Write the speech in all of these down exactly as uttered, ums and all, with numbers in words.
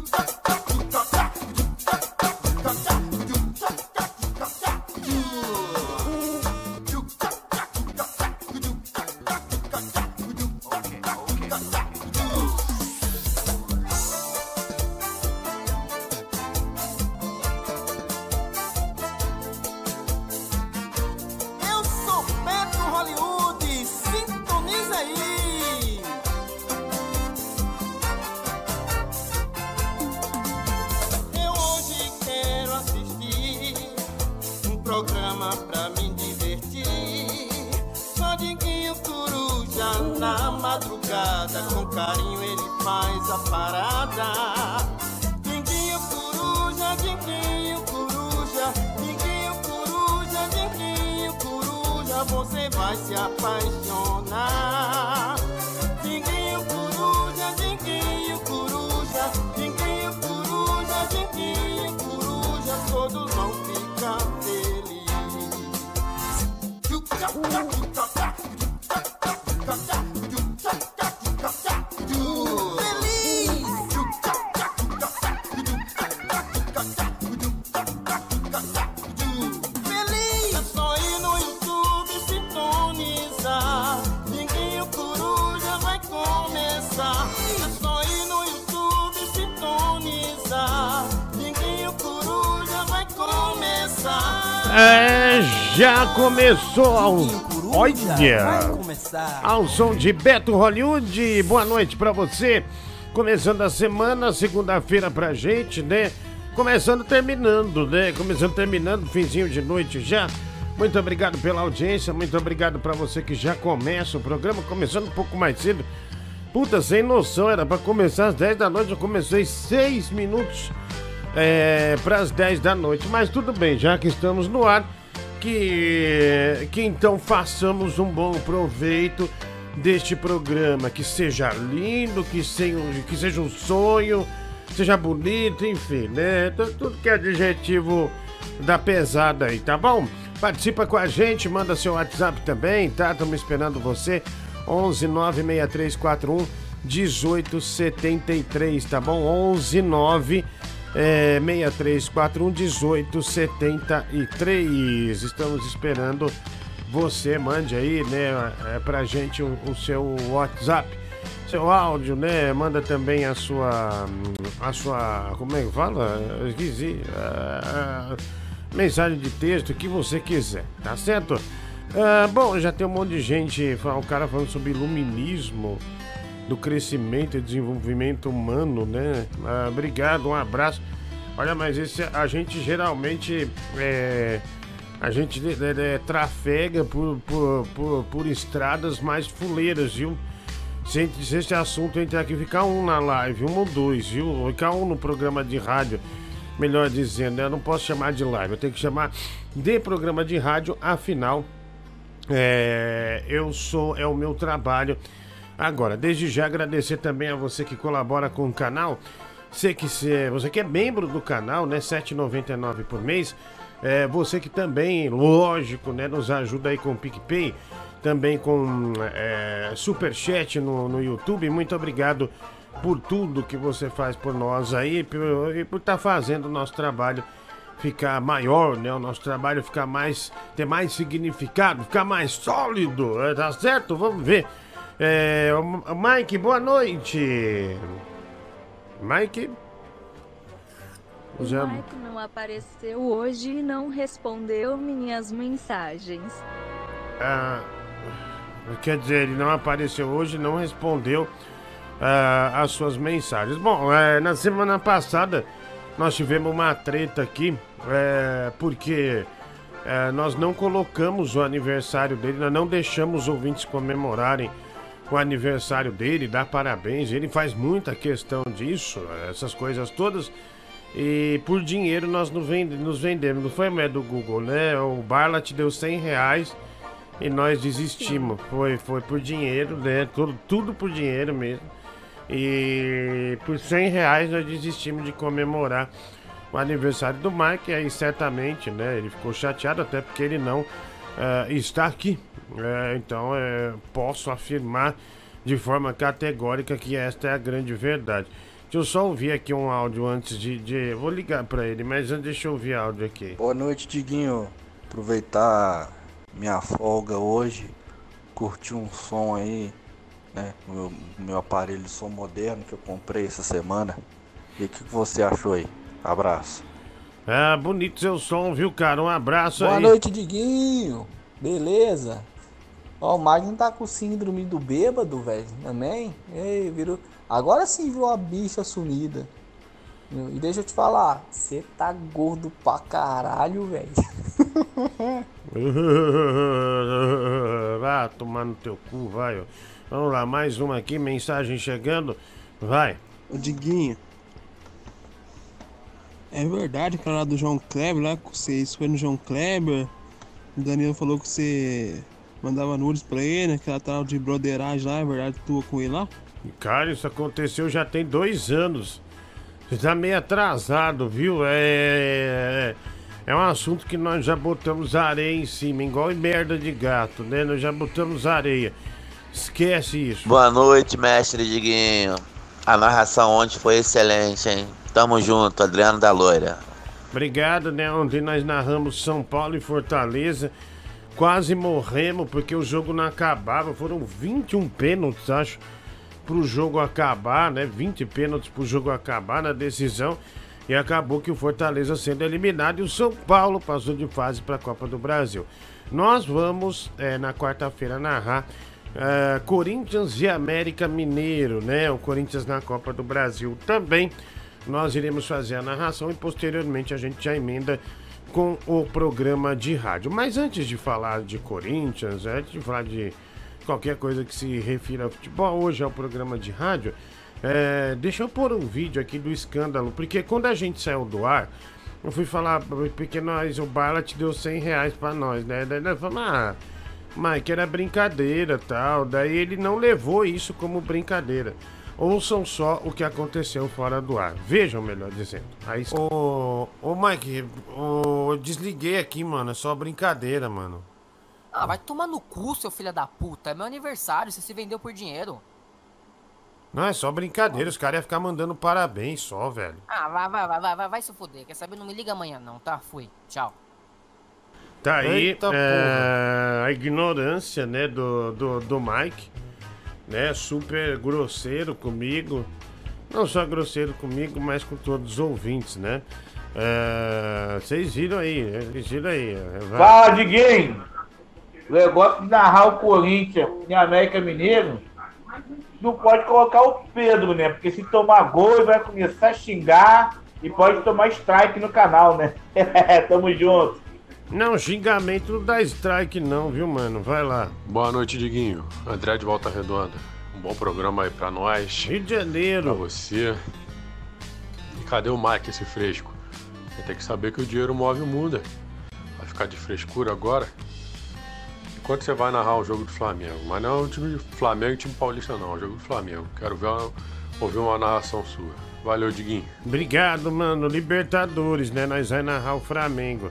É, já começou ao, olha, ao som de Beto Hollywood. Boa noite pra você. Começando a semana, segunda-feira pra gente, né? Começando, terminando, né? Começando, terminando, finzinho de noite já. Muito obrigado pela audiência, muito obrigado pra você que já começa o programa, começando um pouco mais cedo. Puta, sem noção, era pra começar às dez da noite, eu comecei seis minutos É, para as dez da noite, mas tudo bem, já que estamos no ar, que, que então façamos um bom proveito deste programa, que seja lindo, que seja, que seja um sonho, seja bonito, enfim, né? Tudo que é adjetivo da pesada aí, tá bom? Participa com a gente, manda seu WhatsApp também, tá? Estamos esperando você, onze nove seis três quatro um um oito sete três, tá bom? onze nove É, seis três quatro um um oito sete três. Estamos esperando você, mande aí, né, é, pra gente o, o seu WhatsApp, seu áudio, né, manda também a sua, a sua, como é que fala? Eu esqueci, a, a mensagem de texto, o que você quiser, tá certo? Ah, bom, já tem um monte de gente, um cara falando sobre iluminismo, do crescimento e desenvolvimento humano, né? Ah, obrigado, um abraço. Olha, mas esse, a gente geralmente é, a gente é, é, trafega por, por, por, por estradas mais fuleiras, viu? Se, se esse assunto entrar aqui, ficar um na live, um ou dois, viu? Ficar um no programa de rádio, melhor dizendo, né? Eu não posso chamar de live, eu tenho que chamar de programa de rádio, afinal, é, eu sou, é o meu trabalho. Agora, desde já agradecer também a você que colabora com o canal. Você que, se, você que é membro do canal, né? sete reais e noventa e nove centavos por mês. É, você que também, lógico, né? Nos ajuda aí com o PicPay. Também com é, Superchat no, no YouTube. Muito obrigado por tudo que você faz por nós aí. E por estar tá fazendo o nosso trabalho ficar maior, né? O nosso trabalho ficar mais, ter mais significado, ficar mais sólido. Tá certo? Vamos ver. É, Mike, boa noite. Mike? O Já... Mike não apareceu hoje e não respondeu minhas mensagens. Ah, quer dizer, ele não apareceu hoje e não respondeu ah, as suas mensagens. Bom, é, na semana passada nós tivemos uma treta aqui, é, porque é, nós não colocamos o aniversário dele, nós não deixamos os ouvintes comemorarem o aniversário dele, dar parabéns. Ele faz muita questão disso, essas coisas todas. E por dinheiro nós nos vendemos. Não foi mais do Google, né? O Barlat deu cem reais e nós desistimos. Foi, foi por dinheiro, né? Tudo, tudo por dinheiro mesmo. E por cem reais nós desistimos de comemorar o aniversário do Mike. E aí certamente, né? Ele ficou chateado, até porque ele não uh, está aqui. É, então é, posso afirmar de forma categórica que esta é a grande verdade. Deixa eu só ouvir aqui um áudio antes de... de... Vou ligar pra ele, mas antes deixa eu ouvir áudio aqui. Boa noite, Diguinho. Aproveitar minha folga hoje, curtir um som aí, né? Meu, meu aparelho de som moderno que eu comprei essa semana. E o que você achou aí? Abraço. Ah, bonito seu som, viu, cara? Um abraço Boa aí. Boa noite, Diguinho. Beleza? Ó, o Magno tá com síndrome do bêbado, velho. Também. Ei, virou... Agora sim viu a bicha sumida. E deixa eu te falar, você tá gordo pra caralho, velho. Vá tomar no teu cu, vai. Ó. Vamos lá, mais uma aqui, mensagem chegando. Vai. Ô Diguinho, é verdade aquela lá do João Kleber, lá que você foi no João Kleber. O Danilo falou que você mandava nudes pra ele, aquela tal de broderagem lá, é verdade tua com ele lá? Cara, isso aconteceu já tem dois anos. Você tá meio atrasado, viu? É, é um assunto que nós já botamos areia em cima, igual em merda de gato, né? Nós já botamos areia. Esquece isso. Boa noite, mestre Diguinho. A narração ontem foi excelente, hein? Tamo junto, Adriano da Loira. Obrigado, né? Ontem nós narramos São Paulo e Fortaleza. Quase morremos porque o jogo não acabava. Foram vinte e um pênaltis, acho, pro jogo acabar, né? vinte pênaltis pro jogo acabar na decisão. E acabou que o Fortaleza sendo eliminado e o São Paulo passou de fase para a Copa do Brasil. Nós vamos, é, na quarta-feira, narrar é, Corinthians e América Mineiro, né? O Corinthians na Copa do Brasil também. Nós iremos fazer a narração e posteriormente a gente já emenda com o programa de rádio. Mas antes de falar de Corinthians, antes de falar de qualquer coisa que se refira a futebol, hoje é o programa de rádio, é, deixa eu pôr um vídeo aqui do escândalo, porque quando a gente saiu do ar, eu fui falar, porque nós, o Barlat deu cem reais pra nós, né? Daí nós falamos, ah, Mike, era brincadeira e tal, daí ele não levou isso como brincadeira. Ouçam só o que aconteceu fora do ar. Vejam, melhor dizendo. Aí... Ô, ô Mike, ô, eu desliguei aqui, mano. É só brincadeira, mano. Ah, vai tomar no cu, seu filho da puta. É meu aniversário, você se vendeu por dinheiro. Não, é só brincadeira. Os caras iam ficar mandando parabéns só, velho. Ah, vai, vai, vai, vai, vai, vai se foder. Quer saber? Não me liga amanhã, não, tá? Fui. Tchau. Tá aí Eita, é, a ignorância, né, do, do, do Mike. Né, super grosseiro comigo. Não só grosseiro comigo, mas com todos os ouvintes, né? É, vocês viram aí, né? Vocês viram aí. Vai. Fala, Diguinho! O negócio de narrar o Corinthians em América Mineiro, não pode colocar o Pedro, né? Porque se tomar gol, ele vai começar a xingar e pode tomar strike no canal, né? Tamo junto. Não, xingamento não dá strike não, viu, mano? Vai lá. Boa noite, Diguinho. André de Volta Redonda. Um bom programa aí pra nós. Rio de Janeiro. Pra você. E cadê o Mike, esse fresco? Ele tem que saber que o dinheiro move o mundo. Vai ficar de frescura agora? Enquanto você vai narrar o jogo do Flamengo. Mas não é o time do Flamengo e time paulista não, é o jogo do Flamengo. Quero ver uma, ouvir uma narração sua. Valeu, Diguinho. Obrigado, mano. Libertadores, né? Nós vamos narrar o Flamengo.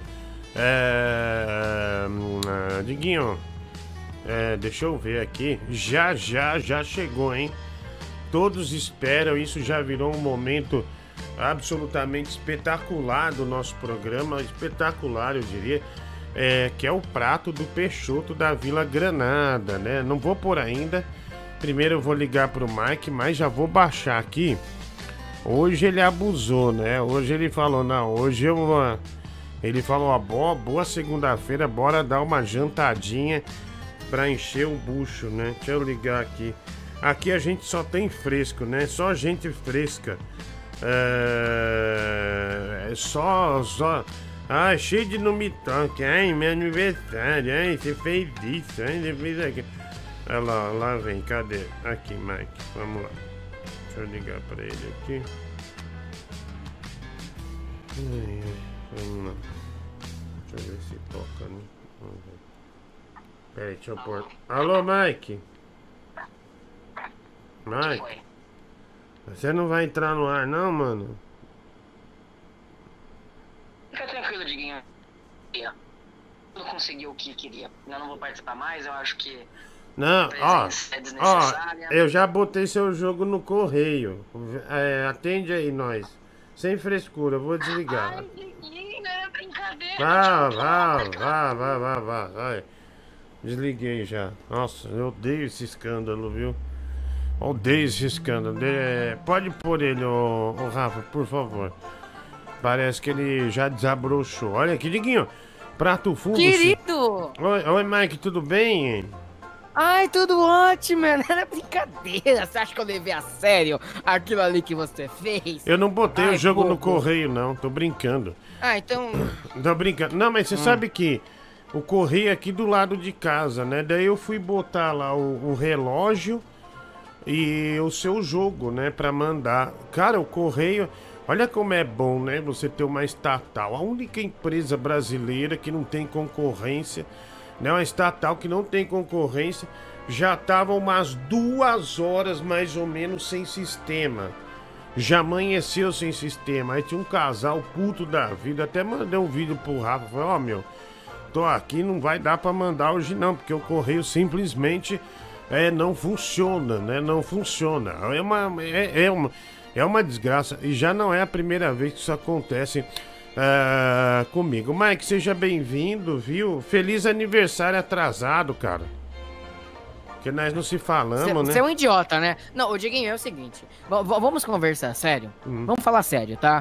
É... Diguinho, é, deixa eu ver aqui. Já, já, já chegou, hein? Todos esperam, isso já virou um momento absolutamente espetacular do nosso programa. Espetacular, eu diria. É, que é o prato do Peixoto da Vila Granada, né? Não vou pôr ainda. Primeiro eu vou ligar pro Mike, mas já vou baixar aqui. Hoje ele abusou, né? Hoje ele falou, não, hoje eu... Ele falou, ó, boa, boa segunda-feira, bora dar uma jantadinha pra encher o bucho, né? Deixa eu ligar aqui. Aqui a gente só tem fresco, né? Só gente fresca. É, é só, só... Ah, cheio de numitanque. Ai, meu aniversário. Ai, você fez isso. Ai, você fez aquilo. Olha lá, lá vem. Cadê? Aqui, Mike. Vamos lá. Deixa eu ligar pra ele aqui. Ai, ai. Vamos lá. Deixa eu ver se toca, né? Vamos ver. Peraí, deixa eu pôr. Alô, Mike? Mike? Você não vai entrar no ar, não, mano? Fica tranquilo, Diguinho. Não consegui o que queria. Eu não vou participar mais. Eu acho que Não, ó, ó, eu já botei seu jogo no correio. É, atende aí nós. Sem frescura, eu vou desligar. Ai, menina, é brincadeira. Vá, vá, vá, vá, vá, vá, vai. Desliguei já. Nossa, eu odeio esse escândalo, viu? Odeio esse escândalo. É, pode pôr ele, ô, ô Rafa, por favor. Parece que ele já desabrochou. Olha aqui, Diguinho. Prato fundo. Querido! Oi, oi, Mike, tudo bem? Ai, tudo ótimo, mano. Era brincadeira. Você acha que eu levei a sério aquilo ali que você fez? Eu não botei Ai, o jogo bobo. no correio, não. Tô brincando. Ah, então... Tô brincando. Não, mas você Hum. sabe que o correio é aqui do lado de casa, né? Daí eu fui botar lá o, o relógio e o seu jogo, né? Pra mandar. Cara, o correio... Olha como é bom, né? Você ter uma estatal. A única empresa brasileira que não tem concorrência, né? Uma estatal que não tem concorrência. Já tava umas duas horas mais ou menos sem sistema. Já amanheceu sem sistema. Aí tinha um casal puto da vida. Até mandei um vídeo pro Rafa. Falei, ó, oh, meu, tô aqui, não vai dar pra mandar hoje não. Porque o correio simplesmente é, não funciona, né? Não funciona. É uma... É, é uma É uma desgraça e já não é a primeira vez que isso acontece uh, comigo. Mike, seja bem-vindo, viu? Feliz aniversário atrasado, cara. Porque nós não se falamos, né? Você é um idiota, né? Não, o Diguinho é o seguinte. v- v- Vamos conversar sério? Hum. Vamos falar sério, tá?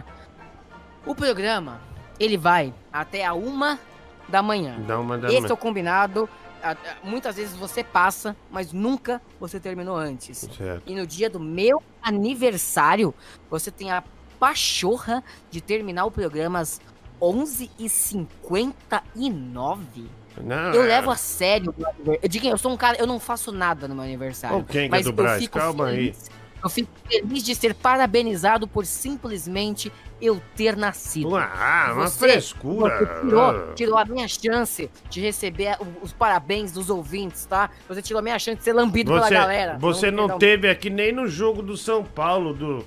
O programa, ele vai até a uma da manhã. Dá uma da Esse manhã. é o combinado. A- a- Muitas vezes você passa, mas nunca você terminou antes. Certo. E no dia do meu aniversário, você tem a pachorra de terminar o programa às onze e cinquenta e nove. Não, Eu é- levo a sério. o meu aniver- Eu digo, eu sou um cara, eu não faço nada no meu aniversário. Ô, quem que é mas do eu Brás? fico Calma feliz, Eu fico feliz de ser parabenizado por simplesmente eu ter nascido. Ah, uma Você- frescura. Você tirou, tirou a minha chance de receber o- os parabéns dos ouvintes, tá? Você tirou a minha chance de ser lambido Você, pela galera. você não entendeu? teve aqui nem no jogo do São Paulo, do...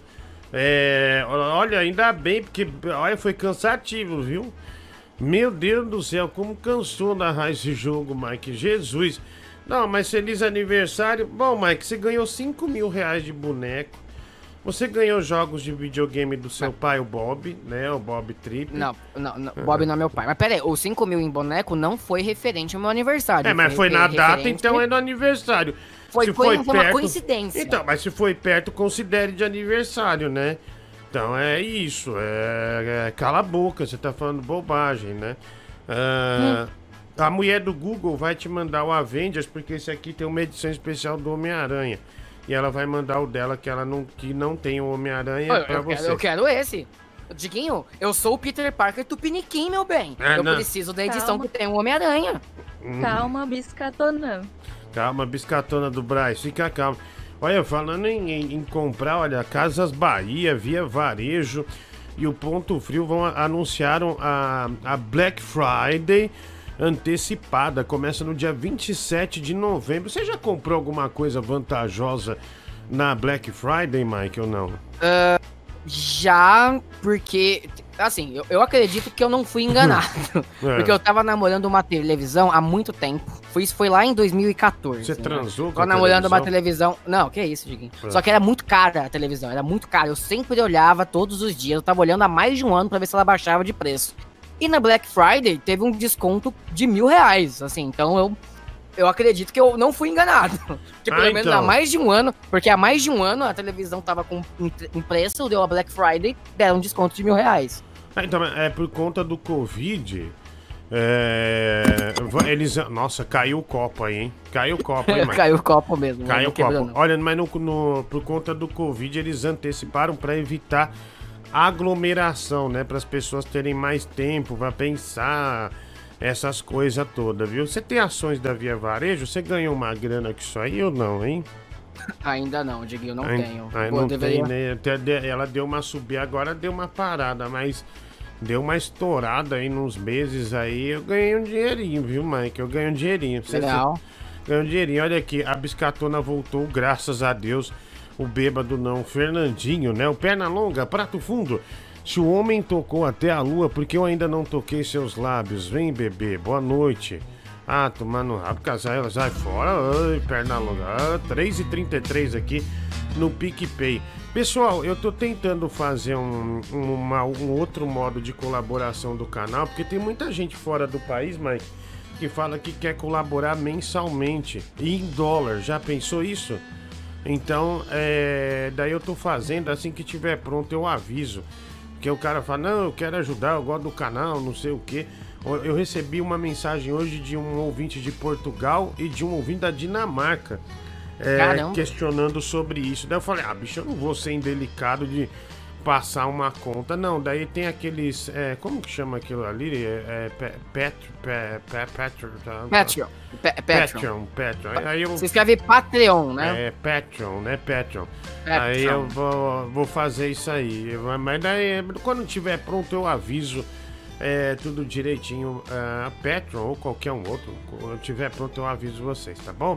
É, olha, ainda bem, porque olha, foi cansativo, viu? Meu Deus do céu, como cansou narrar esse jogo, Mike. Jesus. Não, mas feliz aniversário. Bom, Mike, você ganhou cinco mil reais de boneco. Você ganhou jogos de videogame do seu pai, o Bob, né? O Bob Trip. Não, não, não, Bob não é meu pai. Mas pera aí, os cinco mil em boneco não foi referente ao meu aniversário. É, mas foi na re- data, referente- então é no aniversário. Foi- Se foi- foi foi uma perto- coincidência. Então, mas se foi perto, considere de aniversário, né? Então é isso, é, é- cala a boca, você tá falando bobagem, né? Ah, A mulher do Google vai te mandar o Avengers, porque esse aqui tem uma edição especial do Homem-Aranha. E ela vai mandar o dela, que ela não, que não tem o Homem-Aranha, Eu, pra eu você. quero, eu quero esse. Diguinho, eu sou o Peter Parker Tupiniquim, meu bem. Ah, eu não. preciso da edição Calma. que tem o Homem-Aranha. Hum. Calma, biscatona. Calma, biscatona do Braz, fica calma. Olha, falando em, em- em comprar, olha, Casas Bahia, Via Varejo e o Ponto Frio vão a- anunciaram a, a Black Friday antecipada. Começa no dia vinte e sete de novembro. Você já comprou alguma coisa vantajosa na Black Friday, Mike, ou não? Já, porque, assim, eu, eu acredito que eu não fui enganado. É. Porque eu tava namorando uma televisão há muito tempo. Foi, isso foi lá em dois mil e quatorze. Você né? transou com Tava a namorando uma televisão? televisão. Não, que isso, Diguinho. É. Só que era muito cara a televisão, era muito cara. Eu sempre olhava todos os dias. Eu tava olhando há mais de um ano pra ver se ela baixava de preço. E na Black Friday teve um desconto de mil reais. Assim, então eu. Eu acredito que eu não fui enganado. Que pelo Ah, menos então. há mais de um ano, porque há mais de um ano a televisão tava com um um preço, deu a Black Friday, deram um desconto de mil reais. Ah, então, é por conta do Covid. É, eles. Nossa, caiu o copo aí, hein? Caiu o copo, hein, Mike? Caiu o copo mesmo. Caiu não o quebrou, copo. não. Olha, mas no, no- por conta do Covid, eles anteciparam para evitar aglomeração, né? Para as pessoas terem mais tempo para pensar essas coisas todas, viu? Você tem ações da Via Varejo? Você ganhou uma grana com isso aí ou não, hein? Ainda não, Diguinho, não Ai- tenho. ai, Pô, não deveria- tem, né? Até de- Ela deu uma subida, agora deu uma parada, mas deu uma estourada aí nos meses aí. Eu ganhei um dinheirinho, viu, Mike? Eu ganhei um dinheirinho. Você- Legal. Ganhei um dinheirinho. Olha aqui, a biscatona voltou, graças a Deus. O bêbado não, Fernandinho, né? O perna longa, prato fundo. Se o homem tocou até a lua, porque eu ainda não toquei seus lábios. Vem, bebê, boa noite. Ah, tomando rabo, casal, sai fora, ai, perna longa. Ah, três e trinta e três aqui no PicPay. Pessoal, eu tô tentando fazer um, um, uma, um outro modo de colaboração do canal, porque tem muita gente fora do país, Mike, que fala que quer colaborar mensalmente e em dólar. Já pensou isso? Então, é, daí eu tô fazendo, assim que tiver pronto eu aviso. Porque o cara fala, não, eu quero ajudar, eu gosto do canal, não sei o que. Eu recebi uma mensagem hoje de um ouvinte de Portugal e de um ouvinte da Dinamarca. É, questionando sobre isso. Daí eu falei, ah, bicho, eu não vou ser indelicado de passar uma conta. Não, daí tem aqueles. É, como que chama aquilo ali? É, é, Patreon. Patreon. Patreon. Patreon. Aí eu, Você escreve Patreon, né? É, Patreon, né? Patreon. Patreon. Aí eu vou, vou fazer isso aí. Mas daí, quando tiver pronto, eu aviso. É, tudo direitinho. Uh, Patreon ou qualquer um outro. Quando tiver pronto, eu aviso vocês, tá bom?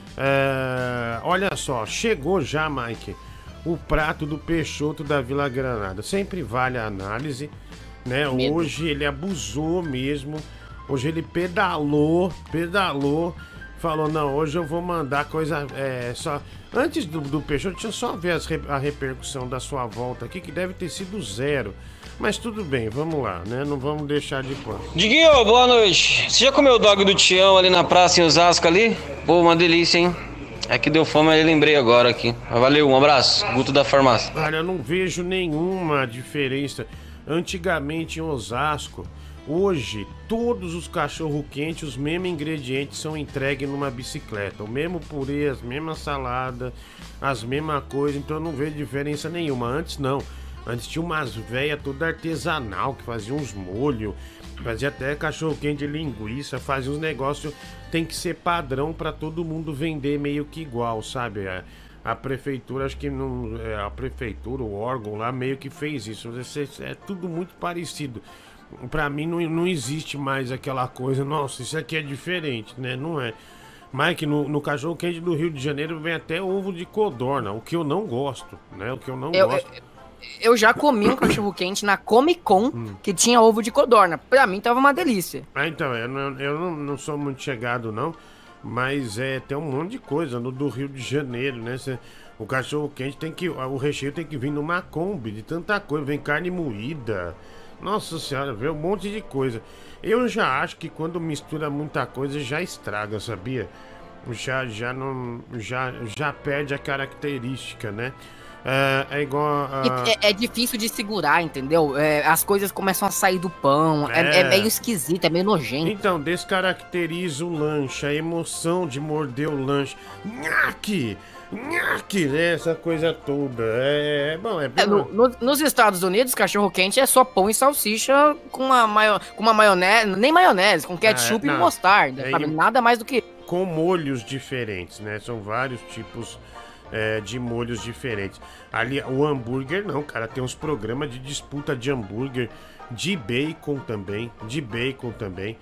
Uh, olha só, chegou já, Mike, o prato do Peixoto da Vila Granada. Sempre vale a análise, né? Medo. Hoje ele abusou mesmo. Hoje ele pedalou, pedalou. Falou, não, hoje eu vou mandar coisa é, só. Antes do, do Peixoto, deixa eu só ver as, a repercussão da sua volta aqui, que deve ter sido zero. Mas tudo bem, vamos lá, né? Não vamos deixar de pano. Diguinho, boa noite. Você já comeu o dog do Tião ali na praça em Osasco ali? Pô, uma delícia, hein? É que deu fome, aí eu lembrei agora aqui. Valeu, um abraço. Guto da farmácia. Olha, eu não vejo nenhuma diferença. Antigamente em Osasco, hoje, todos os cachorro-quentes, os mesmos ingredientes são entregues numa bicicleta. O mesmo purê, as mesmas saladas, as mesmas coisas. Então eu não vejo diferença nenhuma. Antes não. Antes tinha umas velhas toda artesanal que fazia uns molhos, fazia até cachorro-quente de linguiça, fazia uns negócios. Tem que ser padrão para todo mundo vender meio que igual, sabe? A, a prefeitura, acho que não. A prefeitura, o órgão lá meio que fez isso. É, é tudo muito parecido. Para mim não, não existe mais aquela coisa, nossa, isso aqui é diferente, né? Não é. Mike, no, no cachorro-quente do Rio de Janeiro vem até ovo de codorna, o que eu não gosto, né? O que eu não eu, gosto. Eu... Eu já comi um cachorro-quente na Comic Con hum. que tinha ovo de codorna. Pra mim tava uma delícia. Ah, então, eu não, eu não, não sou muito chegado, não. Mas é, tem um monte de coisa no do Rio de Janeiro, né? Cê, o cachorro-quente tem que... O recheio tem que vir numa Kombi de tanta coisa. Vem carne moída. Nossa senhora, vê um monte de coisa. Eu já acho que quando mistura muita coisa já estraga, sabia? Já, já, não, já, já perde a característica, né? É, é igual. Uh... É, é difícil de segurar, entendeu? É, as coisas começam a sair do pão. É, é. é meio esquisito, é meio nojento. Então, descaracteriza o lanche, a emoção de morder o lanche. Nhaque! Nhaque! Né? Essa coisa toda. É, é bom, é bem. É, no, no, nos Estados Unidos, cachorro-quente é só pão e salsicha com uma, maio, com uma maionese. Nem maionese, com ketchup é, e mostarda. É, sabe? Nada mais do que. Com molhos diferentes, né? São vários tipos. É, de molhos diferentes. Ali, o hambúrguer não, cara, tem uns programas de disputa de hambúrguer, de bacon também, de bacon também.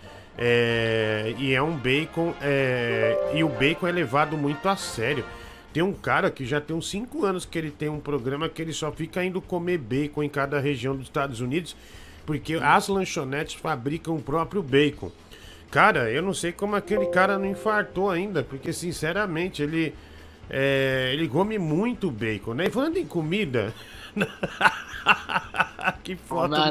É, e é um bacon, é, e o bacon é levado muito a sério. Tem um cara que já tem uns cinco anos que ele tem um programa que ele só fica indo comer bacon em cada região dos Estados Unidos, porque as lanchonetes fabricam o próprio bacon. Cara, eu não sei como aquele cara não infartou ainda, porque sinceramente ele... É, ele come muito bacon, né? E falando em comida... que foto, mano.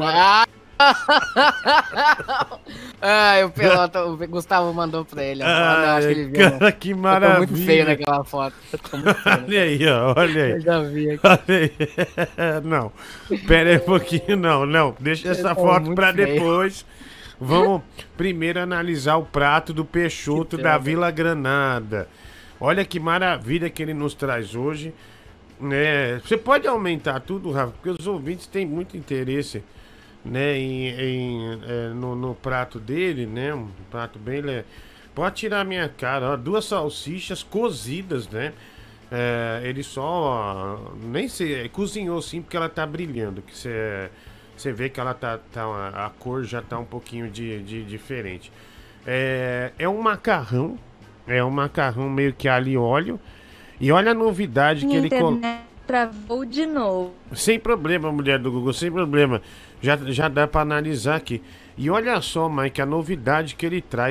Ah, o Pelota, o Gustavo mandou pra ele. Ah, não, acho que ele viu. Cara, que maravilha. Eu tô muito feio naquela foto. Olha aí, ó, olha aí. Eu já vi aqui. Olha aí. Não, pera aí um pouquinho, não, não. Deixa essa foto pra feio. Depois. Vamos primeiro analisar o prato do Peixoto da Vila Granada. Olha que maravilha que ele nos traz hoje. É, você pode aumentar tudo, Rafa, porque os ouvintes têm muito interesse, né, em, em, é, no, no prato dele, né? Um prato bem... Le... Pode tirar a minha cara, ó, duas salsichas cozidas, né? É, ele só... Ó, nem sei, cozinhou sim, porque ela tá brilhando. Que você, você vê que ela tá, tá... A cor já tá um pouquinho de, de diferente. É, é um macarrão. É um macarrão meio que alho e óleo. E olha a novidade que ele colocou. Travou de novo. Sem problema, mulher do Google, sem problema. Já, já dá pra analisar aqui. E olha só, Mike, a novidade que ele traz.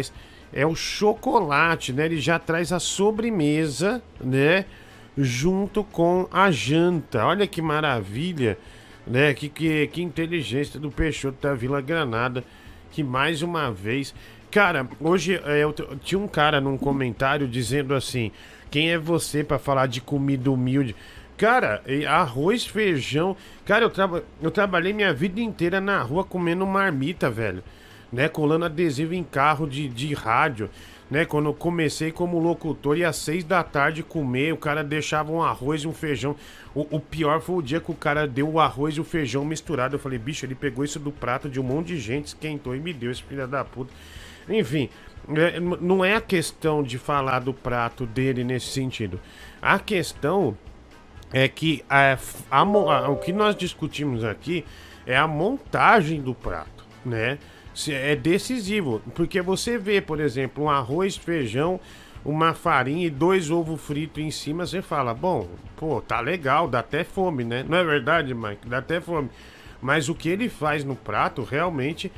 é o chocolate, né? Ele já traz a sobremesa, né? Junto com a janta. Olha que maravilha, né? Que, que, que inteligência do Peixoto da Vila Granada, que mais uma vez... Cara, hoje é, eu, tinha um cara num comentário dizendo assim, quem é você pra falar de comida humilde? Cara, arroz, feijão... Cara, eu, traba, eu trabalhei minha vida inteira na rua comendo marmita, velho. Né, colando adesivo em carro de, de rádio, né, quando eu comecei como locutor e às seis da tarde comer, o cara deixava um arroz e um feijão, o, o pior foi o dia que o cara deu o arroz e o feijão misturado, eu falei, bicho, ele pegou isso do prato de um monte de gente, esquentou e me deu, esse filho da puta. Enfim, é, não é a questão de falar do prato dele nesse sentido, a questão é que a, a, a, o que nós discutimos aqui é a montagem do prato, né? É decisivo, porque você vê, por exemplo, um arroz, feijão, uma farinha e dois ovos fritos em cima, você fala, bom, pô, tá legal, dá até fome, né? Não é verdade, Mike? Dá até fome. Mas o que ele faz no prato realmente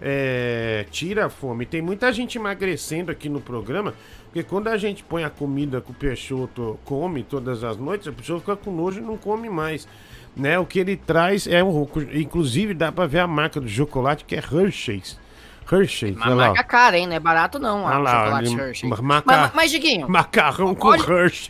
é, tira a fome. Tem muita gente emagrecendo aqui no programa, porque quando a gente põe a comida que o Peixoto come todas as noites, a pessoa fica com nojo e não come mais. Né, o que ele traz é um... Inclusive dá pra ver a marca do chocolate, que é Hershey's. Hershey's, uma marca cara, hein? Não é barato não, ah, o lá, chocolate ele... Hershey's. Maca... Mas, mas, Diguinho... Macarrão com olha... Hershey's.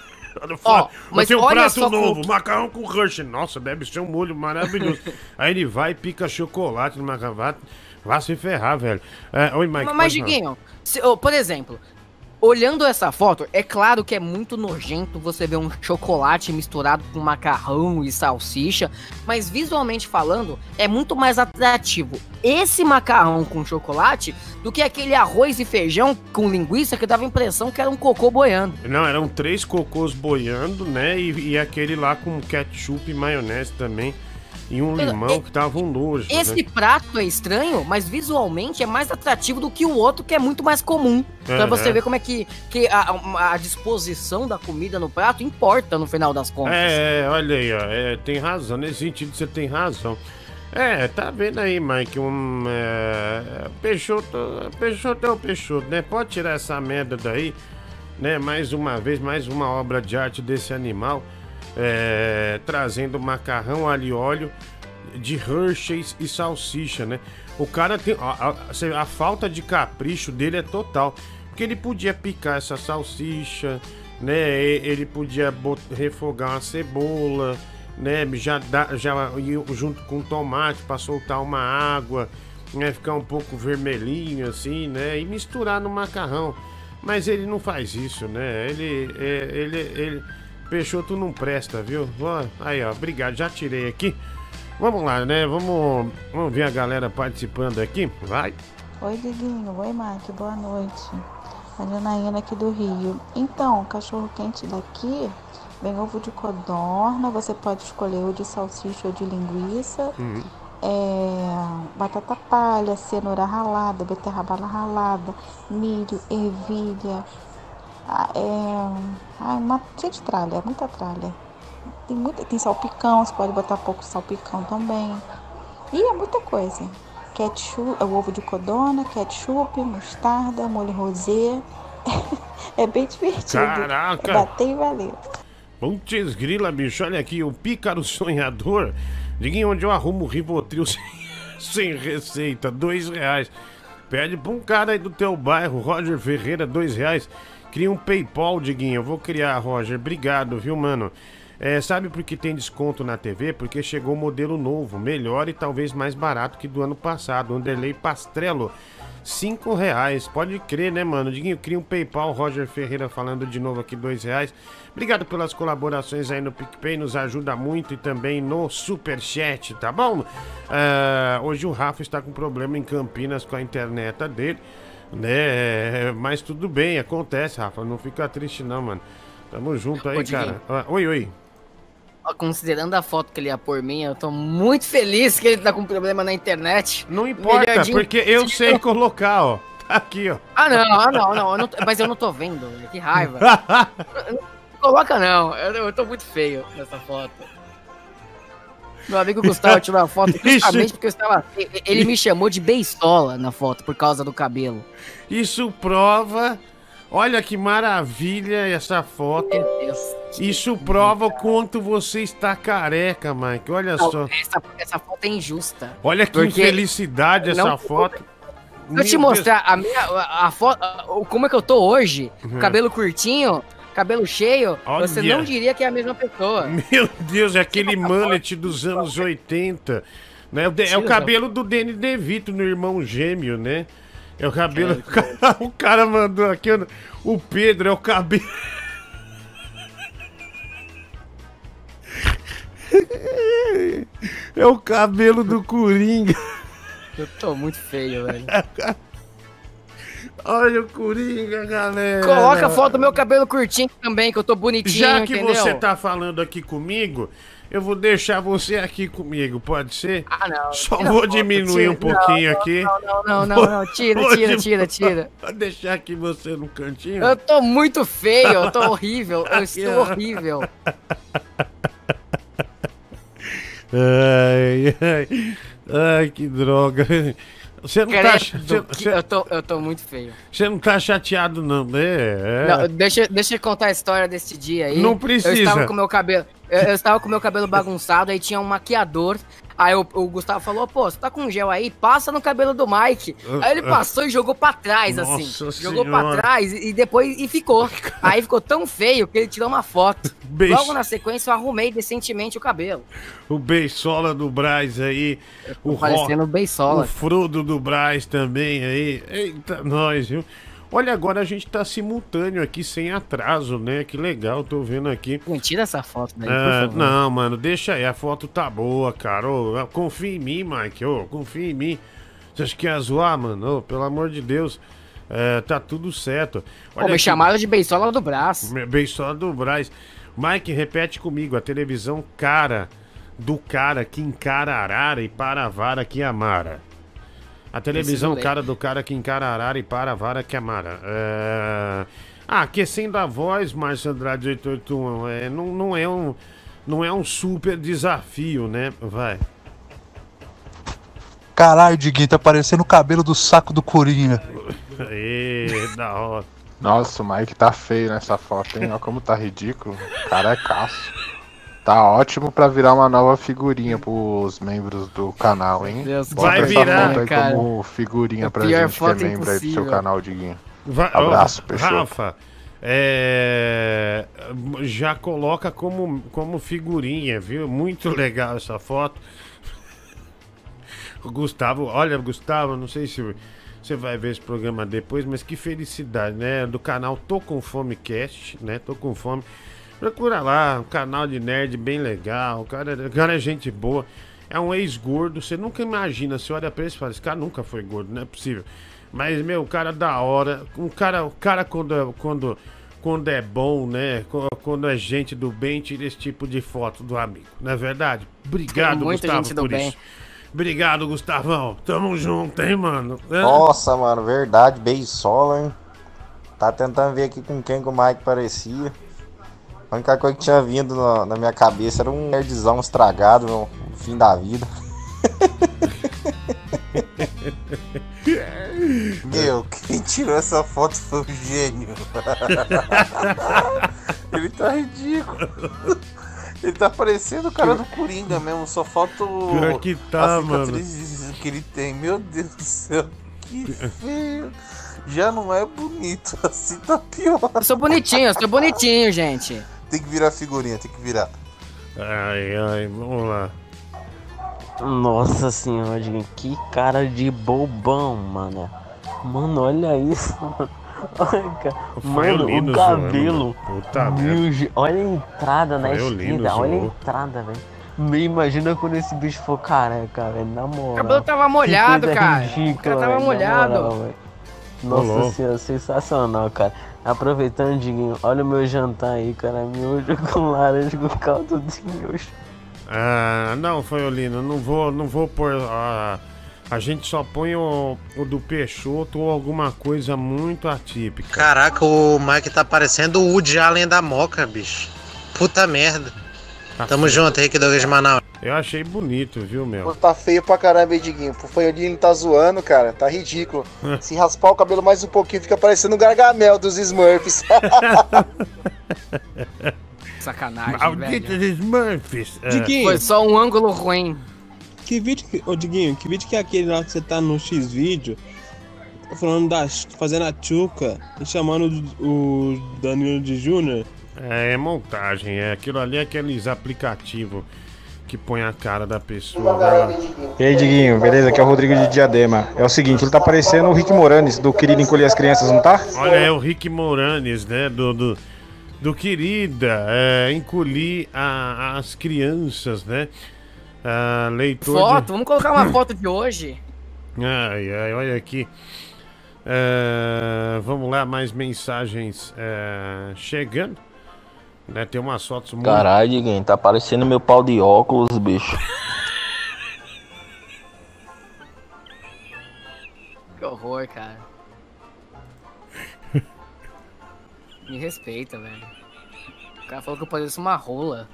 Ó, mas tem um olha prato só novo, com... macarrão com Hershey's. Nossa, deve ser um molho maravilhoso. Aí ele vai e pica chocolate no macarrão. Vai, vai se ferrar, velho. É, oi, Mike. Mas, mas Diguinho, se, oh, por exemplo... Olhando essa foto, é claro que é muito nojento você ver um chocolate misturado com macarrão e salsicha, mas visualmente falando, é muito mais atrativo esse macarrão com chocolate do que aquele arroz e feijão com linguiça que dava a impressão que era um cocô boiando. Não, eram três cocôs boiando, né? E, e aquele lá com ketchup e maionese também. E um limão que tava um nojo. Esse né? prato é estranho, mas visualmente é mais atrativo do que o outro, que é muito mais comum. É, pra você é. ver como é que, que a, a disposição da comida no prato importa no final das contas. É, olha aí, ó, é, tem razão. Nesse sentido você tem razão. É, tá vendo aí, Mike, um é, Peixoto, Peixoto é o Peixoto, né? Pode tirar essa merda daí, né? Mais uma vez, mais uma obra de arte desse animal. É, trazendo macarrão, alho e óleo de Hershey's e salsicha, né? O cara tem... A, a, a falta de capricho dele é total. Porque ele podia picar essa salsicha, né? Ele podia bot, refogar uma cebola, né? Já, dá, já junto com tomate para soltar uma água, né? Ficar um pouco vermelhinho assim, né? E misturar no macarrão. Mas ele não faz isso, né? Ele... ele, ele Peixoto não presta, viu? Aí, ó, obrigado, já tirei aqui. Vamos lá, né? Vamos, vamos ver a galera participando aqui. Vai. Oi, Diguinho. Oi, Mike. Boa noite. A Janaína aqui do Rio. Então, cachorro quente daqui vem ovo de codorna. Você pode escolher o de salsicha ou de linguiça. Uhum. É, batata palha, cenoura ralada, beterraba ralada, milho, ervilha. É, ah, uma cheia de tralha, é muita tralha. Tem, muita, tem salpicão, você pode botar pouco salpicão também. E é muita coisa. Ketchup, o ovo de codorna, ketchup, mostarda, molho rosé. É bem divertido. Caraca! É bater e valer. Putz grila, bicho, olha aqui, o Pícaro Sonhador. Diga onde eu arrumo o Rivotril sem, sem receita, dois reais. Pede pra um cara aí do teu bairro, Roger Ferreira, dois reais. Cria um PayPal, Diguinho. Eu vou criar, Roger. Obrigado, viu, mano? É, sabe por que tem desconto na T V? Porque chegou um modelo novo, melhor e talvez mais barato que do ano passado. Underlay Pastrello, cinco reais. Pode crer, né, mano? Diguinho, cria um PayPal. Roger Ferreira falando de novo aqui, dois reais. Obrigado pelas colaborações aí no PicPay, nos ajuda muito e também no Superchat, tá bom? Uh, hoje o Rafa está com problema em Campinas com a internet dele. Né, mas tudo bem, acontece, Rafa, não fica triste não, mano. Tamo junto aí, ô, cara. Oi, oi. Considerando a foto que ele ia por mim, eu tô muito feliz que ele tá com problema na internet. Não importa, porque eu sei colocar, ó. Tá aqui, ó. Ah, não, ah, não, não, eu não, mas eu não tô vendo, que raiva. Não coloca não, eu, eu tô muito feio nessa foto. Meu amigo Gustavo tirou a foto justamente porque eu estava... Ele me chamou de beisola na foto por causa do cabelo. Isso prova... Olha que maravilha essa foto. Meu Deus. Isso prova o quanto você está careca, Mike. Olha Não, só. Essa, essa foto é injusta. Olha que infelicidade essa não, foto. Se eu te mostrar a minha a, a foto, como é que eu tô hoje, Uhum. cabelo curtinho, cabelo cheio, Olha. você não diria que é a mesma pessoa. Meu Deus, é aquele mullet dos anos oitenta. Né? É o cabelo do Danny DeVito no Irmão Gêmeo, né? É o cabelo. O cara, o cara mandou aqui. O Pedro é o cabelo. É o cabelo do Coringa. Eu tô muito feio, velho. Olha o Coringa, galera. Coloca a foto do meu cabelo curtinho também, que eu tô bonitinho, Já que entendeu? você tá falando aqui comigo, eu vou deixar você aqui comigo, pode ser? Ah, não. Só Tira vou foto, diminuir tira. um pouquinho Não, aqui. Não, não, não, não, não. Tira, Vou tira, diminuir- tira, tira. Vou deixar aqui você no cantinho. Eu tô muito feio, eu tô horrível, eu Aqui, estou ó. horrível. Ai, ai, ai, que droga. Você não, tá, Credo, você, que- você- eu, tô, eu tô muito feio. você não tá chateado, não, né? É. Não, deixa, deixa eu contar a história desse dia aí. Não precisa. Eu estava com meu cabelo, eu, eu estava com meu cabelo bagunçado, aí tinha um maquiador. Aí o, o Gustavo falou, pô, você tá com gel aí? Passa no cabelo do Mike. Aí ele passou e jogou pra trás, Nossa assim. Jogou pra Senhora. trás e, e depois e ficou. Aí ficou tão feio que ele tirou uma foto. Beijo. Logo na sequência eu arrumei decentemente o cabelo. O Beisola do Braz aí. O parecendo Ro- o Beisola. O Frodo do Braz também aí. Eita, nós, viu? Olha, agora a gente tá simultâneo aqui, sem atraso, né? Que legal, tô vendo aqui. Não tira essa foto daí, por Ah, favor. não, mano, deixa aí, a foto tá boa, cara. Ô, confia em mim, Mike, ô, confia em mim. Você acha que ia zoar, mano? Ô, pelo amor de Deus. É, tá tudo certo. Pô, me aqui. chamaram de Beisola do braço. Beisola do Braz. Mike, repete comigo, a televisão cara do cara que encara Arara e para a vara que amara. A televisão ler. cara do cara que encara Arara e para a vara que amara. É... Ah, aquecendo a voz, Márcio Andrade oito oito um, é, não, não, é um, não é um super desafio, né? Vai. Caralho, Diguinho, tá parecendo o cabelo do saco do Coringa. Ê, da hora. Nossa, o Mike tá feio nessa foto, hein? Olha como tá ridículo. Carecaço. Tá ótimo pra virar uma nova figurinha pros membros do canal, hein? Deus, Bota vai essa virar, foto aí cara. como figurinha A pra pior gente que é foto membro aí do seu impossível. canal, Diguinho. Vai, Abraço, ó, Peixoto. Rafa, é, já coloca como, como figurinha, viu? Muito legal essa foto. O Gustavo, olha, Gustavo, não sei se você vai ver esse programa depois, mas que felicidade, né? Do canal Tô Com Fome Cast, né? Tô Com Fome. Procura lá, um canal de nerd bem legal, o cara, o cara é gente boa. É um ex-gordo, você nunca imagina, você olha pra ele e fala, esse cara nunca foi gordo, não é possível. Mas, meu, o cara da hora, um cara, o cara quando, é- quando, quando é bom, né? Quando, quando é gente do bem, tira esse tipo de foto do amigo, não é verdade? Obrigado, Tem muita Gustavo, gente do por bem. isso. Obrigado, Gustavão. Tamo junto, hein, mano? É. Nossa, mano, verdade, Beisola, hein? Tá tentando ver aqui com quem que o Mike parecia. A única coisa que tinha vindo na, na minha cabeça era um nerdzão estragado no, no fim da vida. Meu, quem tirou essa foto foi o gênio. Ele tá ridículo. Ele tá parecendo o cara do Coringa mesmo, só falta o... Pior que tá, a mano. cicatriz que ele tem. Meu Deus do céu, que feio. Já não é bonito, assim tá pior. Eu sou bonitinho, eu sou bonitinho, gente. Tem que virar figurinha, tem que virar. Ai, ai, vamos lá. Nossa senhora, Diguinho, que cara de bobão, mano. Mano, olha isso, mano. Olha, cara. Foi Mano, lindo o zoando, cabelo. mano. Puta Meu, merda. ge- olha a entrada na Foi o lindo esquerda, olha a zoou. entrada, velho. Me imagina quando esse bicho for careca, velho, na moral. O cabelo tava molhado, Que coisa cara. ridícula, O cara tava velho, na molhado. moral, velho. Nossa Rolou. senhora, sensacional, cara. Aproveitando, Diguinho, olha o meu jantar aí, cara. Miojo com laranja com caldo de miojo. Ah, não, Foiolino, não vou, não vou pôr. Ah, a gente só põe o, o do Peixoto ou alguma coisa muito atípica. Caraca, o Mike tá parecendo o Woody Allen da Moca, bicho. Puta merda. Tá Tamo junto aí, que Douglas de Manaus. Eu achei bonito, viu, meu? Tá feio pra caramba, hein, Diguinho? O Fanholinho tá zoando, cara. Tá ridículo. Se raspar o cabelo mais um pouquinho, fica parecendo um Gargamel dos Smurfs. Sacanagem, Malditos velho. Smurfs. É. Diguinho. Foi só um ângulo ruim. Que vídeo que... Ô, Diguinho, que vídeo que é aquele lá que você tá no X-Vídeo falando da... fazendo a tchuca e chamando o o Danilo de Júnior? É, é montagem, é aquilo ali, é aqueles aplicativos que põe a cara da pessoa. Vai lá. E aí, Diguinho, beleza? Aqui é o Rodrigo de Diadema. É o seguinte, ele tá parecendo o Rick Moranis, do Querido Encolher as Crianças, não tá? Olha, é o Rick Moranis, né? Do, do, do Querida, é, encolhi a, as crianças, né? A leitor Foto, de... vamos colocar uma foto de hoje. Ai, ai, olha aqui. É, vamos lá, mais mensagens é, chegando. Né, tem umas fotos muito... Caralho, Diguinho, tá parecendo meu pau de óculos, bicho. Que horror, cara. Me respeita, velho. O cara falou que eu pareço uma rola.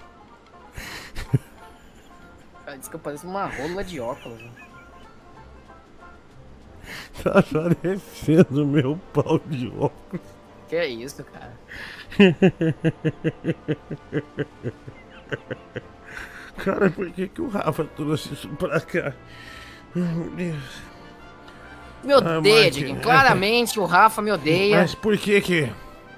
O cara disse que eu pareço uma rola de óculos. Tá parecendo meu pau de óculos. Que é isso, cara? Cara, por que que o Rafa trouxe isso pra cá? Ai, meu Deus. Me odeia, Diguinho. Claramente o Rafa me odeia. Mas por que que...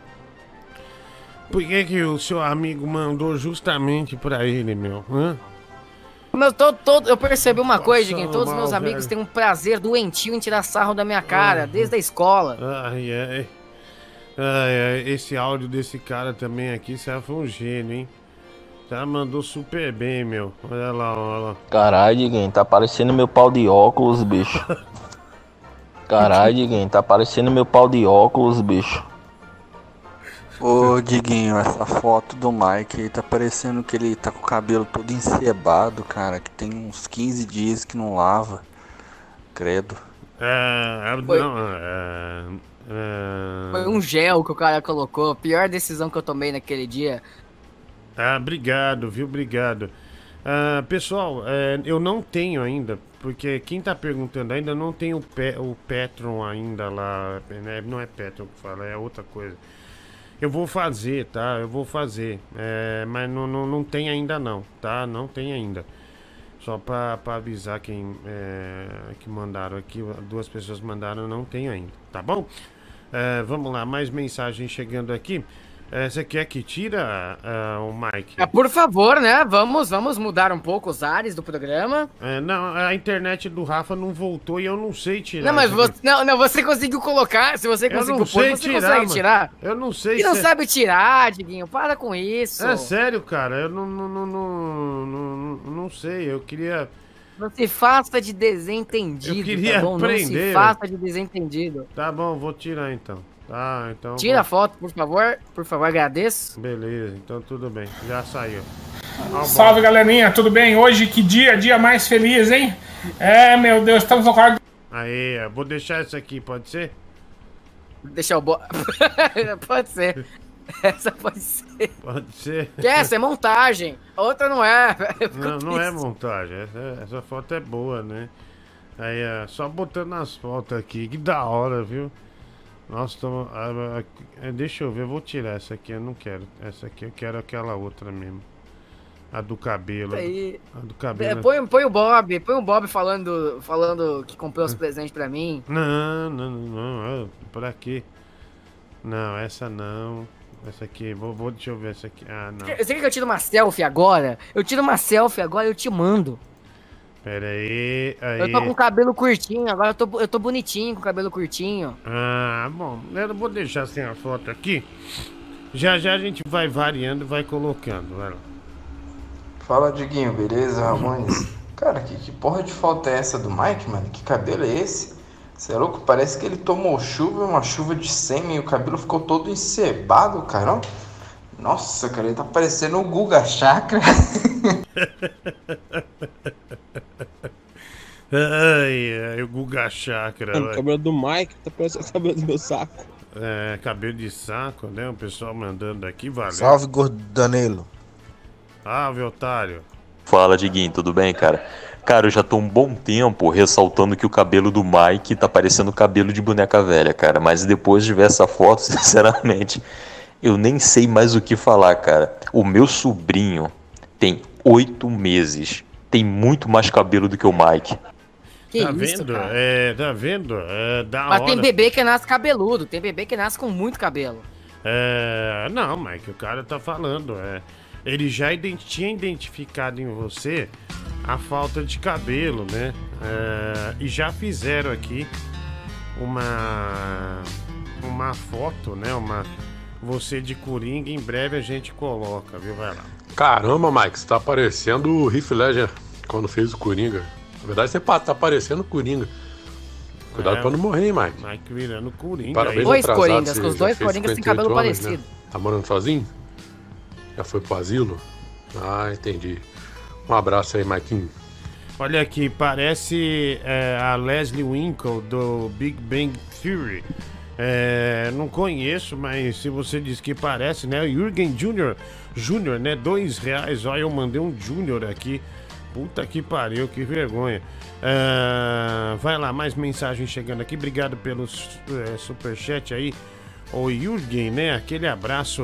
Por que que o seu amigo mandou justamente pra ele, meu? Hã? Mas todo, todo, eu percebi uma coisa, Passando Diguinho. Todos os mal, meus amigos velho. têm um prazer doentio em tirar sarro da minha cara, desde a escola. Ai, ai. Ai, ai. Esse áudio desse cara também aqui, você foi um gênio, hein? Já mandou super bem, meu. Olha lá, olha lá. Caralho, Diguinho, tá parecendo meu pau de óculos, bicho. Caralho, Diguinho, tá parecendo meu pau de óculos, bicho. Ô Diguinho, essa foto do Mike aí tá parecendo que ele tá com o cabelo todo encebado, cara, que tem uns quinze dias que não lava. Credo. É, Foi- não, é, é... Foi um gel que o cara colocou. Pior decisão que eu tomei naquele dia. Ah, obrigado, viu? Obrigado. Ah, pessoal, é, eu não tenho ainda, porque quem tá perguntando ainda não tem o, Pe o Petron ainda lá, né? Não é Petron que fala, é outra coisa. Eu vou fazer, tá? Eu vou fazer, é, mas não, não, não tem ainda não, tá? Não tem ainda. Só pra, pra avisar quem é, que mandaram aqui, duas pessoas mandaram, não tem ainda, tá bom? É, vamos lá, mais mensagem chegando aqui. É, você quer que tira uh, o Mike? Ah, por favor, né? Vamos, vamos mudar um pouco os ares do programa. É, não, a internet do Rafa não voltou e eu não sei tirar. Não, mas isso você, aqui. não, não, você conseguiu colocar. Se você Eu conseguiu não pôr, sei você tirar, consegue mano. tirar. Eu não sei E não se- sabe tirar, Diguinho. Para com isso. É sério, cara, eu não, não, não, não, não, não sei, eu queria... Não se faça de desentendido, Eu queria tá bom? aprender. Não se faça de desentendido. Tá bom, vou tirar então. Tá, então... Tira a vou- foto, por favor. Por favor, agradeço. Beleza, então tudo bem, já saiu. Ó, Salve, galerinha, tudo bem? Hoje, que dia, dia mais feliz, hein? É, meu Deus, estamos no quarto. Aí, eu vou deixar essa aqui, pode ser? Deixa eu... Bo... pode ser. Essa pode ser. Pode ser. Que essa é montagem. A outra não é. Não, não é montagem, essa, essa foto é boa, né? Aí, é, só botando as fotos aqui, que da hora, viu? Nossa, tô, ah, ah, deixa eu ver, eu vou tirar essa aqui, eu não quero. Essa aqui eu quero aquela outra mesmo. A do cabelo. Aí. A do É, cabelo. põe, põe o Bob, põe o Bob falando, falando que comprou os presentes pra mim. Não, não, não, não, ah, pra quê? Não, essa não. Essa aqui, vou, vou, deixa eu ver essa aqui. Ah, não. Você quer que eu tire uma selfie agora? Eu tiro uma selfie agora e eu te mando. Pera aí, aí. Eu tô com o cabelo curtinho, agora eu tô, eu tô bonitinho com o cabelo curtinho. Ah, bom, eu vou deixar sem a foto aqui. Já já a gente vai variando e vai colocando, vai lá. Fala, Diguinho, beleza, Ramones? Cara, que, que porra de foto é essa do Mike, mano? Que cabelo é esse? Você é louco? Parece que ele tomou chuva, uma chuva de sêmen e o cabelo ficou todo encebado, cara. Nossa, cara, ele tá parecendo o Guga Chakra. Ai, ai, o Guga Chakra. Mano, o vai. cabelo do Mike tá parecendo o cabelo do meu saco. É, cabelo de saco, né? O pessoal mandando aqui, valeu. Salve, gordo Danilo. Salve, otário. Fala, Diguinho, tudo bem, cara? Cara, eu já tô um bom tempo ressaltando que o cabelo do Mike tá parecendo cabelo de boneca velha, cara. Mas depois de ver essa foto, sinceramente, eu nem sei mais o que falar, cara. O meu sobrinho tem oito meses. Tem muito mais cabelo do que o Mike. Que tá isso, vendo? cara? É, tá vendo? É da Mas hora. tem bebê que nasce cabeludo, tem bebê que nasce com muito cabelo. É, não, Mike, o cara tá falando. É, ele já identi- tinha identificado em você a falta de cabelo, né? É, e já fizeram aqui uma uma foto, né? Uma você de Coringa. Em breve a gente coloca, viu? Vai lá. Caramba, Mike, você tá parecendo o Heath Ledger quando fez o Coringa. Na verdade, você pa- tá parecendo o Coringa. Cuidado É, pra não morrer, hein, Mike. Mike virando Coringa. Parabéns, aí. Dois atrasado, Coringas, você com os já dois fez Coringas têm cinquenta e oito cabelo anos, né? parecido. Tá morando sozinho? Já foi pro asilo? Ah, entendi. Um abraço aí, Mike. Olha aqui, parece é, a Leslie Winkle do Big Bang Theory. É, não conheço, mas se você diz que parece, né? O Jürgen Júnior, Júnior, né? Dois reais. Olha, eu mandei um Júnior aqui. Puta que pariu, que vergonha. É, vai lá, mais mensagem chegando aqui. Obrigado pelo é, superchat aí. O Jürgen, né? Aquele abraço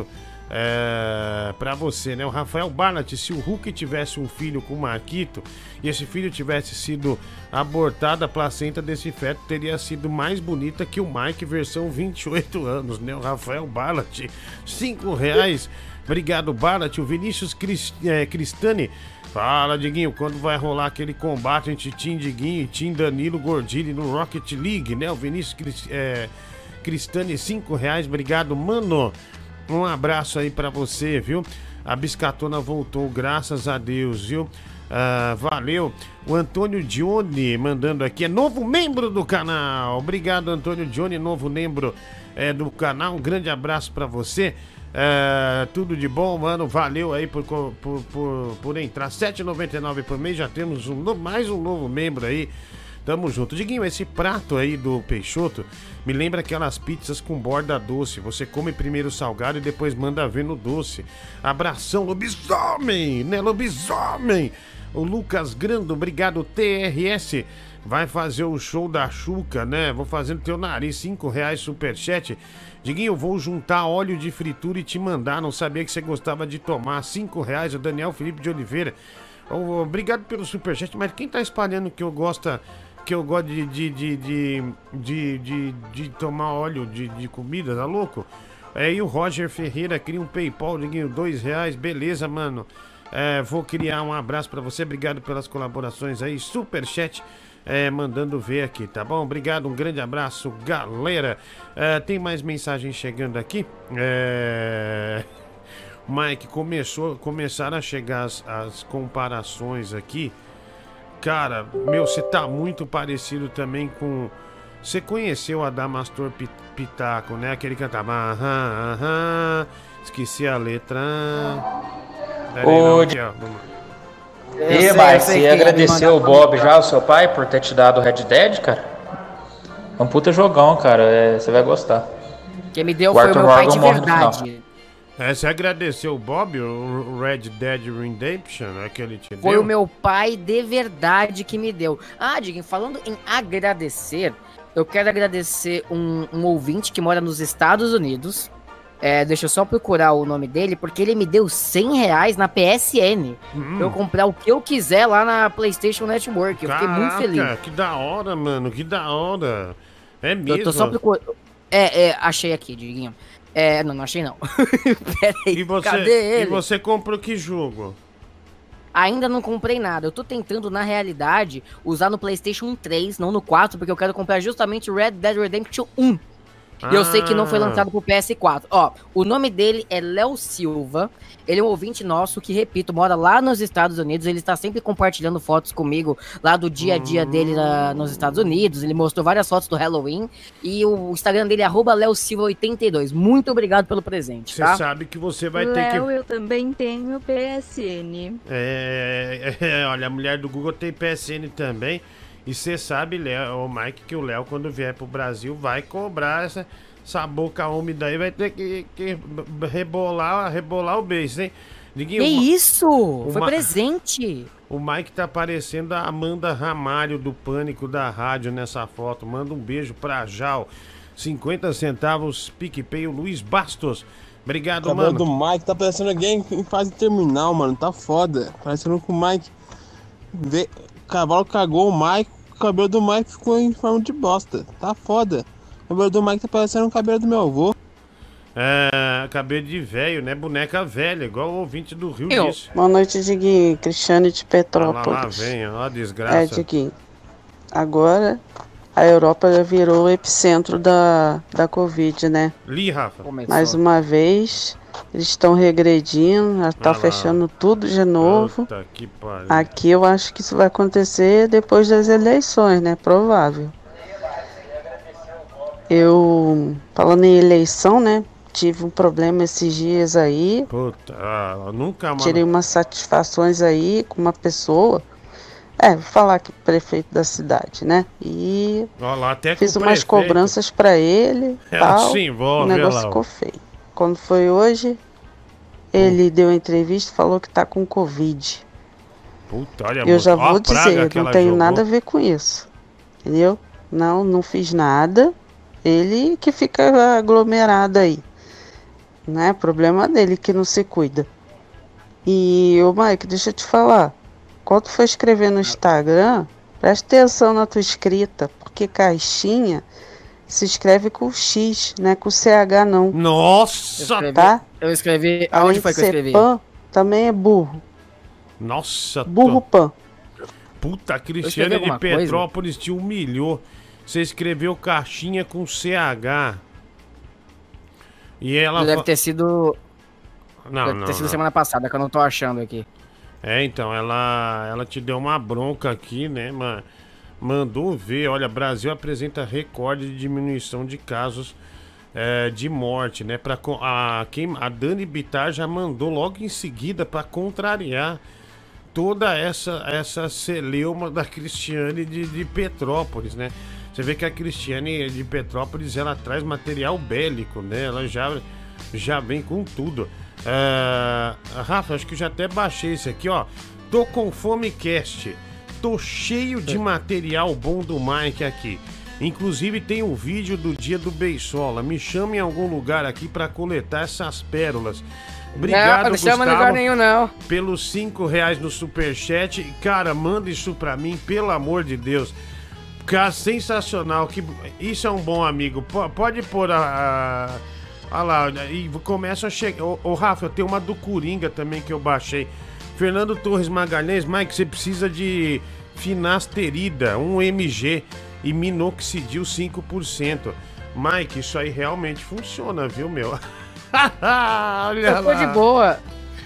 é, pra você, né? O Rafael Barnett, se o Hulk tivesse um filho com o Marquito e esse filho tivesse sido abortado, a placenta desse feto teria sido mais bonita que o Mike versão vinte e oito anos, né? O Rafael Barnett, cinco reais. Obrigado, Barnett. O Vinícius Crist, é, Cristani. Fala, Diguinho, quando vai rolar aquele combate entre Tim Diguinho e Tim Danilo Gordilli no Rocket League, né? O Vinícius Crist, é, Cristani, cinco reais. Obrigado, mano. Um abraço aí pra você, viu? A Biscatona voltou, graças a Deus, viu? Ah, valeu. O Antônio Dione mandando aqui, é novo membro do canal. Obrigado, Antônio Dione, novo membro é, do canal. Um grande abraço pra você. É, tudo de bom, mano. Valeu aí por, por, por, por entrar. sete reais e noventa e nove por mês. Já temos um, no- mais um novo membro aí. Tamo junto. Diguinho, esse prato aí do Peixoto me lembra aquelas pizzas com borda doce. Você come primeiro o salgado e depois manda ver no doce. Abração, lobisomem, né, lobisomem? O Lucas Grando, obrigado, T R S. Vai fazer o show da Xuca, né? Vou fazer no teu nariz, cinco reais superchat. Diguinho, eu vou juntar óleo de fritura e te mandar. Não sabia que você gostava de tomar. cinco reais, o Daniel Felipe de Oliveira. Oh, obrigado pelo superchat, mas quem tá espalhando que eu gosto, que eu gosto de, de, de, de, de, de, de tomar óleo de, de comida, tá louco? É, e o Roger Ferreira cria um PayPal, Diguinho, dois reais, beleza, mano. É, vou criar um abraço pra você, obrigado pelas colaborações aí, superchat. É, mandando ver aqui, tá bom? Obrigado, um grande abraço, galera. É, tem mais mensagem chegando aqui. É... Mike, começou, começaram a chegar as, as comparações aqui. Cara, meu, você tá muito parecido também com... Você conheceu a Damastor Pi- Pitaco, né? Aquele que cantava... Aham, aham, esqueci a letra... Pera aí, não, aqui, ó, vamos- E, Mike, você ia agradecer o Bob já, o seu pai, por ter te dado o Red Dead, cara? É um puta jogão, cara. é, Você vai gostar. Quem me deu O foi o Arthur meu pai Morgan de morre no final. verdade. É, você agradeceu o Bob, o Red Dead Redemption, é que ele te Foi deu? o meu pai de verdade que me deu. Ah, Diguinho, falando em agradecer, eu quero agradecer um, um ouvinte que mora nos Estados Unidos. É, deixa eu só procurar o nome dele, porque ele me deu cem reais na P S N Hum. pra eu comprar o que eu quiser lá na PlayStation Network. Eu fiquei muito feliz. Caraca, que da hora, mano, que da hora. É mesmo. Eu tô só procurando. É, é, achei aqui, Diguinho. É, não, não achei não. Pera aí, E você, cadê e ele? você comprou que jogo? Ainda não comprei nada. Eu tô tentando, na realidade, usar no PlayStation três, não no quatro, porque eu quero comprar justamente o Red Dead Redemption um. E eu sei que não foi Ah. lançado pro P S quatro. Ó, o nome dele é Léo Silva. Ele é um ouvinte nosso que, repito, mora lá nos Estados Unidos. Ele está sempre compartilhando fotos comigo lá do dia a dia dele lá nos Estados Unidos. Ele mostrou várias fotos do Halloween. E o Instagram dele é arroba Léo Silva oitenta e dois. Muito obrigado pelo presente, Você tá? sabe que você vai ter que... Léo, eu também tenho P S N. É, é, olha, a mulher do Google tem P S N também. E você sabe, Léo, o Mike, que o Léo, quando vier pro Brasil, vai cobrar essa, essa boca úmida aí, vai ter que, que rebolar, rebolar o beijo, hein? Que Diguinho, uma- isso? Foi uma- presente. O Mike tá parecendo a Amanda Ramalho do Pânico da Rádio nessa foto. Manda um beijo pra Jal. cinquenta centavos, PicPay, o Luiz Bastos. Obrigado, O cabelo mano. do Mike tá parecendo alguém em fase terminal, mano. Tá foda. Parecendo que o Mike. Vê... O cavalo cagou o Mike, o cabelo do Mike ficou em forma de bosta. Tá foda. O cabelo do Mike tá parecendo o cabelo do meu avô. É, cabelo de velho, né? Boneca velha, igual o ouvinte do Rio Eu. disse. Boa noite, Diguinho. Cristiane de Lá, lá, Petrópolis. lá vem, ó, a desgraça. É, Diguinho. Agora a Europa já virou o epicentro da, da Covid, né? Li, Rafa. Mais uma vez, eles estão regredindo, já tá Ah lá. fechando tudo de novo. Puta que pariu. Aqui eu acho que isso vai acontecer depois das eleições, né? Provável. Eu, falando em eleição, né? Tive um problema esses dias aí. Puta, ah, nunca mais. Tirei umas satisfações aí com uma pessoa. É, vou falar aqui, prefeito da cidade, né? E Ó lá, até com fiz o umas prefeito. cobranças pra ele. Ela Tal, se envolve, o negócio olha lá, ó. ficou feio. Quando foi hoje, ele deu entrevista e falou que tá com Covid. Puta, olha, Eu já ó a vou praga dizer, que não ela tenho jogou. nada a ver com isso. Entendeu? Não, não fiz nada. Ele que fica aglomerado aí. Não é problema dele que não se cuida. E, ô Mike, deixa eu te falar. Quando tu for escrever no Instagram, presta atenção na tua escrita, porque caixinha se escreve com X, não é com C H não. Nossa! Tá? Eu escrevi. Além Aonde foi de que eu ser escrevi? Pan, também é burro. Nossa, Burro tô- pan. Puta, a escrevi Cristiane de alguma coisa? Petrópolis te humilhou. Você escreveu caixinha com C H. E ela. Deve fa- ter sido. Não, deve não, ter sido não. semana passada, que eu não tô achando aqui. É, então, ela, ela te deu uma bronca aqui, né, mano? Mandou ver, olha, Brasil apresenta recorde de diminuição de casos é, de morte, né? Pra, co- a, quem, a Dani Bittar já mandou logo em seguida pra contrariar toda essa, essa celeuma da Cristiane de, de Petrópolis, né? Você vê que a Cristiane de Petrópolis, ela traz material bélico, né? Ela já, já vem com tudo. É, Rafa, acho que eu já até baixei esse aqui, ó. Tô com fome cast. Tô cheio de material bom do Mike aqui. Inclusive tem o vídeo do dia do Beisola. Me chame em algum lugar aqui pra coletar essas pérolas. Obrigado, não, não chama em Gustavo, lugar nenhum, não. pelos cinco reais no superchat. Cara, manda isso pra mim, pelo amor de Deus. Cara, sensacional. Que... Isso é um bom amigo. P- pode pôr a... a... Olha lá, e começa a chegar. Ô, ô, Rafa, eu tenho uma do Coringa também que eu baixei. Fernando Torres Magalhães, Mike, você precisa de finasterida, um M G e minoxidil cinco por cento. Mike, isso aí realmente funciona, viu, meu? Olha Eu tô lá. de boa.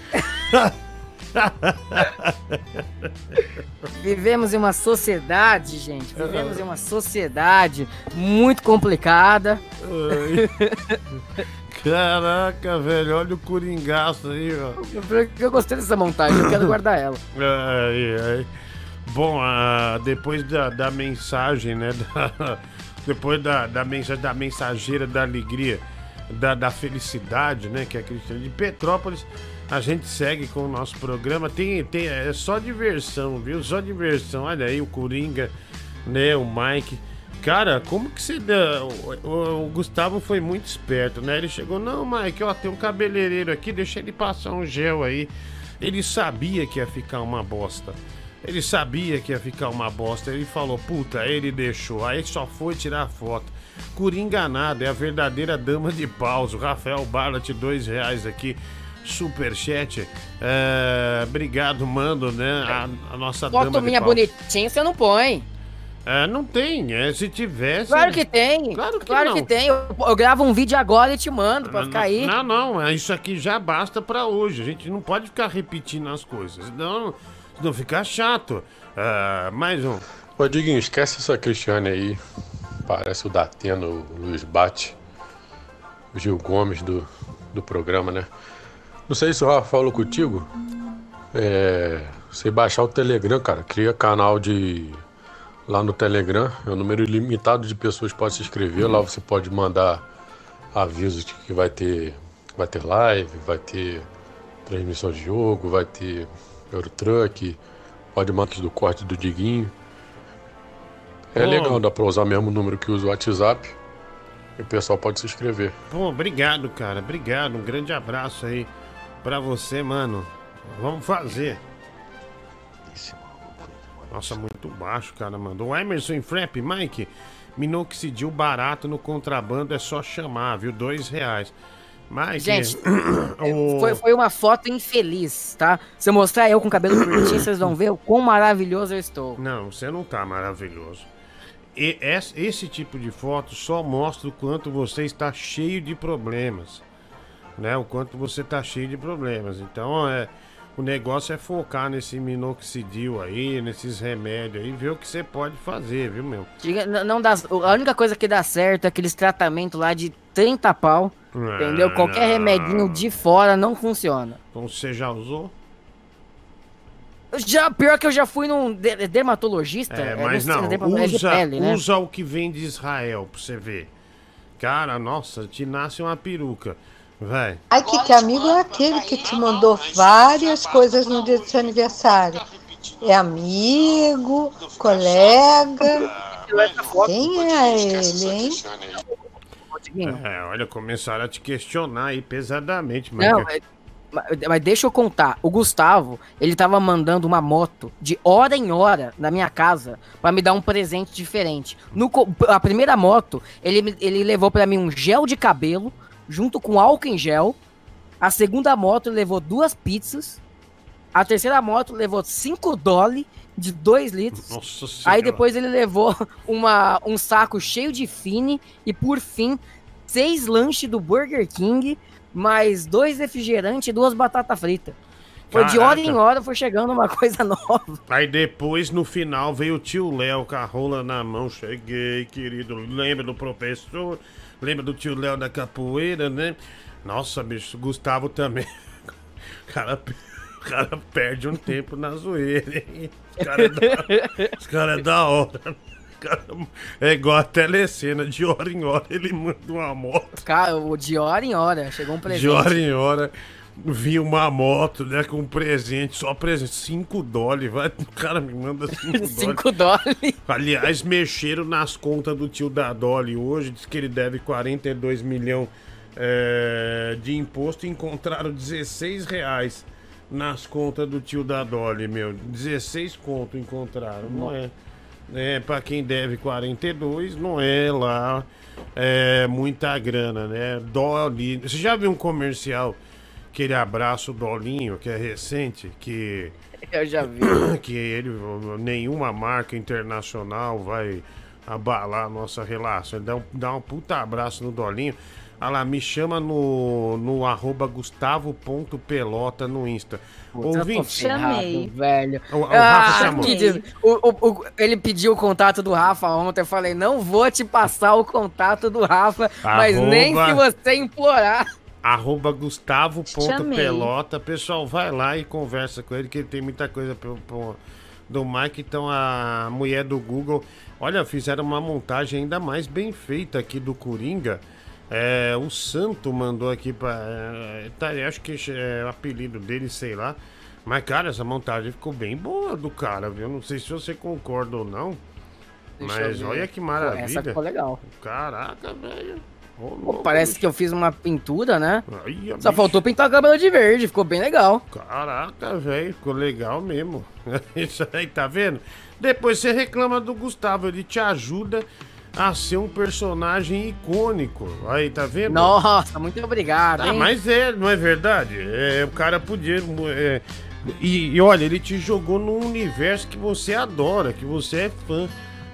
Vivemos em uma sociedade, gente. Vivemos em uma sociedade muito complicada. Ai. Caraca, velho, olha o coringaço aí, ó. Eu, eu gostei dessa montagem, eu quero guardar ela. Ai, ai. Bom, ah, depois da, da mensagem, né? da- depois da, da, mensagem, da mensageira da alegria, da, da felicidade, né? Que é a Cristiane de Petrópolis, a gente segue com o nosso programa. Tem, tem, é só diversão, viu? Só diversão. Olha aí o Coringa, né? O Mike. Cara, como que você dá? O, o- o Gustavo foi muito esperto, né? Ele chegou, não, Mike, ó, tem um cabeleireiro aqui, deixa ele passar um gel aí. Ele sabia que ia ficar uma bosta. Ele sabia que ia ficar uma bosta. Ele falou, puta, ele deixou. Aí só foi tirar foto. Coringa nada, é a verdadeira dama de paus. O Rafael Barlat, dois reais aqui. Superchat. É, obrigado, mando, né? A, a nossa dama Foto de minha paus. bonitinha, você não põe. É, não tem, é, se tivesse... Claro que tem. Claro que claro não. que tem. Eu, eu gravo um vídeo agora e te mando pra ficar aí. Não, não, é, isso aqui já basta pra hoje. A gente não pode ficar repetindo as coisas, senão, senão fica chato. Ah, mais um. Ô, Diguinho, esquece essa Cristiane aí. Parece o Datena, o Luiz Bate, o Gil Gomes do, do programa, né? Não sei se o Rafa falou contigo. É, você baixar o Telegram, cara, cria canal de... Lá no Telegram, é um número ilimitado de pessoas que podem se inscrever. Lá você pode mandar avisos de que vai ter, vai ter live, vai ter transmissão de jogo, vai ter Eurotruck, Pode manter do corte do Diguinho. É Pô. legal, dá pra usar o mesmo número que usa o WhatsApp. E o pessoal pode se inscrever. Pô, obrigado, cara. Obrigado. Um grande abraço aí pra você, mano. Vamos fazer. Nossa, muito baixo, cara, mano. O Emerson Frap, Mike, minoxidil barato no contrabando é só chamar, viu? Dois reais. Mike, Gente, o... foi, foi uma foto infeliz, tá? Se eu mostrar eu com cabelo curtinho, vocês vão ver o quão maravilhoso eu estou. Não, você não tá maravilhoso. E esse, esse tipo de foto só mostra o quanto você está cheio de problemas, né? O quanto você está cheio de problemas. Então, é, o negócio é focar nesse minoxidil aí, nesses remédios aí, ver o que você pode fazer, viu, meu? Diga, n- não dá, a única coisa que dá certo é aqueles tratamentos lá de trinta pau, Ah, entendeu? Qualquer não. remedinho de fora não funciona. Então você já usou? Já, pior que eu já fui num de- dermatologista. É, é, mas sei, não, dermatologista de usa, pele, né? usa o que vem de Israel pra você ver. Cara, nossa, te nasce uma peruca. Vai. Ai, que, que amigo é aquele que te mandou várias coisas no dia do seu aniversário? É amigo, colega? Quem é ele, hein? É, olha, começaram a te questionar aí pesadamente, mas. Não, mas, mas- mas deixa eu contar. O Gustavo, ele tava mandando uma moto de hora em hora na minha casa pra me dar um presente diferente. No, co- a primeira moto, ele, me- ele levou pra mim um gel de cabelo junto com álcool em gel. A segunda moto ele levou duas pizzas. A terceira moto levou cinco dolly de dois litros. Nossa Aí Senhora. depois ele levou uma, um saco cheio de fine. E por fim, seis lanches do Burger King, mais dois refrigerantes e duas batatas fritas. Foi de hora em Caraca. hora, foi chegando uma coisa nova. Aí depois, no final, veio o tio Léo com a rola na mão. Cheguei, querido. Lembra do professor? Lembra do tio Léo da capoeira, né? Nossa, bicho, Gustavo também. O cara, o cara perde um tempo na zoeira, hein? Os caras é da, os cara é da hora. Os cara é igual a telecena, de hora em hora ele manda uma moto. Cara, o de hora em hora, chegou um presente. De hora em hora vinha uma moto, né, com um presente, só presente, cinco dólares, vai, o cara me manda cinco dólares. cinco dólares. Aliás, mexeram nas contas do tio da Dolly hoje, diz que ele deve quarenta e dois milhões é, de imposto e encontraram dezesseis reais nas contas do tio da Dolly, meu, dezesseis conto encontraram, não é? É, pra quem deve quarenta e dois, não é lá é, muita grana, né? Dolly, você já viu um comercial, aquele abraço Dolinho, que é recente, que... Eu já vi. Que ele, nenhuma marca internacional vai abalar a nossa relação. Ele dá um, dá um puta abraço no Dolinho. Ah lá, me chama no, no arroba gustavo.pelota no Insta. Ouvintes. Chamei. Velho. O, o Ah, Rafa chamou. que diz- o- o- o- ele pediu o contato do Rafa ontem. Eu falei, não vou te passar o contato do Rafa, mas Arroba- nem se você implorar. Arroba gustavo.pelota. Pessoal, vai lá e conversa com ele, que ele tem muita coisa pro, pro- do Mike. Então, a mulher do Google, olha, fizeram uma montagem ainda mais bem feita aqui do Coringa. É, o Santo mandou aqui pra. É, tá, eu acho que é o apelido dele, sei lá. Mas, cara, essa montagem ficou bem boa do cara, viu? Não sei se você concorda ou não. Deixa eu Mas ver. olha que Pô, maravilha. essa ficou legal. Caraca, velho. Ô, Pô, louco, parece bicho. que eu fiz uma pintura, né? Ai, Só bicho. faltou pintar o cabelo de verde, ficou bem legal. Caraca, velho, ficou legal mesmo. Isso aí, tá vendo? Depois você reclama do Gustavo, ele te ajuda a ser um personagem icônico. Aí, tá vendo? Nossa, muito obrigado, Ah, hein? mas é, não é verdade? É, o cara podia. é, e, e olha, ele te jogou num universo que você adora, que você é fã,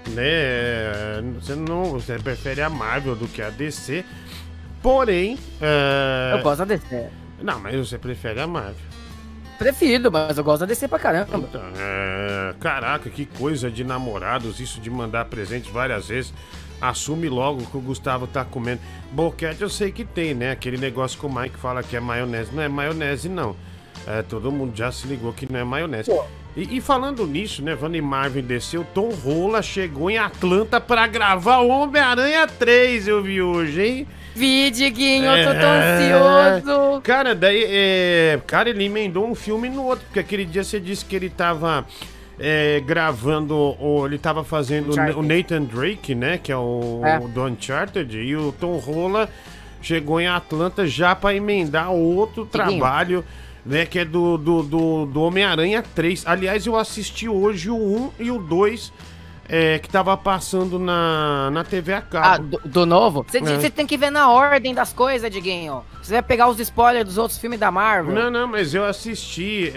né? Você não. Você prefere a Marvel do que a D C. Porém. é, Eu gosto da D C. Não, mas você prefere a Marvel. Prefiro, mas eu gosto da D C pra caramba. Então, é, caraca, que coisa de namorados, isso de mandar presente várias vezes. Assume logo que o Gustavo tá comendo. Boquete eu sei que tem, né? Aquele negócio que o Mike fala que é maionese. Não é maionese, não. É, todo mundo já se ligou que não é maionese. E, e falando nisso, né? Vani Marvin desceu, Tom Rola chegou em Atlanta pra gravar o Homem-Aranha três, eu vi hoje, hein? Vi, Diguinho, eu tô tão É. ansioso. Cara, daí, é, cara, ele emendou um filme no outro, porque aquele dia você disse que ele tava é, gravando, o, ele tava fazendo Uncharted. o Nathan Drake, né, que é o, É. o do Uncharted, e o Tom Holland chegou em Atlanta já pra emendar outro trabalho, né, que é do, do, do, do Homem-Aranha três. Aliás, eu assisti hoje o um e o dois, é, que tava passando na, na T V a cabo. Ah, do, do novo? Você É. tem que ver na ordem das coisas, Diguinho. Você vai pegar os spoilers dos outros filmes da Marvel. Não, não, mas eu assisti,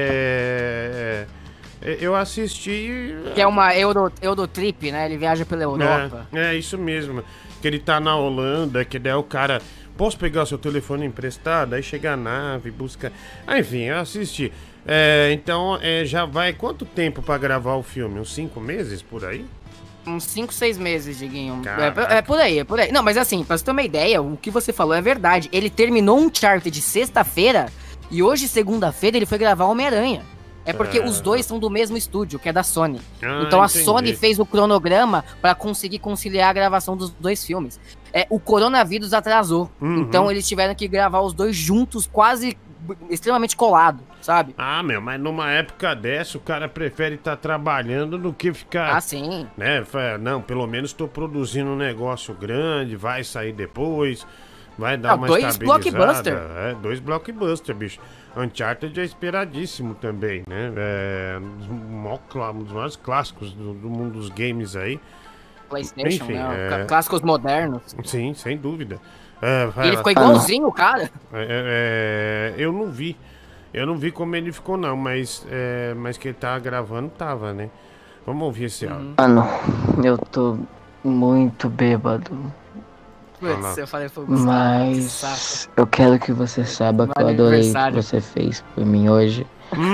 é... é, eu assisti... Que é uma Euro, Eurotrip, né? Ele viaja pela Europa. É, é isso mesmo. Que ele tá na Holanda, que daí o cara... Posso pegar o seu telefone emprestado? Aí chega a nave, busca... Ah, enfim, eu assisti. É, então, é, já vai... Quanto tempo pra gravar o filme? Uns cinco meses, por aí? Uns cinco, seis meses, Diguinho. Caraca. É, é por aí, é por aí. Não, mas assim, pra você ter uma ideia, o que você falou é verdade. Ele terminou um chart de sexta-feira e hoje, segunda-feira, ele foi gravar Homem-Aranha. É porque Ah. os dois são do mesmo estúdio, que é da Sony. Ah, então a entendi. Sony fez o cronograma pra conseguir conciliar a gravação dos dois filmes. É, o coronavírus atrasou. Uhum. Então eles tiveram que gravar os dois juntos, quase extremamente colado, sabe? Ah, meu, mas numa época dessa, o cara prefere estar trabalhando do que ficar... Ah, sim. Né? Fala, não, pelo menos tô produzindo um negócio grande, vai sair depois, vai dar Não, uma dois estabilizada. blockbuster. É, dois blockbuster, bicho. Uncharted é esperadíssimo também, né? É um dos, maior clá- um dos maiores clássicos do, do mundo dos games aí. PlayStation, Enfim, né? é- Clá- Clássicos modernos. Sim, sem dúvida. É, vai Ele lá. ficou igualzinho, cara. É, é, eu não vi. Eu não vi como ele ficou, não, mas, é, mas que ele tava gravando, tava, né? Vamos ouvir esse áudio. Mano, eu tô muito bêbado. Putz, eu falei, foi o Gustavo, que Mas saco. eu quero que você saiba que eu Vale adorei o que aniversário. você fez por mim hoje.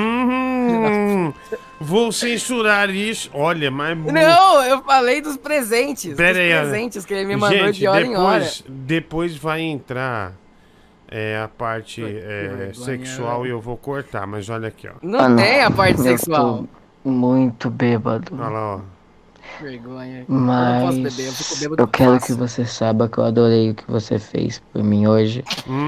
Hum, vou censurar isso. Olha, mas... Não, eu falei dos presentes. Pera dos aí, presentes que ele me mandou gente, de hora em hora. depois, depois vai entrar é, a parte é, vergonha, sexual velho. e eu vou cortar, mas olha aqui, ó. Não Mano, tem a parte eu sexual. tô muito bêbado. Olha lá, ó. Vergonha. Eu não posso Mas beber, eu fico bêbado eu quero fácil. que você saiba que eu adorei o que você fez por mim hoje.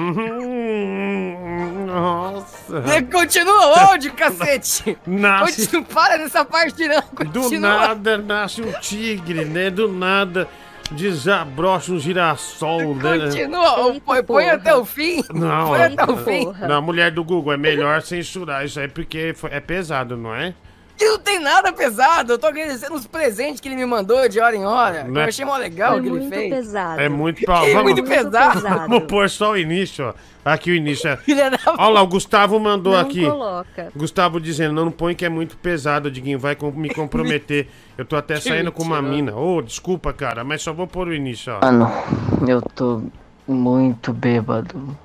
Hum, nossa. Você continua o áudio, cacete! Nasce- Continua, para nessa parte não, Do continua. nada nasce um tigre, né? Do nada desabrocha um girassol, né? Continua, põe, põe até o fim. Não, põe é- até o fim. Não, mulher do Google, é melhor censurar isso aí porque foi- é pesado, não é? E não tem nada pesado, eu tô agradecendo os presentes que ele me mandou de hora em hora. Não é- Eu achei mó legal o que ele fez. pesado. É muito pra... É vamos- muito pesado. Vamos pôr só o início, ó. Aqui o início. é- Filha da Olha lá, o Gustavo mandou Não aqui. coloca. Gustavo dizendo, não, não põe que é muito pesado, Diguinho, vai com- me comprometer. Eu tô até Que saindo com uma mentira. mina. Ô, desculpa, cara, mas só vou pôr o início, ó. Mano, eu tô muito bêbado.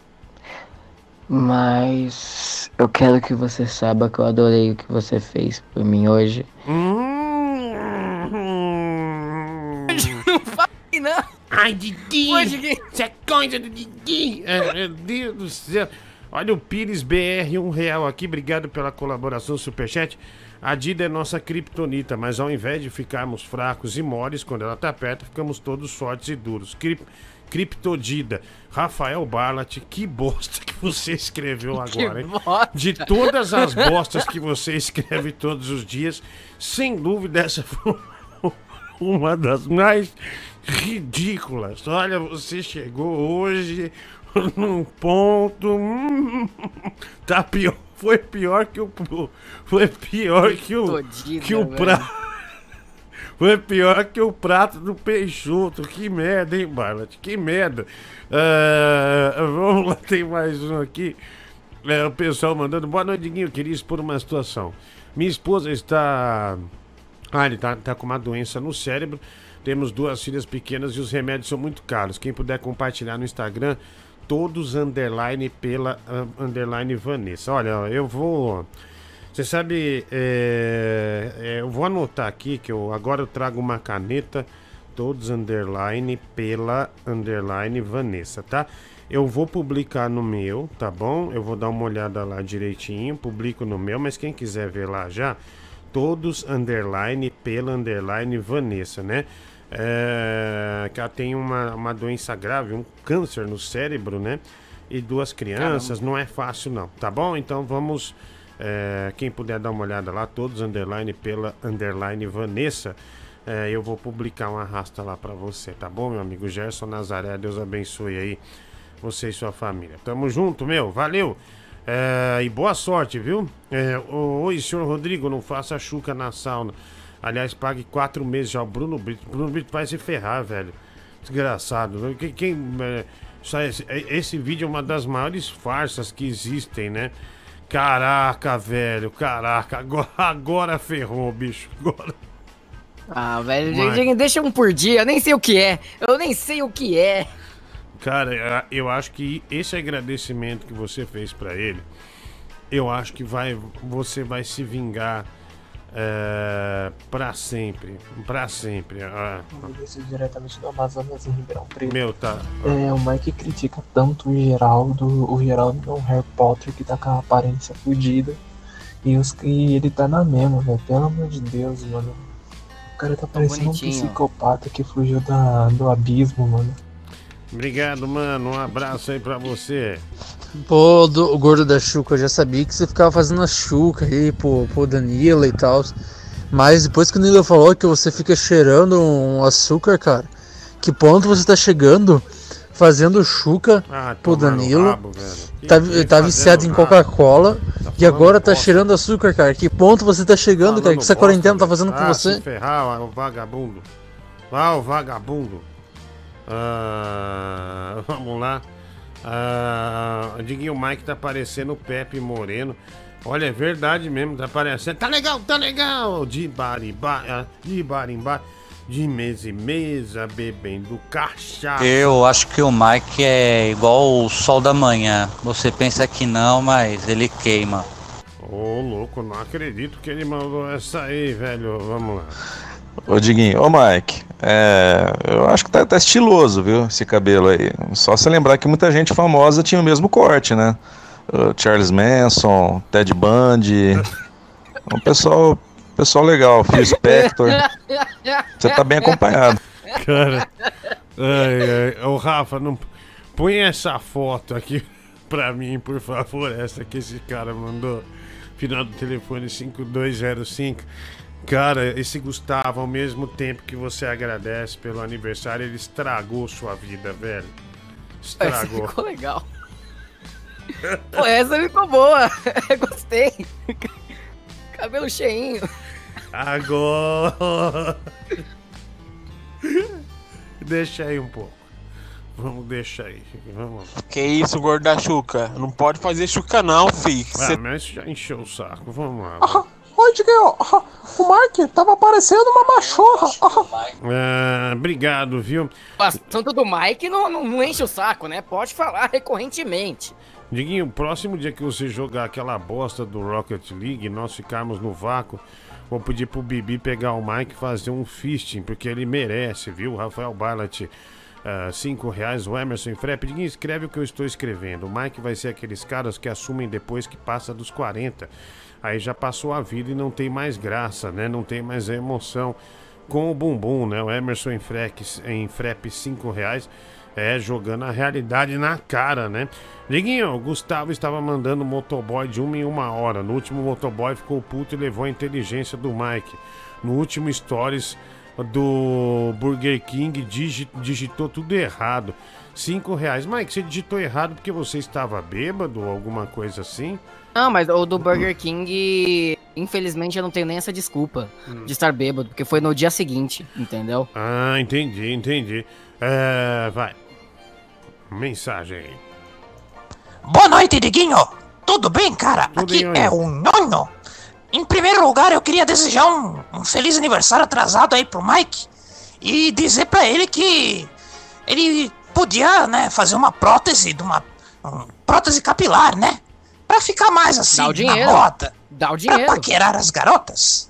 Mas eu quero que você saiba que eu adorei o que você fez por mim hoje. Não fale não. Ai, Diguinho, isso é coisa do Diguinho. É, meu Deus do céu. Olha o Pires B R, um real aqui, obrigado pela colaboração, superchat. A Dida é nossa criptonita, mas ao invés de ficarmos fracos e moles quando ela tá perto, ficamos todos fortes e duros. Crip, Criptodida. Rafael Barlat, que bosta que você escreveu Que agora, hein? bosta. De todas as bostas que você escreve todos os dias, sem dúvida essa foi uma das mais ridículas. Olha, você chegou hoje num ponto. hum, tá pior. Foi pior que o. Foi pior que o. Todida, Que o velho. prato. Foi pior que o prato do Peixoto. Que merda, hein, Barlat? Que merda. Ah, vamos lá, tem mais um aqui. É, o pessoal mandando. Boa noite, Diguinho. Eu queria expor uma situação. Minha esposa está. Ah, ele tá, tá com uma doença no cérebro. Temos duas filhas pequenas e os remédios são muito caros. Quem puder compartilhar no Instagram, todos underline pela uh, underline Vanessa. Olha, eu vou. Você sabe, é, é, eu vou anotar aqui que eu agora eu trago uma caneta, todos underline pela underline Vanessa, tá? Eu vou publicar no meu, tá bom? Eu vou dar uma olhada lá direitinho, publico no meu, mas quem quiser ver lá já, todos underline pela underline Vanessa, né? É, que ela tem uma, uma doença grave, um câncer no cérebro, né? E duas crianças, não é fácil não, tá bom? Então vamos É, quem puder dar uma olhada lá, todos underline pela underline Vanessa. É, eu vou publicar uma arrasta lá pra você, tá bom, meu amigo Gerson Nazaré? Deus abençoe aí você e sua família. Tamo junto, meu, valeu. É, e boa sorte, viu? É, oi, senhor Rodrigo, não faça chuca na sauna. Aliás, pague quatro meses já. O Bruno Brito, Bruno Brito vai se ferrar, velho. Desgraçado. Quem, quem, é, esse, esse vídeo é uma das maiores farsas que existem, né? Caraca, velho, caraca. Agora, agora ferrou, bicho. Agora. Ah, velho, Mas... deixa um por dia. Eu nem sei o que é. Eu nem sei o que é. Cara, eu acho que esse agradecimento que você fez pra ele, eu acho que vai, você vai se vingar é, pra sempre, pra sempre. Ah, Isso diretamente do Amazonas em Ribeirão Preto. Meu, tá. É, o Mike critica tanto o Geraldo, o Geraldo é um Harry Potter que tá com a aparência fodida. E, os, e ele tá na mesma, velho. Pelo amor de Deus, mano. O cara tá parecendo um psicopata que fugiu da, do abismo, mano. Obrigado, mano. Um abraço aí pra você. Pô, do, o gordo da Xuca, eu já sabia que você ficava fazendo a Xuca aí pro, pro Danilo e tal. Mas depois que o Danilo falou que você fica cheirando um açúcar, cara, que ponto você tá chegando fazendo Xuca ah, pro Danilo? Rabo, tá, tá viciado em Coca-Cola tá e agora tá bosta. cheirando açúcar, cara. Que ponto você tá chegando, falando cara? Que essa bosta, quarentena tá fazendo ah, com você? Se ferrar, o vagabundo. Ah, o vagabundo. Uh, vamos lá. Uh, Diguinho, o Mike tá parecendo o Pepe Moreno. Olha, é verdade mesmo, tá parecendo. Tá legal, tá legal. De barimbá, de barimbá, de mesa e mesa, bebendo cachaça. Eu acho que o Mike é igual o sol da manhã. Você pensa que não, mas ele queima. Ô, oh, louco, não acredito que ele mandou essa aí, velho. Vamos lá. Ô Diguinho, ô Mike, é, eu acho que tá, tá estiloso, viu, esse cabelo aí. Só se lembrar que muita gente famosa tinha o mesmo corte, né? O Charles Manson, Ted Bundy, um pessoal, pessoal legal, Phil Spector. Você tá bem acompanhado. Cara, ai, ai. Ô Rafa, não, põe essa foto aqui pra mim, por favor, essa que esse cara mandou. Final do telefone cinco dois zero cinco. Cara, esse Gustavo, ao mesmo tempo que você agradece pelo aniversário, ele estragou sua vida, velho. Estragou. Essa ficou legal. Pô, essa ficou boa. Gostei. Cabelo cheinho. Agora. Deixa aí um pouco. Vamos deixar aí. Vamos. Que isso, gordo da Xuca? Não pode fazer Xuca não, filho. Ah, Cê... mas já encheu o saco. Vamos lá. Ah, oi, Diguinho. Ah, o Mike tava parecendo uma machorra. Ah, obrigado, viu? O assunto do Mike não, não, não enche o saco, né? Pode falar recorrentemente. Diguinho, o próximo dia que você jogar aquela bosta do Rocket League, nós ficarmos no vácuo, vou pedir pro Bibi pegar o Mike e fazer um fisting, porque ele merece, viu? Rafael Barlat, uh, cinco reais. O Emerson Frepp, Diguinho, escreve o que eu estou escrevendo. O Mike vai ser aqueles caras que assumem depois que passa dos quarenta. Aí já passou a vida e não tem mais graça, né? Não tem mais a emoção com o bumbum, né? O Emerson em Frepp, em Frepp cinco reais. É, jogando a realidade na cara, né? Diguinho, o Gustavo estava mandando motoboy de uma em uma hora. No último motoboy ficou puto e levou a inteligência do Mike. No último stories do Burger King digi, digitou tudo errado. Cinco reais. Mike, você digitou errado porque você estava bêbado ou alguma coisa assim? Não, mas o do Burger King, infelizmente eu não tenho nem essa desculpa hum. de estar bêbado, porque foi no dia seguinte, entendeu? Ah, entendi, entendi. É, vai. Mensagem aí. Boa noite, Diguinho. Tudo bem, cara? Tudo Aqui bem, é o Nhonho. Em primeiro lugar, eu queria desejar um, um feliz aniversário atrasado aí pro Mike e dizer pra ele que ele podia, né, fazer uma prótese de uma um, prótese capilar, né? Pra ficar mais assim, Dá o dinheiro. na moda. Dá o dinheiro. Pra paquerar as garotas.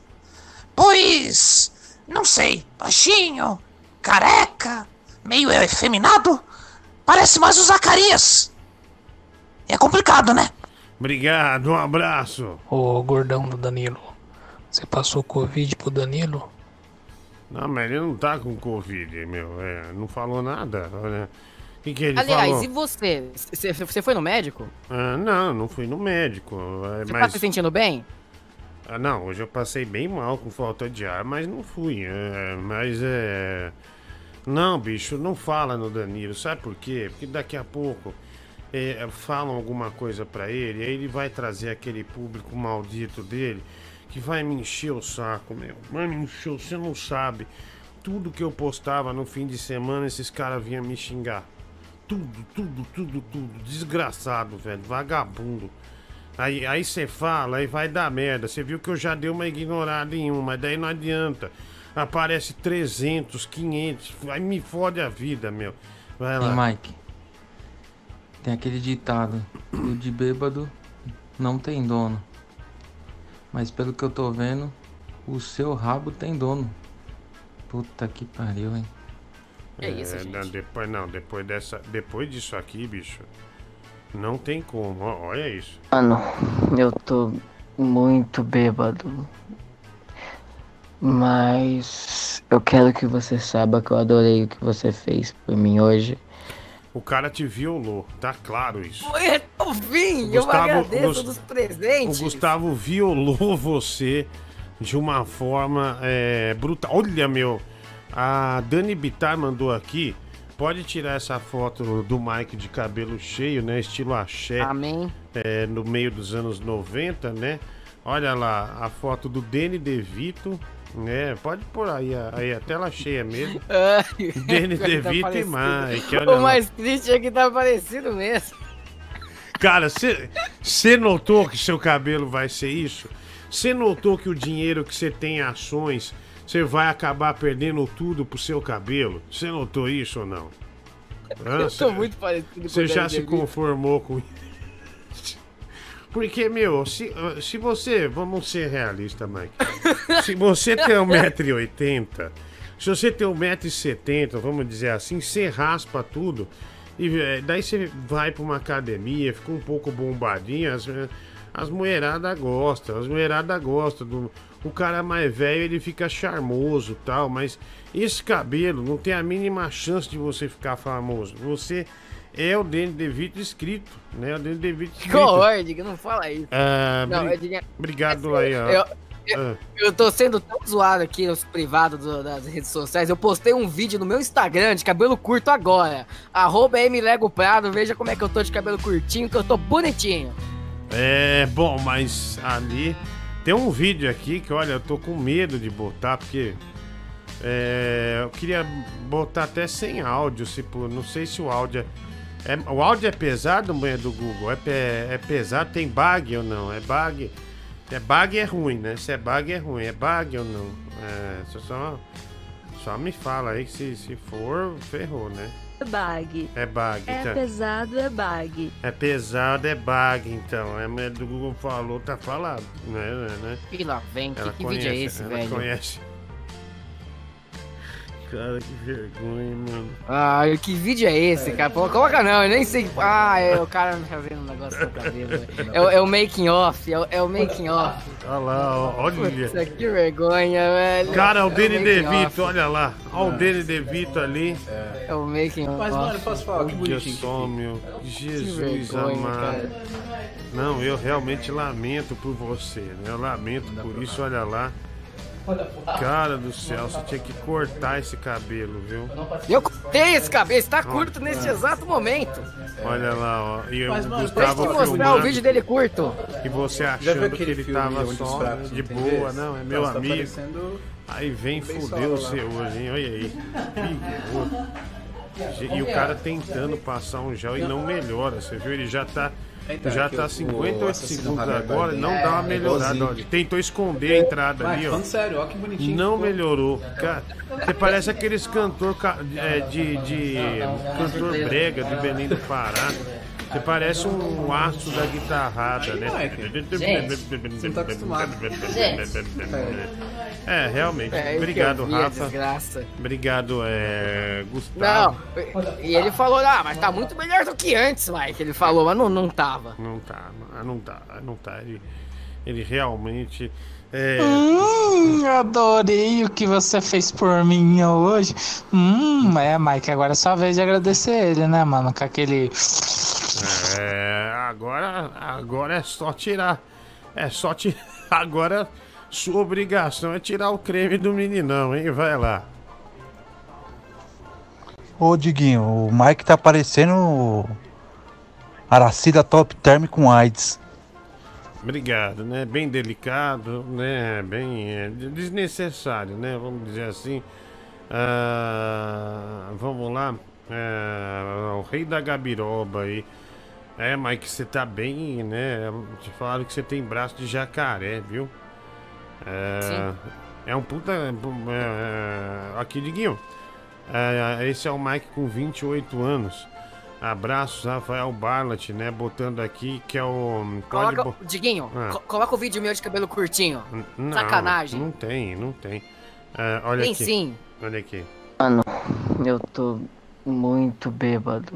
Pois, não sei, baixinho, careca, meio efeminado, parece mais o Zacarias. É complicado, né? Obrigado, um abraço. Ô, gordão do Danilo, você passou Covid pro Danilo? Não, mas ele não tá com Covid, meu. É, não falou nada. Olha. que, que ele Aliás, falou? e você? Você você foi no médico? Ah, não, não fui no médico. Você mas... tá se sentindo bem? Ah, não, hoje eu passei bem mal com falta de ar, mas não fui. É, mas é... Não, bicho, não fala no Danilo, sabe por quê? Porque daqui a pouco é, falam alguma coisa pra ele, aí ele vai trazer aquele público maldito dele, que vai me encher o saco, meu. Vai me encher, você não sabe. Tudo que eu postava no fim de semana, esses caras vinham me xingar. Tudo, tudo, tudo, tudo. Desgraçado, velho. Vagabundo. Aí aí você fala, aí vai dar merda. Você viu que eu já dei uma ignorada em um, mas daí não adianta. Aparece trezentos, quinhentos. Aí me fode a vida, meu. Vai lá. Ei, Mike. Tem aquele ditado. O de bêbado não tem dono. Mas pelo que eu tô vendo, o seu rabo tem dono. Puta que pariu, hein? É isso, gente. Não, depois, não, depois dessa. Depois disso aqui, bicho. Não tem como. Ó, olha isso. Mano, eu tô muito bêbado. Mas eu quero que você saiba que eu adorei o que você fez por mim hoje. O cara te violou, tá claro isso. É, eu vim, eu agradeço Gust... dos presentes. O Gustavo violou você de uma forma é, brutal. Olha, meu, a Dani Bittar mandou aqui. Pode tirar essa foto do Mike de cabelo cheio, né? Estilo axé. Amém. É, no meio dos anos noventa, né? Olha lá, a foto do Danny DeVito. É, pode pôr aí, aí a tela cheia mesmo. Danny DeVito tá e Mike. Olha o lá. mais triste é que tá parecido mesmo. Cara, você notou que seu cabelo vai ser isso? Você notou que o dinheiro que você tem em ações, você vai acabar perdendo tudo pro seu cabelo? Você notou isso ou não? Hã? Eu tô muito parecido com o Você já Danny se DeVito. conformou com isso? Porque, meu, se, se você... Vamos ser realistas, Mike. Se você tem um metro e oitenta, se você tem um metro e setenta, vamos dizer assim, você raspa tudo, e eh, daí você vai pra uma academia, fica um pouco bombadinho, as, as mulheradas gostam, as mulheradas gostam. Do, o cara mais velho, ele fica charmoso e tal, mas esse cabelo não tem a mínima chance de você ficar famoso. Você... É o Danny DeVito escrito, né? O Danny DeVito escrito. Coorde, não fala isso. Ah, Não, bri- eu diria- Obrigado assim, aí, ó. eu- eu- Ah. Eu tô sendo tão zoado aqui nos privados do- das redes sociais. Eu postei um vídeo no meu Instagram de cabelo curto agora. Arroba mlegoprado. Veja como é que eu tô de cabelo curtinho, que eu tô bonitinho. É, bom, mas ali tem um vídeo aqui que, olha, eu tô com medo de botar, porque é, eu queria botar até sem áudio, se por, não sei se o áudio é... É, o áudio é pesado, mulher do Google? É, pe- é pesado? Tem bug ou não? É bug? É bug é ruim, né? Se é bug é ruim. É bug ou não? É, só, só, só me fala aí que se, se for, ferrou, né? É bug. É bug. É então. pesado, é bug. É pesado, é bug, então. A mulher do Google falou, tá falado, né? né? E lá vem, que, Ela que conhece, vídeo é esse, ela velho? conhece. Cara, que vergonha, mano. Ai, que vídeo é esse, cara? Pô, coloca não, eu nem sei. Ah, é o cara fazendo um negócio no cabelo. velho. É, o- é o making off, é o, é o making off. Olha lá, ó, olha. Puta, que vergonha, velho. Cara, o Danny É making DeVito, off. olha lá. Olha o Danny DeVito ali. É o making off. Mas, mano, posso falar que Olha bonitinho só, que meu. Jesus vergonha, amado. cara. Não, eu realmente lamento por você, né? Eu lamento por isso, olha lá. Cara do céu, você tinha que cortar esse cabelo, viu? Eu cortei esse cabelo, está curto nesse exato momento. Olha lá, ó. E Mas, o mano, Deixa Gustavo eu te mostrar filmando, o vídeo dele curto. e você Já achando viu que aquele ele filme tava Onde os só Fracos de Tem boa, Vez? não, é meu Nossa, tá amigo. parecendo Aí vem bem foder solo você lá. hoje, hein? Olha aí. Ih, E o cara tentando passar um gel e não melhora, você viu? Ele já tá, Então, já que tá o- cinquenta e o oito assassino segundos Hagar agora, Bardem não é dá uma melhorada. igualzinho. Ó. Tentou esconder a entrada Vai, ali, ó. falando sério, ó que bonitinho Não ficou. melhorou. Cara, você parece aqueles cantor ca- é, de, de cantor brega de Belém do Pará. Você parece um aço da guitarrada, né? Você não tá acostumado. É, realmente. É, eu Obrigado, que eu vi, a Rafa. desgraça. Obrigado, é, Gustavo. Não, e ele falou, ah, mas tá muito melhor do que antes, Mike. Ele falou, mas não, não tava. Não tá, não tá, não tá. Ele, ele realmente É... Hum, adorei o que você fez por mim hoje. Hum, é, Mike, agora é só a vez de agradecer ele, né, mano? Com aquele... É, agora, agora é só tirar. É só tirar. Agora, sua obrigação é tirar o creme do meninão, hein? Vai lá. Ô, Diguinho, o Mike tá parecendo Aracida Top Term com AIDS. Obrigado, né? Bem delicado, né? Bem é, desnecessário, né? Vamos dizer assim. Ah, vamos lá. É, o rei da Gabiroba aí. É, Mike, você tá bem, né? Te falaram que você tem braço de jacaré, viu? É, Sim. É um puta. É, aqui, Diguinho. É, esse é o Mike com vinte e oito anos. Abraços, Rafael Barlat, né? Botando aqui que é o. Pode Coloca, bo... Diguinho, Ah. co- coloca o vídeo meu de cabelo curtinho. Não, Sacanagem. Não tem, não tem. É, olha Tem aqui. sim. Olha aqui. Mano, eu tô muito bêbado.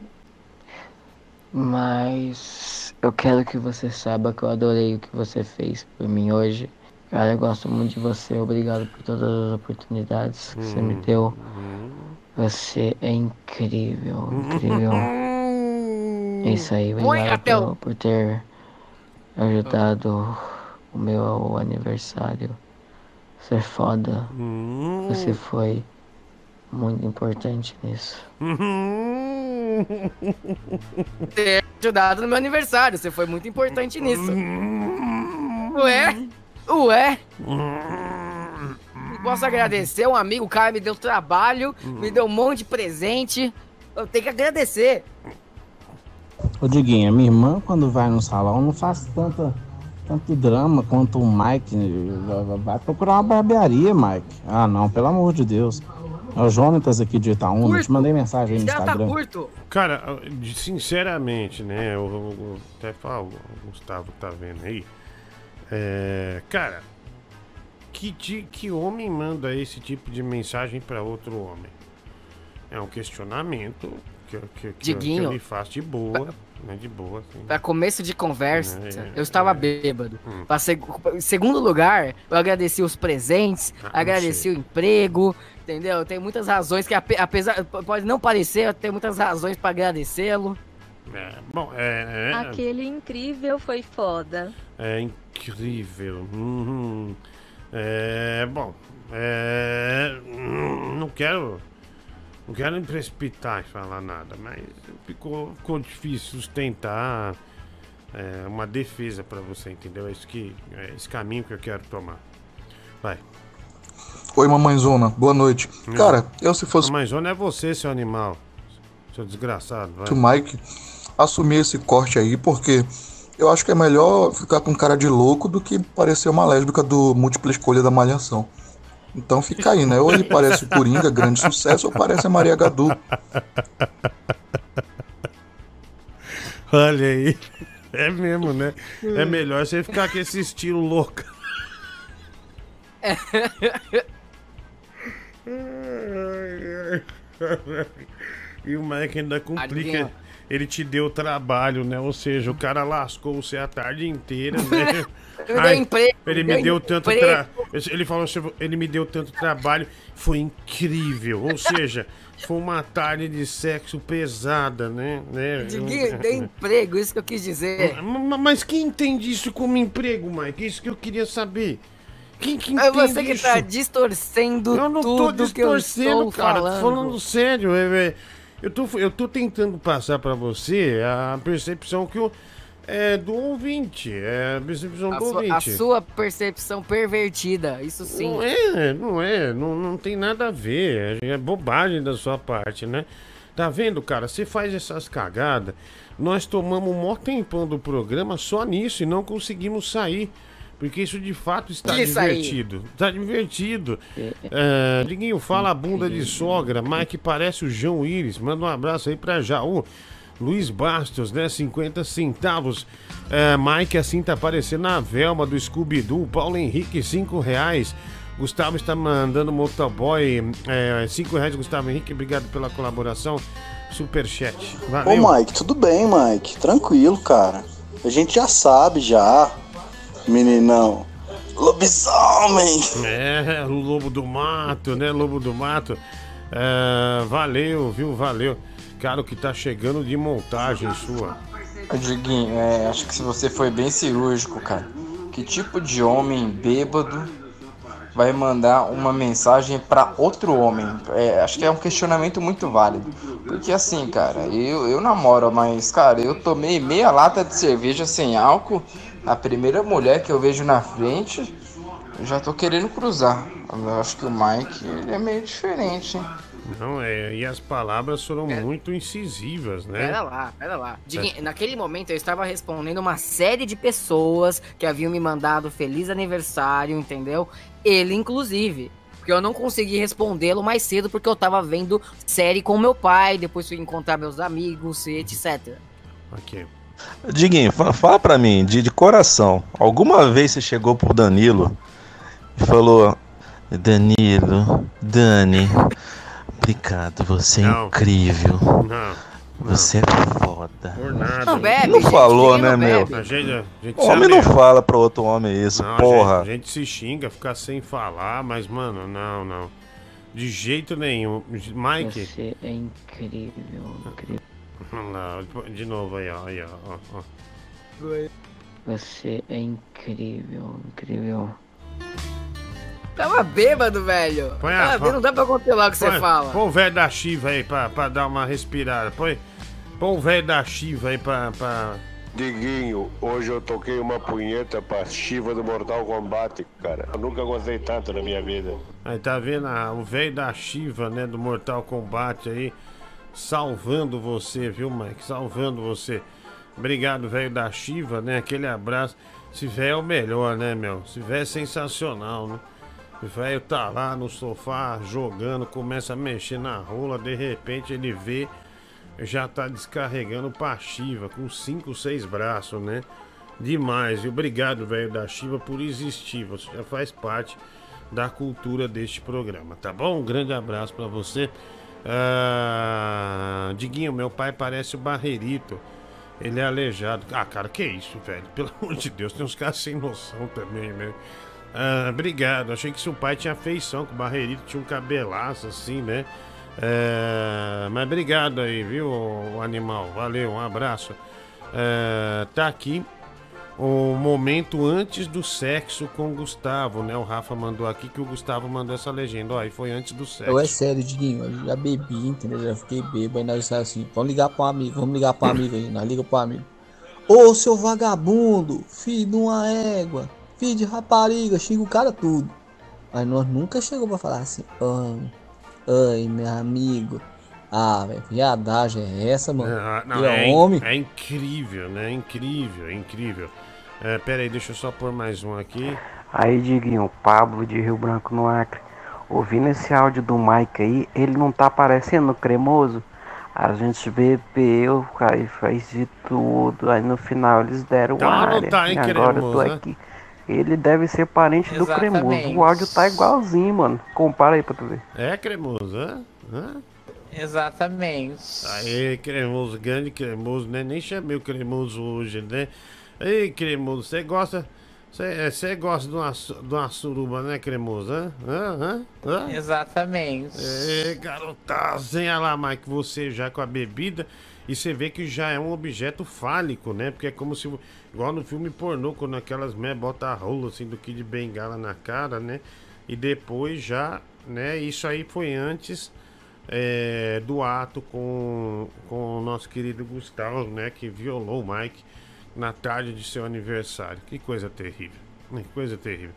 Mas eu quero que você saiba que eu adorei o que você fez por mim hoje. Cara, eu gosto muito de você. Obrigado por todas as oportunidades que você me deu. Você é incrível, incrível. É isso aí, obrigado por, por ter ajudado o meu aniversário. Você é foda. Você foi muito importante nisso. Ter ajudado no meu aniversário. Você foi muito importante nisso. Ué? Ué? Posso agradecer um amigo, o cara me deu trabalho, me deu um monte de presente. Eu tenho que agradecer. Ô, Diguinho, minha irmã, quando vai no salão, não faz tanta, tanto drama quanto o Mike. Vai procurar uma barbearia, Mike. Ah, não, pelo amor de Deus. É o Jonatas aqui de Itaúna, eu te mandei mensagem aí no Instagram. Cara, sinceramente, né? Eu, eu, eu até falo, o Gustavo tá vendo aí. É, cara, que, ti- que homem manda esse tipo de mensagem pra outro homem? É um questionamento que, eu- que, que, eu- que Diguinho. eu lhe faço de boa, né? De boa, assim. Pra começo de conversa, É, eu estava bêbado. Pra seg- em segundo lugar, eu agradeci os presentes, Ah, agradeci o emprego, entendeu? Tem muitas razões que, ape- apesar, pode não parecer, eu tenho muitas razões pra agradecê-lo. É, bom, é, é, Aquele incrível foi foda. é incrível. Uhum. É, bom, é, hum, não quero, não quero me precipitar em falar nada, mas ficou, ficou difícil sustentar é, uma defesa pra você, entendeu? É isso que, é esse caminho que eu quero tomar. Vai. Oi, mamãezona, boa noite. Cara, eu se fosse Mamãezona é você, seu animal, seu desgraçado. Vai. o Mike assumir esse corte aí, porque eu acho que é melhor ficar com cara de louco do que parecer uma lésbica do múltipla escolha da Malhação. Então fica aí, né? Ou ele parece o Coringa, grande sucesso, ou parece a Maria Gadu. Olha aí. É mesmo, né? É melhor você ficar com esse estilo louco. E o Mike ainda complica. Adinho. Ele te deu trabalho, né? Ou seja, o cara lascou você a tarde inteira, né? Eu dei emprego, ele deu me deu tanto emprego. tra... Ele falou assim, ele me deu tanto trabalho, foi incrível. Ou seja, foi uma tarde de sexo pesada, né? né? Diguinho, deu emprego, isso que eu quis dizer. Ma- Mas quem entende isso como emprego, Mike? Isso que eu queria saber. Quem que É entende você que isso? tá distorcendo Eu não tô tudo que eu distorcendo, estou cara. falando. Tô falando sério. é, é, eu, tô, eu tô tentando passar pra você a percepção que eu, é, do ouvinte. É a percepção A do sua, a ouvinte. sua percepção pervertida, isso sim. Não é, não é. Não, não tem nada a ver. É bobagem da sua parte, né? Tá vendo, cara? Você faz essas cagadas. Nós tomamos um maior tempão do programa só nisso e não conseguimos sair. Porque isso de fato está Que sair? divertido. Está divertido. É, Diguinho, fala a bunda de sogra. Mike parece o João Iris. Manda um abraço aí pra Jaú. Luiz Bastos, né? cinquenta centavos. É, Mike, assim tá aparecendo a Velma do Scooby-Doo. Paulo Henrique, cinco reais. Gustavo está mandando motoboy. É, cinco reais, Gustavo Henrique. Obrigado pela colaboração. Superchat. Valeu. Ô Mike, tudo bem, Mike? Tranquilo, cara. A gente já sabe já, meninão. Lobisomem! É, o lobo do mato, né? Lobo do mato. É, valeu, viu? Valeu. Cara, o que tá chegando de montagem sua. Diguinho, é, acho que se você foi bem cirúrgico, cara. Que tipo de homem bêbado vai mandar uma mensagem pra outro homem? É, acho que é um questionamento muito válido. Porque assim, cara, eu, eu namoro, mas, cara, eu tomei meia lata de cerveja sem álcool. A primeira mulher que eu vejo na frente, eu já tô querendo cruzar. Eu acho que o Mike, ele é meio diferente, hein? Não, é, e as palavras foram é. muito incisivas, né? Pera lá, pera lá. Diguinho, é. Naquele momento eu estava respondendo uma série de pessoas que haviam me mandado feliz aniversário, entendeu? Ele, inclusive. Porque eu não consegui respondê-lo mais cedo porque eu tava vendo série com meu pai, depois fui encontrar meus amigos, etcétera. Ok. Diguinho, fala pra mim, de, de coração, alguma vez você chegou pro Danilo e falou: Danilo, Dani, obrigado, você é não. incrível. Não. Você é foda. Por nada. Não bebe, não gente, falou, né, meu? A gente, a gente homem não fala pra outro homem isso, não, porra. A gente, a gente se xinga, fica sem falar, mas, mano, não, não. De jeito nenhum. Mike. Você é incrível, incrível. Não, de novo aí, ó, aí, ó, ó. Você é incrível, incrível. Tava bêbado, velho. Põe a, Tava bêbado, não dá pra controlar o que põe, você fala. Põe o velho da Shiva aí pra, pra dar uma respirada. Põe, põe o velho da Shiva aí pra, pra... Diguinho, hoje eu toquei uma punheta pra Shiva do Mortal Kombat, cara. Eu nunca gostei tanto na minha vida. Aí tá vendo ah, o velho da Shiva, né, do Mortal Kombat aí, salvando você, viu, Mike? Salvando você. Obrigado, velho da Shiva, né? Aquele abraço. Esse velho é o melhor, né, meu? Esse velho é sensacional, né? O velho tá lá no sofá jogando, começa a mexer na rola, de repente ele vê, já tá descarregando pra Shiva com cinco, seis braços, né? Demais. E obrigado, velho da Shiva, por existir. Você já faz parte da cultura deste programa, tá bom? Um grande abraço pra você. Ah, Diguinho, meu pai parece o Barreirito. Ele é aleijado. Ah, cara, que isso, velho? Pelo amor de Deus, tem uns caras sem noção também, né? Ah, obrigado. Achei que seu pai tinha feição, que o Barreirito tinha um cabelaço assim, né? É, mas obrigado aí, viu, o animal? Valeu, um abraço. É, tá aqui o momento antes do sexo com o Gustavo, né? O Rafa mandou aqui que o Gustavo mandou essa legenda. Ó, aí foi antes do sexo. Eu é sério, Diguinho, eu já bebi, entendeu? Já fiquei bêbado, aí nós dissemos assim, vamos ligar pro amigo, vamos ligar pro amigo aí, nós liga pro amigo. Ô, seu vagabundo, filho de uma égua, filho de rapariga, xinga o cara tudo. Mas nós nunca chegou pra falar assim, oh, ai, meu amigo. Ah, velho, viadagem é essa, mano? Ah, não, é, é homem. É incrível, né? É incrível, é incrível. É, pera aí, deixa eu só pôr mais um aqui. Aí, Diguinho, Pablo de Rio Branco no Acre. Ouvindo esse áudio do Mike aí, ele não tá parecendo cremoso? A gente bebeu, aí faz de tudo, aí no final eles deram tá, área. Não tá, hein, e agora cremoso, eu tô aqui. Né? Ele deve ser parente Exatamente. do cremoso. O áudio tá igualzinho, mano. Compara aí pra tu ver. É cremoso, hã? hã? Exatamente. Aí, cremoso, grande cremoso, né? Nem chamei o cremoso hoje, né? Ei, cremoso, você gosta. Você gosta de uma, de uma suruba, né, cremoso? Hã? Hã? Hã? Exatamente. É, garotazinha lá, Mike, você já com a bebida. E você vê que já é um objeto fálico, né? Porque é como se. Igual no filme pornô, quando aquelas mulheres botam a rola assim do Kid Bengala na cara, né? E depois já, né? Isso aí foi antes é, do ato com, com o nosso querido Gustavo, né? Que violou o Mike na tarde de seu aniversário. Que coisa terrível. Que coisa terrível.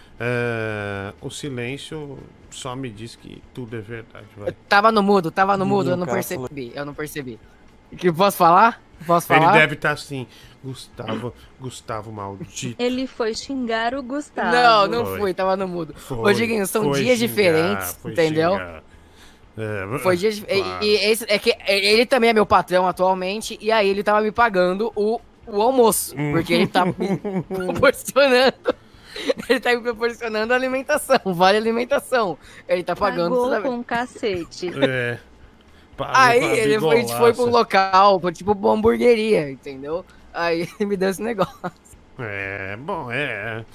É, o silêncio só me diz que tudo é verdade. Vai. Eu tava no mudo, tava no mudo, eu não percebi. Eu não percebi. Que posso falar? Posso falar? Ele deve estar tá assim, Gustavo, Gustavo maldito. Ele foi xingar o Gustavo. Não, não foi, fui, tava no mudo. Foi, Ô, Diguinho, são dias xingar, diferentes, entendeu? É, foi dias claro. E, e esse, é que ele também é meu patrão atualmente, e aí ele tava me pagando o, o almoço, porque ele tá me proporcionando. Ele tá me proporcionando alimentação, vale alimentação. Ele tá pagando. Pagou com um cacete. É. Aí ele foi, a gente foi pra um local, foi tipo uma hamburgueria, entendeu? Aí ele me deu esse negócio. É, bom, é.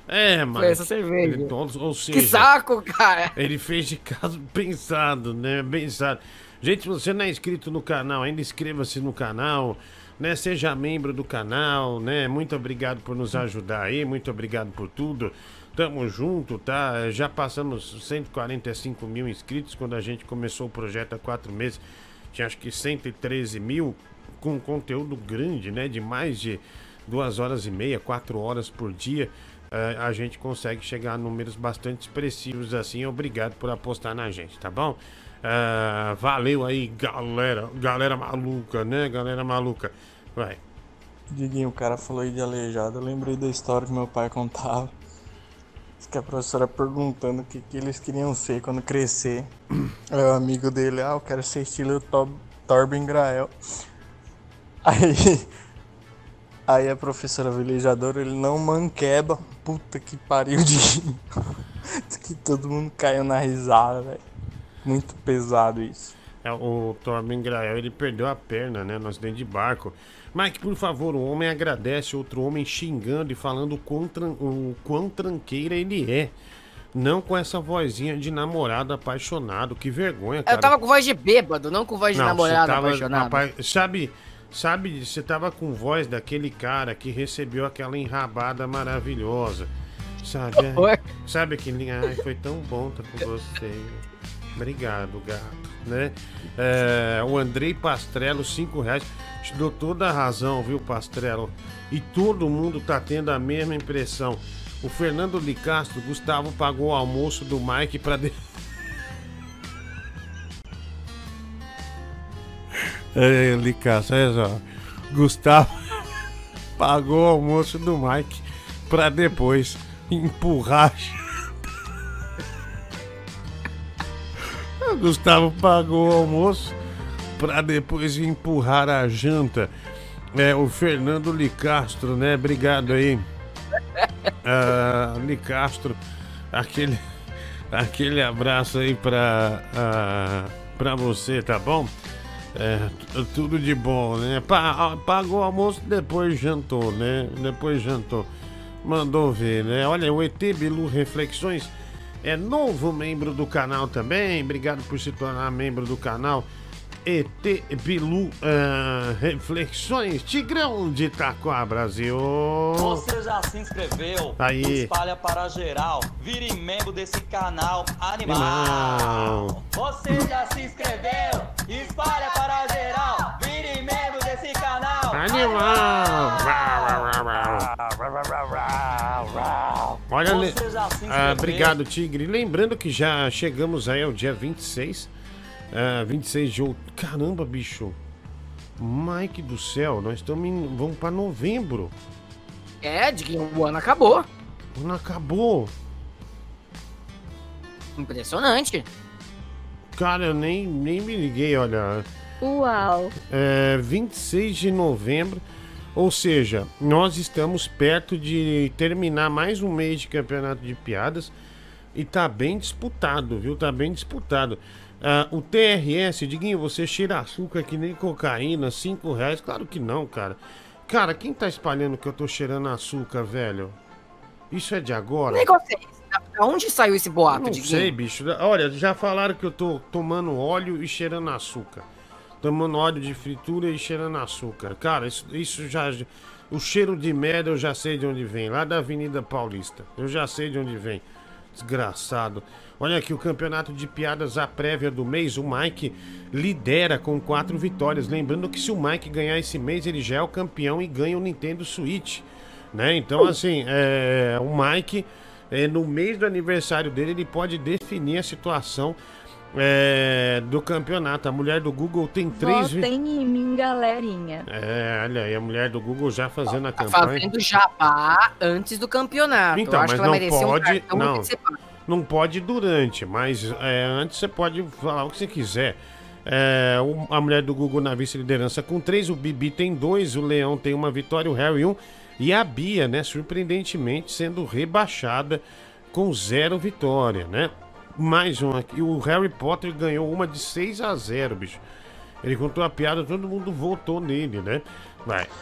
É, mas... Foi essa cerveja. Ele, ou, ou seja, Que saco, cara. Ele fez de caso pensado, né? Pensado. Gente, se você não é inscrito no canal, ainda inscreva-se no canal, né? Seja membro do canal, né? Muito obrigado por nos ajudar aí, muito obrigado por tudo. Tamo junto, tá? Já passamos cento e quarenta e cinco mil inscritos quando a gente começou o projeto há quatro meses. Tinha acho que cento e treze mil, com conteúdo grande, né? De mais de duas horas e meia, quatro horas por dia. Uh, a gente consegue chegar a números bastante expressivos assim. Obrigado por apostar na gente, tá bom? Uh, valeu aí, galera. Galera maluca, né? Galera maluca. Vai. Diguinho, o cara falou aí de aleijado. Eu lembrei da história que meu pai contava. Diz que a professora perguntando o que, que eles queriam ser quando crescer. Aí o amigo dele, ah, eu quero ser estilo Tor Torben Grael. Aí... Aí a professora velejadora, ele não manqueba. Puta que pariu de... que todo mundo caiu na risada, velho. Muito pesado isso. É, o Torben Grael, ele perdeu a perna, né, no acidente de barco. Mike, por favor, o homem agradece outro homem xingando e falando o quão, tran o quão tranqueira ele é. Não com essa vozinha de namorado apaixonado. Que vergonha, cara. Eu tava com voz de bêbado, não com voz de não, namorado tava, apaixonado. Rapaz, sabe... Sabe, você tava com voz daquele cara que recebeu aquela enrabada maravilhosa. Sabe? É, sabe aquele. Ai, foi tão bom estar com você. Obrigado, gato. Né? É, o Andrei Pastrello, cinco reais. Te dou toda a razão, viu, Pastrello? E todo mundo tá tendo a mesma impressão. O Fernando Licastro, Gustavo pagou o almoço do Mike pra. De... É, Licastro, é só. Gustavo pagou o almoço do Mike pra depois empurrar. O Gustavo pagou o almoço pra depois empurrar a janta. É, o Fernando Licastro, né? Obrigado aí. Uh, Licastro, aquele, aquele abraço aí pra, uh, pra você, tá bom? É, tudo de bom, né? Pagou o almoço, depois jantou, né? Depois jantou. Mandou ver, né? Olha, o E T Bilu Reflexões é novo membro do canal também. Obrigado por se tornar membro do canal. E T Bilu uh, Reflexões, Tigrão de Itaquá, Brasil. Você já se inscreveu? Aí. Espalha para geral. Vire membro desse canal animal. Animal. Você já se inscreveu? Espalha para geral. Vire membro desse canal animal. Olha, le... ah, obrigado, Tigre. Lembrando que já chegamos aí ao dia vinte e seis. Uh, vinte e seis de outubro. Caramba, bicho. Mike do céu, nós estamos em... vamos pra novembro. É, Diguinho, o ano acabou. O ano acabou. Impressionante. Cara, eu nem, nem me liguei, olha. Uau. É, vinte e seis de novembro. Ou seja, nós estamos perto de terminar mais um mês de campeonato de piadas. E tá bem disputado, viu? Tá bem disputado. Uh, o T R S, Diguinho, você cheira açúcar que nem cocaína, cinco reais? Claro que não, cara. Cara, quem tá espalhando que eu tô cheirando açúcar, velho? Isso é de agora? Que negócio é esse? Da onde saiu esse boato, Não Diguinho? sei, bicho. Olha, já falaram que eu tô tomando óleo e cheirando açúcar. Tomando óleo de fritura e cheirando açúcar. Cara, isso, isso já... O cheiro de merda eu já sei de onde vem. Lá da Avenida Paulista. Eu já sei de onde vem. Desgraçado. Olha aqui o campeonato de piadas, a prévia do mês. O Mike lidera com quatro vitórias. Lembrando que se o Mike ganhar esse mês, ele já é o campeão e ganha o Nintendo Switch, né? Então, assim, é, o Mike, é, no mês do aniversário dele, ele pode definir a situação é, do campeonato. A mulher do Google tem três... Votem em mim, galerinha. É, olha aí, a mulher do Google já fazendo a Tá campanha. fazendo jabá antes do campeonato. Então, Eu acho mas que ela não merecia pode... um cartão não. antecipado. Não pode durante, mas é, antes você pode falar o que você quiser. É, o, a mulher do Google na vice-liderança com três, o Bibi tem dois, o Leão tem uma vitória, o Harry um. E a Bia, né, surpreendentemente, sendo rebaixada com zero vitória, né? Mais um aqui. O Harry Potter ganhou uma de seis a zero, bicho. Ele contou a piada, todo mundo votou nele, né? Vai. Ô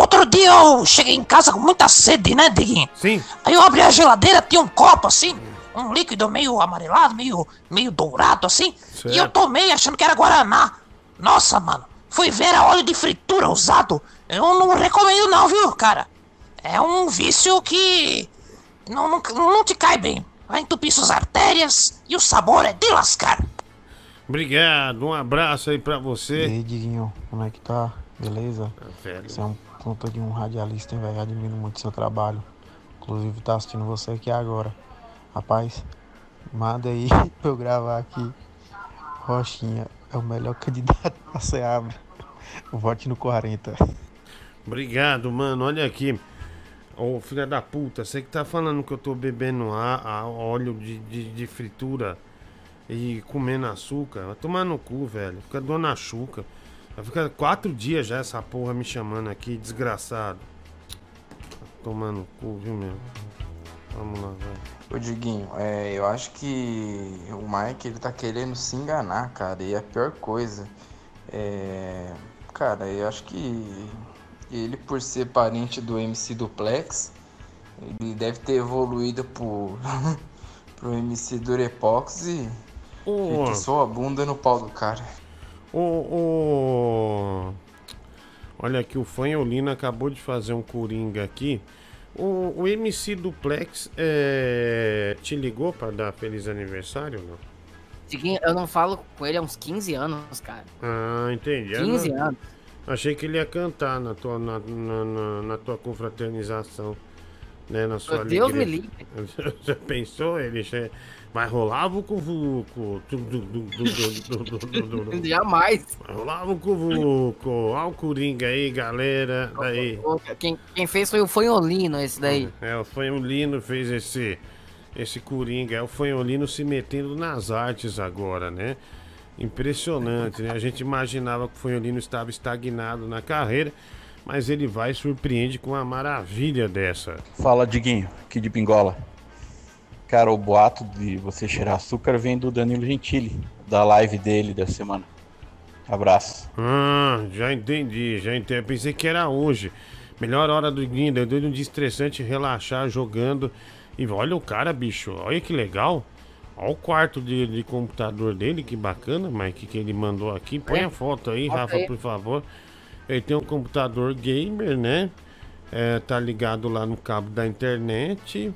outro dia eu cheguei em casa com muita sede, né, Diguinho? Sim. Aí eu abri a geladeira, tinha um copo assim, um líquido meio amarelado, meio, meio dourado assim. Certo. E eu tomei achando que era Guaraná. Nossa, mano, fui ver a óleo de fritura usado. Eu não recomendo não, viu, cara? É um vício que não, não, não te cai bem. Vai entupir suas artérias e o sabor é de lascar. Obrigado, um abraço aí pra E você. aí, Diguinho, como é que tá? Beleza? velho. Você é um ponta de um radialista, hein, velho? Admiro muito seu trabalho. Inclusive, tá assistindo você aqui agora. Rapaz, manda aí pra eu gravar aqui. Rochinha é o melhor candidato pra Seabra. Vote no quarenta. Obrigado, mano. Olha aqui. Ô, filha da puta, você que tá falando que eu tô bebendo a, a óleo de, de, de fritura e comendo açúcar. Vai tomar no cu, velho. Fica dona Chuca. Vai ficar quatro dias já essa porra me chamando aqui, desgraçado. Vai tomar no cu, viu, meu? Vamos lá, vai. Ô Diguinho, é, eu acho que o Mike ele tá querendo se enganar, cara, e é a pior coisa. É, cara, eu acho que ele, por ser parente do M C Duplex, ele deve ter evoluído pro, pro M C Durepox e Ô. fixou a bunda no pau do cara. Ô, ô. Olha aqui, o Fanholino acabou de fazer um coringa aqui. O, o M C Duplex é, te ligou pra dar feliz aniversário ou não? Diguinho, eu não falo com ele há uns quinze anos, cara. Ah, entendi. quinze Eu não- anos. Achei que ele ia cantar na tua, na, na, na- na tua confraternização, né? Na sua Deus me igreja. livre. Já pensou? Ele che... Mas rolava o cuvuco. Tu, du, du, du, du, du, du, du, du. Jamais. Mas rolava o cuvuco. Olha o Coringa aí, galera. Daí. Quem, quem fez foi o Fanholino, esse daí. É, o Fanholino fez esse, esse Coringa. É o Fanholino se metendo nas artes agora, né? Impressionante, né? A gente imaginava que o Fanholino estava estagnado na carreira, mas ele vai e surpreende com uma maravilha dessa. Fala, Diguinho, aqui de Pingola. Cara, o boato de você cheirar açúcar vem do Danilo Gentili, da live dele da semana. Abraço. Ah, já entendi, já entendi. Pensei que era hoje. Melhor hora do dia, deu um dia estressante relaxar jogando. E olha o cara, bicho, olha que legal. Olha o quarto de, de computador dele, que bacana, Mike, que ele mandou aqui. Põe a foto aí, Bota Rafa, aí. por favor. Ele tem um computador gamer, né? É, tá ligado lá no cabo da internet.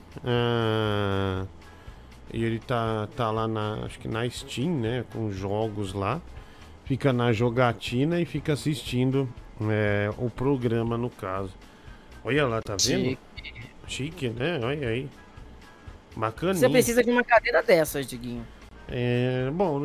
Ah, e ele tá, tá lá na, acho que na Steam, né? Com jogos lá. Fica na jogatina e fica assistindo é, o programa, no caso. Olha lá, tá vendo? Chique. Chique, né? Olha aí. Bacaninha. Você precisa de uma cadeira dessas, Diguinho. É, bom,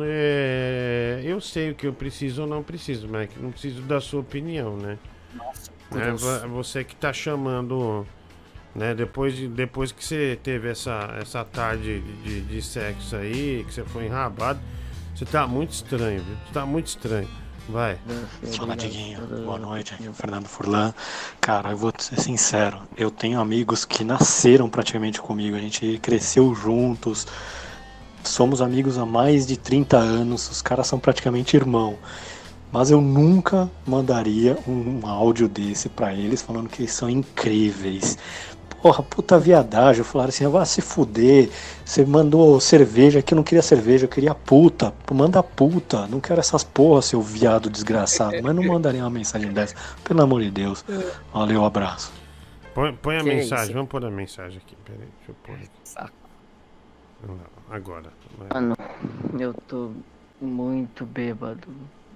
é, eu sei o que eu preciso ou não preciso, mas não preciso da sua opinião, né? Nossa, É, vo- você que tá chamando, né? Depois, de, depois que você teve essa, essa tarde de, de sexo aí, que você foi enrabado, você tá muito estranho, viu? Você tá muito estranho. Vai. Fala, Diguinho. Boa noite, aqui é o Fernando Furlan. Cara, eu vou ser sincero, eu tenho amigos que nasceram praticamente comigo, a gente cresceu juntos, somos amigos há mais de trinta anos, os caras são praticamente irmão. Mas eu nunca mandaria um áudio desse pra eles falando que eles são incríveis. Porra, puta viadagem. Falaram assim, vai se fuder. Você mandou cerveja, que eu não queria cerveja, eu queria puta. Manda puta. Não quero essas porras, seu viado desgraçado. Mas não mandaria uma mensagem dessa. Pelo amor de Deus. Valeu, abraço. Põe, põe a Que mensagem, isso? vamos pôr a mensagem aqui. Pera aí, deixa eu pôr aqui. Saco. Vamos lá, agora. Vai. Mano, eu tô muito bêbado.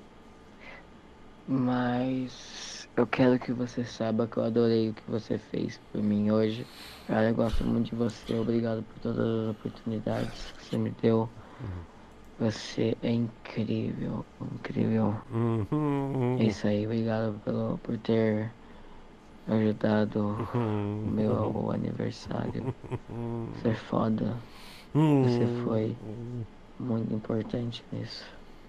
Mas eu quero que você saiba que eu adorei o que você fez por mim hoje. Cara, eu gosto muito de você. Obrigado por todas as oportunidades que você me deu. Você é incrível, incrível. Uhum. É isso aí, obrigado pelo, por ter ajudado Uhum. o meu aniversário. Você é foda. Uhum. Você foi muito importante nisso.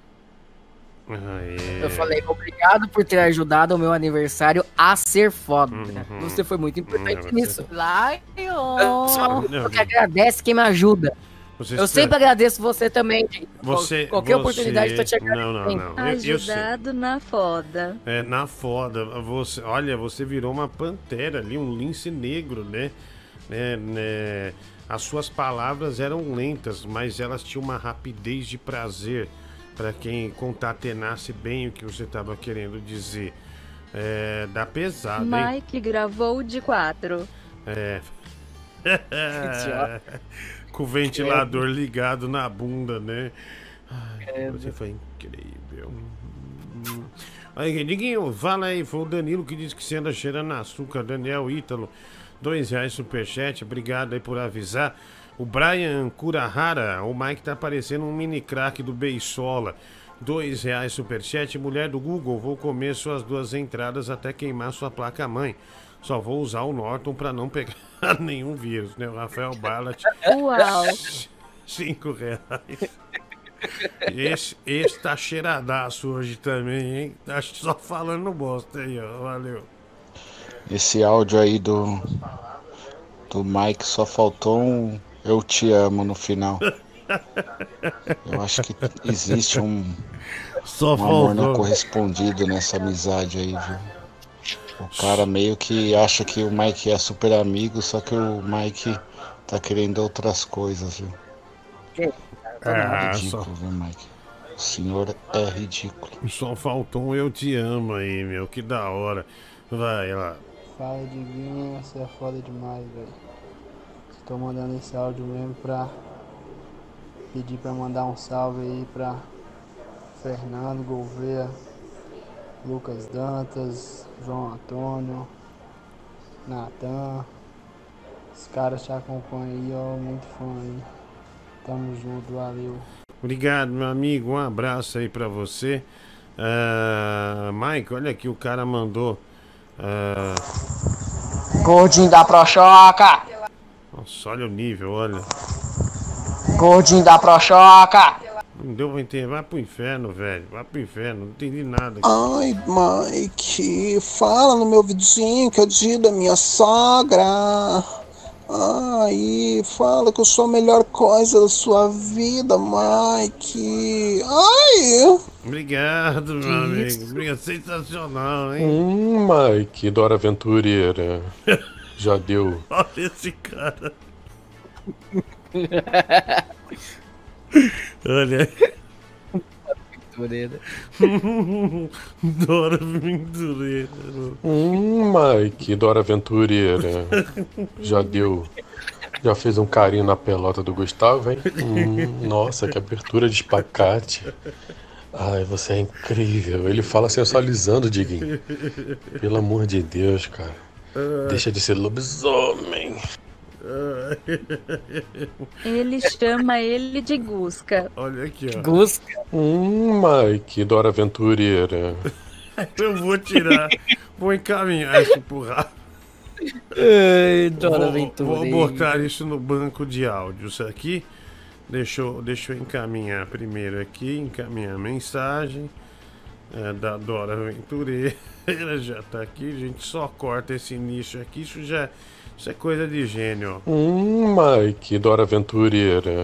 Aê. Eu falei, obrigado por ter ajudado o meu aniversário a ser foda. Uhum. Você foi muito importante Hum, você- nisso. Lion! Eu sou uma pessoa que agradece quem me ajuda. Você Eu espera- sempre agradeço você também, gente. Você, Qualquer você... oportunidade tô te Não, não, agradecendo. não. Eu, eu sei. Ajudado na foda. É, na foda. Você, olha, você virou uma pantera ali, um lince negro, né? né, né? As suas palavras eram lentas, mas elas tinham uma rapidez de prazer para quem concatenasse bem o que você estava querendo dizer. É, dá pesado, hein? Mike gravou de quatro. É. Com o ventilador ligado na bunda, né? Ai, você foi incrível. Hum. Aí, Diguinho, fala aí. Foi o Danilo que disse que você anda cheirando açúcar. Daniel Ítalo, dois reais superchat. Obrigado aí por avisar. O Brian Kurahara, o Mike tá parecendo um mini craque do Beisola. Dois reais superchat. Mulher do Google, vou comer suas duas entradas até queimar sua placa-mãe. Só vou usar o Norton pra não pegar nenhum vírus, né? O Rafael Barlat. Uau! Cinco reais. Esse, esse tá cheiradaço hoje também, hein? Tá só falando bosta aí, ó. Valeu. Esse áudio aí do, do Mike só faltou um eu te amo no final. Eu acho que existe um, Só um amor não faltou. correspondido nessa amizade aí, viu? O cara meio que acha que o Mike é super amigo, só que o Mike tá querendo outras coisas, viu? Ah, ridículo, só- viu, Mike? O senhor é ridículo. Só faltou um eu te amo aí, meu. Que da hora. Vai lá. Fala, Diguinho, você é foda demais, velho. Estou mandando esse áudio mesmo pra pedir pra mandar um salve aí pra Fernando Gouveia, Lucas Dantas, João Antônio, Natan. Os caras te acompanham aí, ó, muito fã aí. Tamo junto, valeu. Obrigado, meu amigo. Um abraço aí pra você. Ah, Mike, olha aqui, o cara mandou. ah, Gordinho da Prochoca! Nossa, olha o nível, olha. Gordinho da Prochoca! Não deu pra entender. Vai pro inferno, velho. Vai pro inferno. Não entendi nada. Ai, Mike, fala no meu ouvidinho que é o dia da minha sogra. Ai, fala que eu sou a melhor coisa da sua vida, Mike. Ai! Obrigado, meu Que amigo. isso? Obrigado. Sensacional, hein? Hum, Mike, Dora Aventureira. Já deu. Olha esse cara. Olha. Aventureira. Dora Aventureira. Hum, Mike, Dora Aventureira. Já deu. Já fez um carinho na pelota do Gustavo, hein? Hum, nossa, que abertura de espacate. Ai, você é incrível. Ele fala sensualizando, Diguinho. Pelo amor de Deus, cara. Deixa de ser lobisomem. Ele chama ele de Gusca. Olha aqui, ó. Gusca. Hum, Mike, Dora Aventureira. Eu vou tirar. Vou encaminhar isso pro Rafa. Ai, Dora Vou- Aventureira. Vou botar isso no banco de áudios aqui. Deixa eu, deixa eu encaminhar primeiro aqui. Encaminhar a mensagem é, da Dora Aventureira. Já tá aqui. A gente só corta esse nicho aqui. Isso já isso é coisa de gênio. ó. Hum, Mike, Dora Aventureira.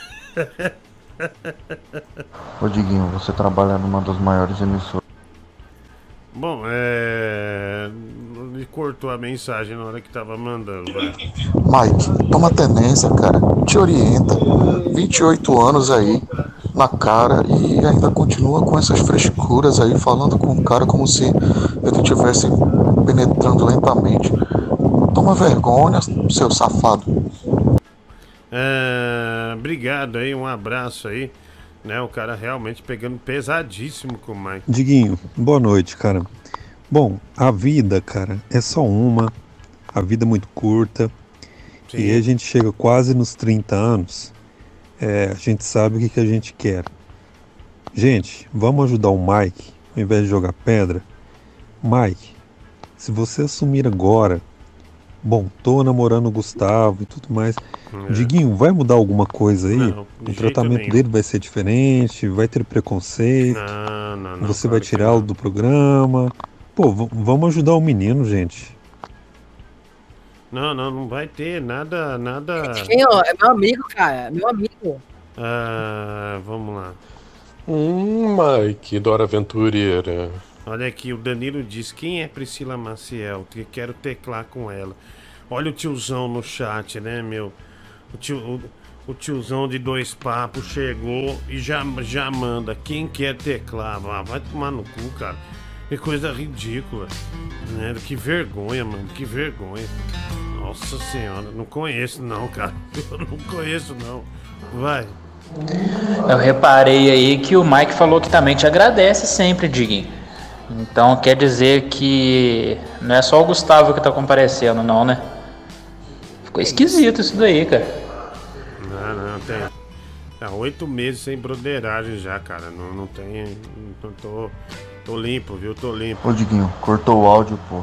Ô Diguinho, você trabalha numa das maiores emissoras. Bom, é. Ele cortou a mensagem na hora que tava mandando. Vai. Mike, toma tenência, cara. Te orienta. vinte e oito anos aí na cara e ainda continua com essas frescuras aí, falando com o cara como se ele estivesse penetrando lentamente. Toma vergonha, seu safado. É, obrigado aí, um abraço aí. Né, o cara realmente pegando pesadíssimo com o Mike. Diguinho, boa noite, cara. Bom, a vida, cara, é só uma. A vida é muito curta. Sim. E a gente chega quase nos trinta anos. É, a gente sabe o que, que a gente quer. Gente, vamos ajudar o Mike ao invés de jogar pedra. Mike, se você assumir agora, bom, tô namorando o Gustavo e tudo mais. É. Diguinho, vai mudar alguma coisa aí? Não, de O jeito tratamento nenhum. dele vai ser diferente? Vai ter preconceito? Não, não, não. Você claro vai que tirá-lo do programa? Pô, v- vamos ajudar o menino, gente. Não, não, não vai ter nada, nada... Quem, ó? É meu amigo, cara, meu amigo. Ah, vamos lá. Hum, Mike, Dora Aventureira. Olha aqui, o Danilo diz, quem é Priscila Maciel? Que quero teclar com ela. Olha o tiozão no chat, né, meu? O, tio, o, o tiozão de dois papos chegou e já, já manda. Quem quer teclar? Ah, vai tomar no cu, cara. Que coisa ridícula. Né? Que vergonha, mano. Que vergonha. Nossa senhora, não conheço não, cara. Eu não conheço não. Vai. Eu reparei aí que o Mike falou que também te agradece sempre, Diguinho. Então quer dizer que não é só o Gustavo que tá comparecendo, não, né? Ficou esquisito isso daí, cara. Não, não, tem. Há oito meses sem broderagem já, cara. Não, não tem. Não tô. Tô limpo, viu? Tô limpo. Ô Diguinho, cortou o áudio, pô.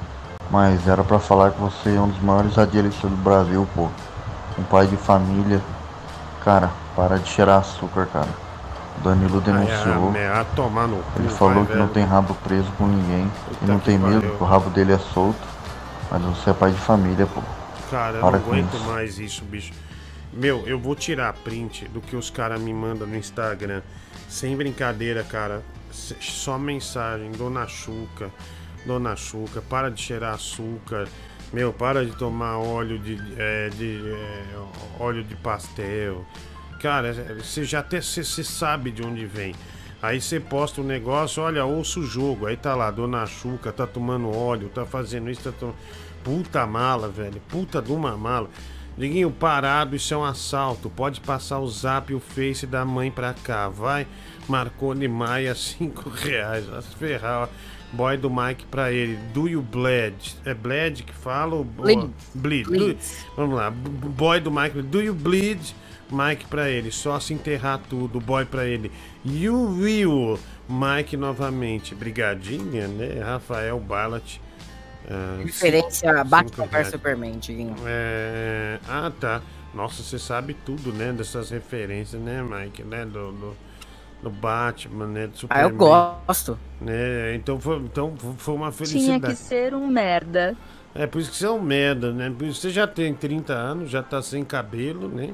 Mas era pra falar que você é um dos maiores radialistas do Brasil, pô. Um pai de família. Cara, para de cheirar açúcar, cara. O Danilo denunciou. Ai, a, a tomar no cu, Ele falou vai, que velho. não tem rabo preso com ninguém. Puta E não que tem medo, pariu. que o rabo dele é solto. Mas você é pai de família, pô. Cara, eu Para não com aguento isso. mais isso, bicho. Meu, eu vou tirar print do que os caras me mandam no Instagram. Sem brincadeira, cara. S- Só mensagem. Dona Chuca. Dona Chuca, para de cheirar açúcar. Meu, para de tomar óleo de, é, de é, óleo de pastel. Cara, você já até você sabe de onde vem. Aí você posta um negócio, olha, ouça o jogo. Aí tá lá, Dona Chuca, tá tomando óleo, tá fazendo isso, tá tomando... Puta mala, velho. Puta de uma mala. Diguinho, parado, isso é um assalto. Pode passar o zap e o face da mãe pra cá. Vai, Marconi Maia, cinco reais. Vai se ferrar, ó. Boy do Mike pra ele. Do you bleed? É bleed que fala? Ou... Bleed. Bleed. Bleed. Do... Vamos lá. B- Boy do Mike. Do you bleed? Mike pra ele. Só se enterrar tudo. Boy pra ele. You will. Mike novamente. Brigadinha, né? Rafael Ballat. Ah, Referência cinco- a Batman cinco vs reais. Superman, Diguinho. É... Ah, tá. Nossa, você sabe tudo, né? Dessas referências, né, Mike? Né? Do, do, do Batman, né? Do Ah, eu Superman. gosto. Né? Então, foi, então foi uma Tinha felicidade. que ser um merda. É por isso que você é um merda, né? Por isso que você já tem trinta anos, já tá sem cabelo, né?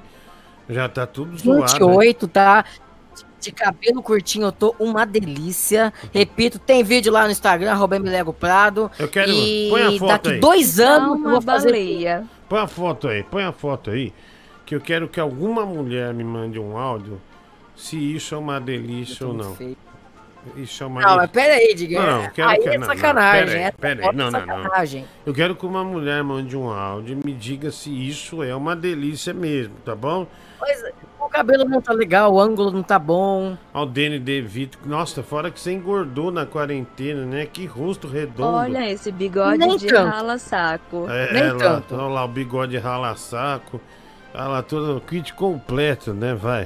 Já tá tudo zoado. vinte e oito, tá? De cabelo curtinho, eu tô uma delícia. Repito, tem vídeo lá no Instagram, arroba Milego Prado. Eu quero- E põe a foto daqui aí. dois anos Dá eu uma vou fazer. baleia. Põe a foto aí, põe a foto aí. Que eu quero que alguma mulher me mande um áudio se isso é uma delícia ou não. Isso é uma. Não, mas pera aí, Diguinho. Não, eu quero Aí que é não, sacanagem, Não, pera aí, é pera aí. foto Não, não, sacanagem. não. Eu quero que uma mulher mande um áudio e me diga se isso é uma delícia mesmo, tá bom? Mas o cabelo não tá legal, o ângulo não tá bom. Ó, o Danny DeVito. Nossa, fora que você engordou na quarentena, né? Que rosto redondo. Olha esse bigode Nem de tanto. rala-saco. É, Nem é lá, tanto. olha lá o bigode rala-saco. Olha lá, todo o kit completo, né? Vai.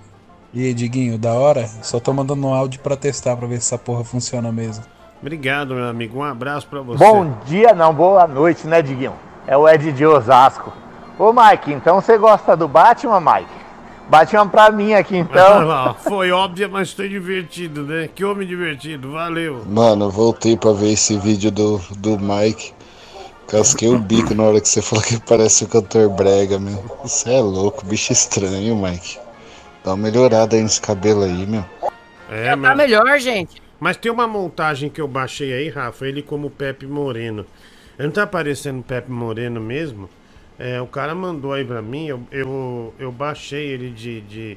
E aí, Diguinho, da hora? Só tô mandando um áudio pra testar, pra ver se essa porra funciona mesmo. Obrigado, meu amigo. Um abraço pra você. Bom dia, não, boa noite, né, Diguinho? É o Ed de Osasco. Ô, Mike, então você gosta do Batman, Mike? Batman pra mim aqui, Olha então. lá, foi óbvio, mas foi divertido, né? Que homem divertido, valeu. Mano, eu voltei pra ver esse vídeo do, do Mike. Casquei o bico na hora que você falou que parece o cantor brega, meu. Você é louco, bicho estranho, Mike. Dá uma melhorada aí nesse cabelo aí, meu. É, Já tá melhor, gente. Mas tem uma montagem que eu baixei aí, Rafa, ele como Pepe Moreno. Não tá aparecendo Pepe Moreno mesmo? É, o cara mandou aí pra mim, eu, eu, eu baixei ele de, de,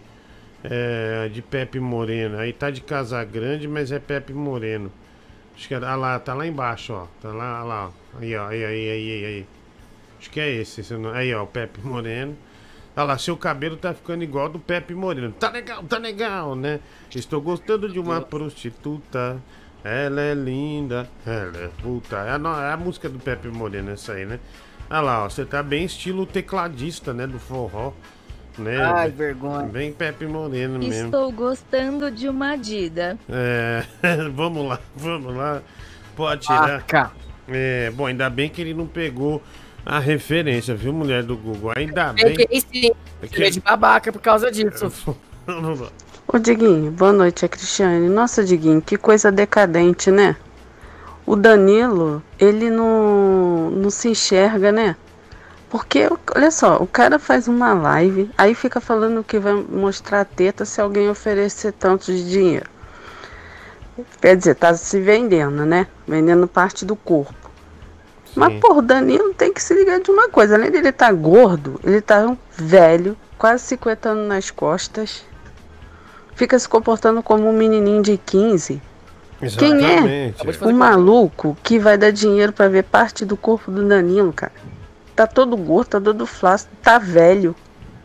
é, de Pepe Moreno. Aí tá de Casagrande, mas é Pepe Moreno. Acho que é, ah lá, tá lá embaixo, ó. Tá lá, ah lá, ó. Aí, ó, aí, aí, aí, aí. Acho que é esse, esse não- aí, ó, o Pepe Moreno. Olha lá, seu cabelo tá ficando igual ao do Pepe Moreno. Tá legal, tá legal, né? Estou gostando de uma prostituta. Ela é linda. Ela é puta. É a, no- é a música do Pepe Moreno, essa aí, né? Olha lá, ó. Você tá bem estilo tecladista, né? Do forró. Né? Ai, Bem- vergonha. Bem Pepe Moreno mesmo. Estou gostando de uma Dida. É, vamos lá, vamos lá. Pode tirar. É, bom, ainda bem que ele não pegou a referência, viu, mulher do Google? Ainda bem. Peguei sim. Tirei de babaca por causa disso. Vamos lá. Ô Diguinho, boa noite, é Cristiane. Nossa, Diguinho, que coisa decadente, né? O Danilo, ele não, não se enxerga, né? Porque, olha só, o cara faz uma live, aí fica falando que vai mostrar a teta se alguém oferecer tanto de dinheiro. Quer dizer, tá se vendendo, né? Vendendo parte do corpo. Sim. Mas, pô, o Danilo tem que se ligar de uma coisa. Além dele estar gordo, ele tá um velho, quase cinquenta anos nas costas. Fica se comportando como um menininho de quinze. Exatamente. Quem é o maluco que vai dar dinheiro pra ver parte do corpo do Danilo, cara? Tá todo gordo, tá todo flácido, tá velho.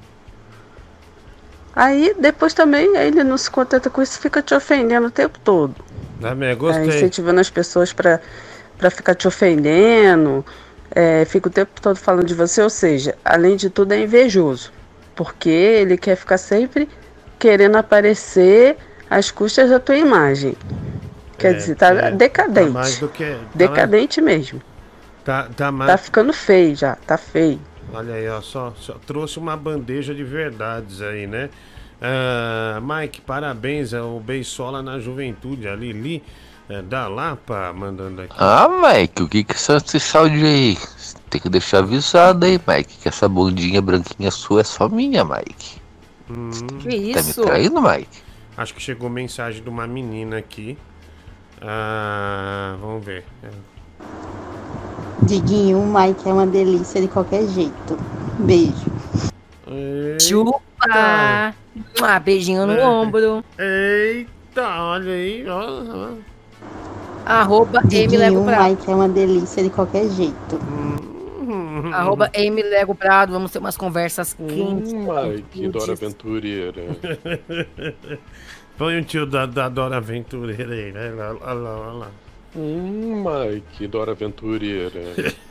Aí, depois também, ele não se contenta com isso, fica te ofendendo o tempo todo. Também, gostei. É, incentivando as pessoas pra, pra ficar te ofendendo, é, fica o tempo todo falando de você, ou seja, além de tudo é invejoso. Porque ele quer ficar sempre querendo aparecer às custas da tua imagem. Quer É, dizer, tá é, decadente. tá mais do que- tá decadente mesmo. Tá, tá mais. Tá ficando feio já, tá feio. Olha aí, ó, só, só trouxe uma bandeja de verdades aí, né? Ah, Mike, parabéns ao Beisola na juventude, a Lili é, da Lapa mandando aqui. Ah, Mike, o que que é esse salve aí? Tem que deixar avisado aí, Mike, que essa bundinha branquinha sua é só minha, Mike. Hum, Que Tá me isso? traindo, Mike? Acho que chegou mensagem de uma menina aqui. Ah, vamos ver. Diguinho, o Mike é uma delícia de qualquer jeito. Beijo. Chupa! Ah, beijinho no É. ombro. Eita, olha aí, ó. Arroba M Diguinho, Lego o Prado. Mike é uma delícia de qualquer jeito. Arroba M Lego Prado. Vamos ter umas conversas quentes. Mike, Dora Aventureira. Põe um tio da, da Dora Aventureira aí, né? Olha lá, olha lá, olha lá. Hum, Mike, Dora Aventureira.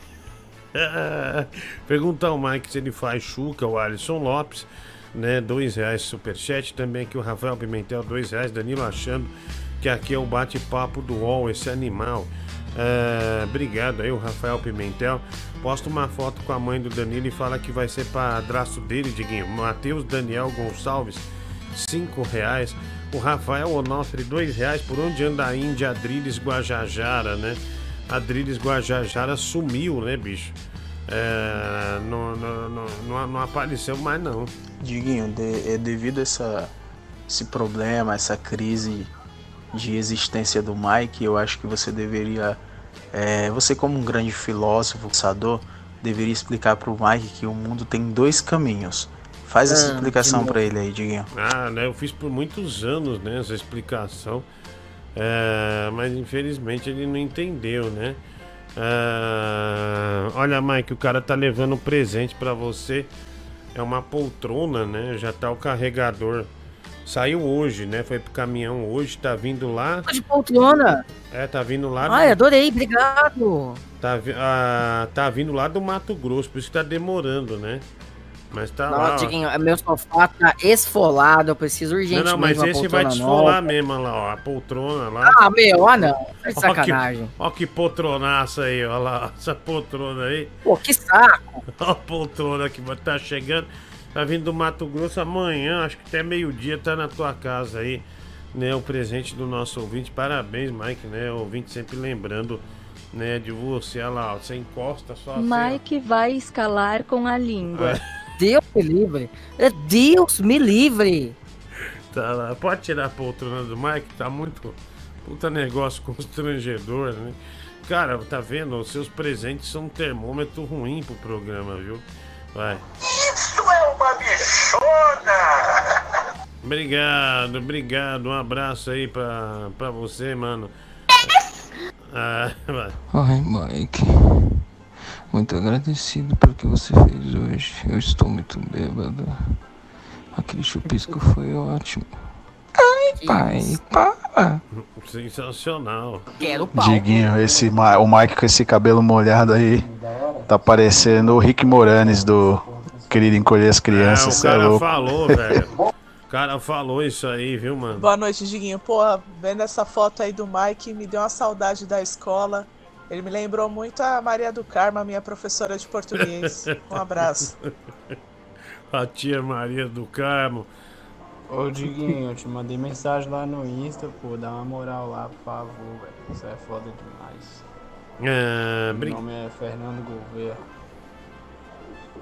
Perguntar ao Mike se ele faz chuca, o Alisson Lopes, né? Dois reais superchat. Também aqui o Rafael Pimentel, dois reais. Danilo achando que aqui é o bate-papo do U O L, esse animal. É, obrigado aí, o Rafael Pimentel. Posta uma foto com a mãe do Danilo e fala que vai ser padrasto dele, Diguinho. Matheus Daniel Gonçalves, cinco reais. O Rafael Onofre, dois reais. Por onde anda a Índia Adriles Guajajara, né? Adriles Guajajara sumiu, né, bicho? É, não, não, não, não, não apareceu mais, não. Diguinho, de, é devido a essa, esse problema, essa crise de existência do Mike, eu acho que você deveria, é, você como um grande filósofo, pensador, deveria explicar para o Mike que o mundo tem dois caminhos. Faz essa Ah, explicação que para ele aí, Diguinho. Ah, né? Eu fiz por muitos anos, né? Essa explicação. É, mas infelizmente ele não entendeu, né? É, olha, Mike, o cara tá levando um presente pra você. É uma poltrona, né? Já tá o carregador. Saiu hoje, né? Foi pro caminhão hoje, tá vindo lá. De poltrona. É, tá vindo lá. Ai, adorei, obrigado. Tá, vi- ah, tá vindo lá do Mato Grosso, por isso que tá demorando, né? Mas tá lá. Nossa, ó. Diguinho, meu sofá tá esfolado, eu preciso Não, urgentemente não, mas de uma esse vai poltrona desfolar nova. mesmo, olha lá, ó. A poltrona lá. Ah, meu, ó não. Tá de Ó que- sacanagem. Ó que poltronaça aí, ó lá. Essa poltrona aí. Pô, que saco. Ó a poltrona que tá chegando. Tá vindo do Mato Grosso amanhã, acho que até meio-dia tá na tua casa aí, né? O presente do nosso ouvinte. Parabéns, Mike, né? O ouvinte sempre lembrando, né, de você. Olha lá, ó, você encosta só assim, ó. Mike vai escalar com a língua. Deus me livre. É, Deus me livre. Tá lá. Pode tirar a poltrona do Mike, tá muito. Puta negócio constrangedor, né? Cara, tá vendo? Os seus presentes são um termômetro ruim pro programa, viu? Vai. Isso é uma bichona! Obrigado, obrigado. Um abraço aí pra, pra você, mano. Ah, vai. Ai, Mike, muito agradecido pelo que você fez hoje. Eu estou muito bêbado. Aquele chupisco foi ótimo. Ai, pai, para. Sensacional. Quero Diguinho, esse, Ma- o Mike com esse cabelo molhado aí tá parecendo o Rick Moranis do Querido Encolher as Crianças. Ah, o cê é cara louco. falou, velho. O cara falou isso aí, viu, mano? Boa noite, Diguinho. Pô, vendo essa foto aí do Mike, me deu uma saudade da escola. Ele me lembrou muito a Maria do Carmo, a minha professora de português. Um abraço. A tia Maria do Carmo. Ô Diguinho, eu te mandei mensagem lá no Insta, pô, dá uma moral lá, por favor, velho. Isso é foda demais. É, Meu brin- nome é Fernando Gouveia.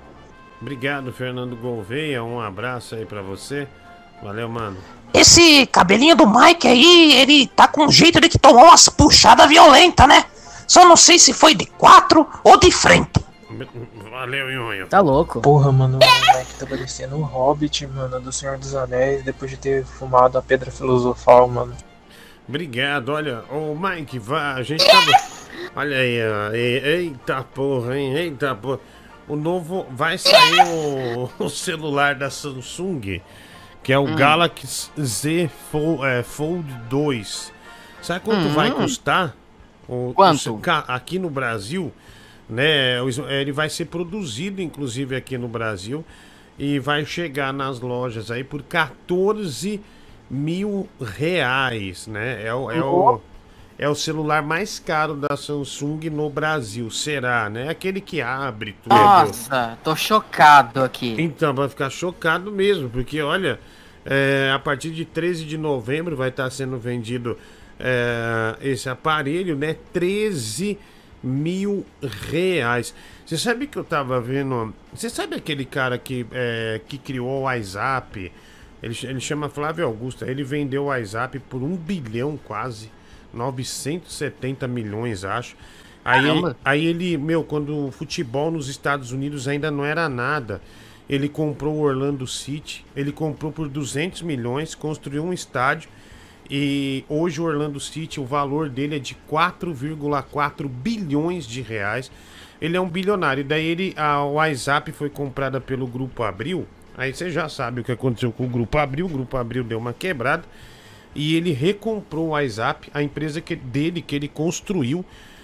Obrigado, Fernando Gouveia. Um abraço aí pra você. Valeu, mano. Esse cabelinho do Mike aí, ele tá com jeito de que tomou umas puxadas violentas, né? Só não sei se foi de quatro ou de frente. Valeu, Nhonho. Tá louco. Porra, mano, o Mike tá parecendo um Hobbit, mano, do Senhor dos Anéis, depois de ter fumado a Pedra Filosofal, mano. Obrigado, olha, ô Mike, vá, a gente tava... Olha aí, ó, eita porra, hein, eita porra. O novo, vai sair o, o celular da Samsung, que é o hum. Galaxy Z Fold, é, Fold dois. Sabe quanto hum. vai custar? O, Quanto? O, aqui no Brasil, né, ele vai ser produzido, inclusive, aqui no Brasil, e vai chegar nas lojas aí por quatorze mil reais, né? É o, é, o, é o celular mais caro da Samsung no Brasil, será, né? Aquele que abre tudo. Nossa, tô chocado aqui. Então, vai ficar chocado mesmo, porque olha, é, a partir de treze de novembro vai estar sendo vendido é, esse aparelho, né? treze mil reais. Você sabe que eu tava vendo... Você sabe aquele cara que, é, que criou o WhatsApp? Ele, ele chama Flávio Augusto. Ele vendeu o WhatsApp por um bilhão quase. novecentos e setenta milhões, acho. Aí, aí ele, meu, quando o futebol nos Estados Unidos ainda não era nada, ele comprou o Orlando City. Ele comprou por duzentos milhões, construiu um estádio. E hoje o Orlando City, o valor dele é de quatro vírgula quatro bilhões de reais. Ele é um bilionário. Daí ele, a WhatsApp foi comprada pelo Grupo Abril. Aí você já sabe o que aconteceu com o Grupo Abril. O Grupo Abril deu uma quebrada. E ele recomprou o WhatsApp, a empresa que, dele que ele construiu.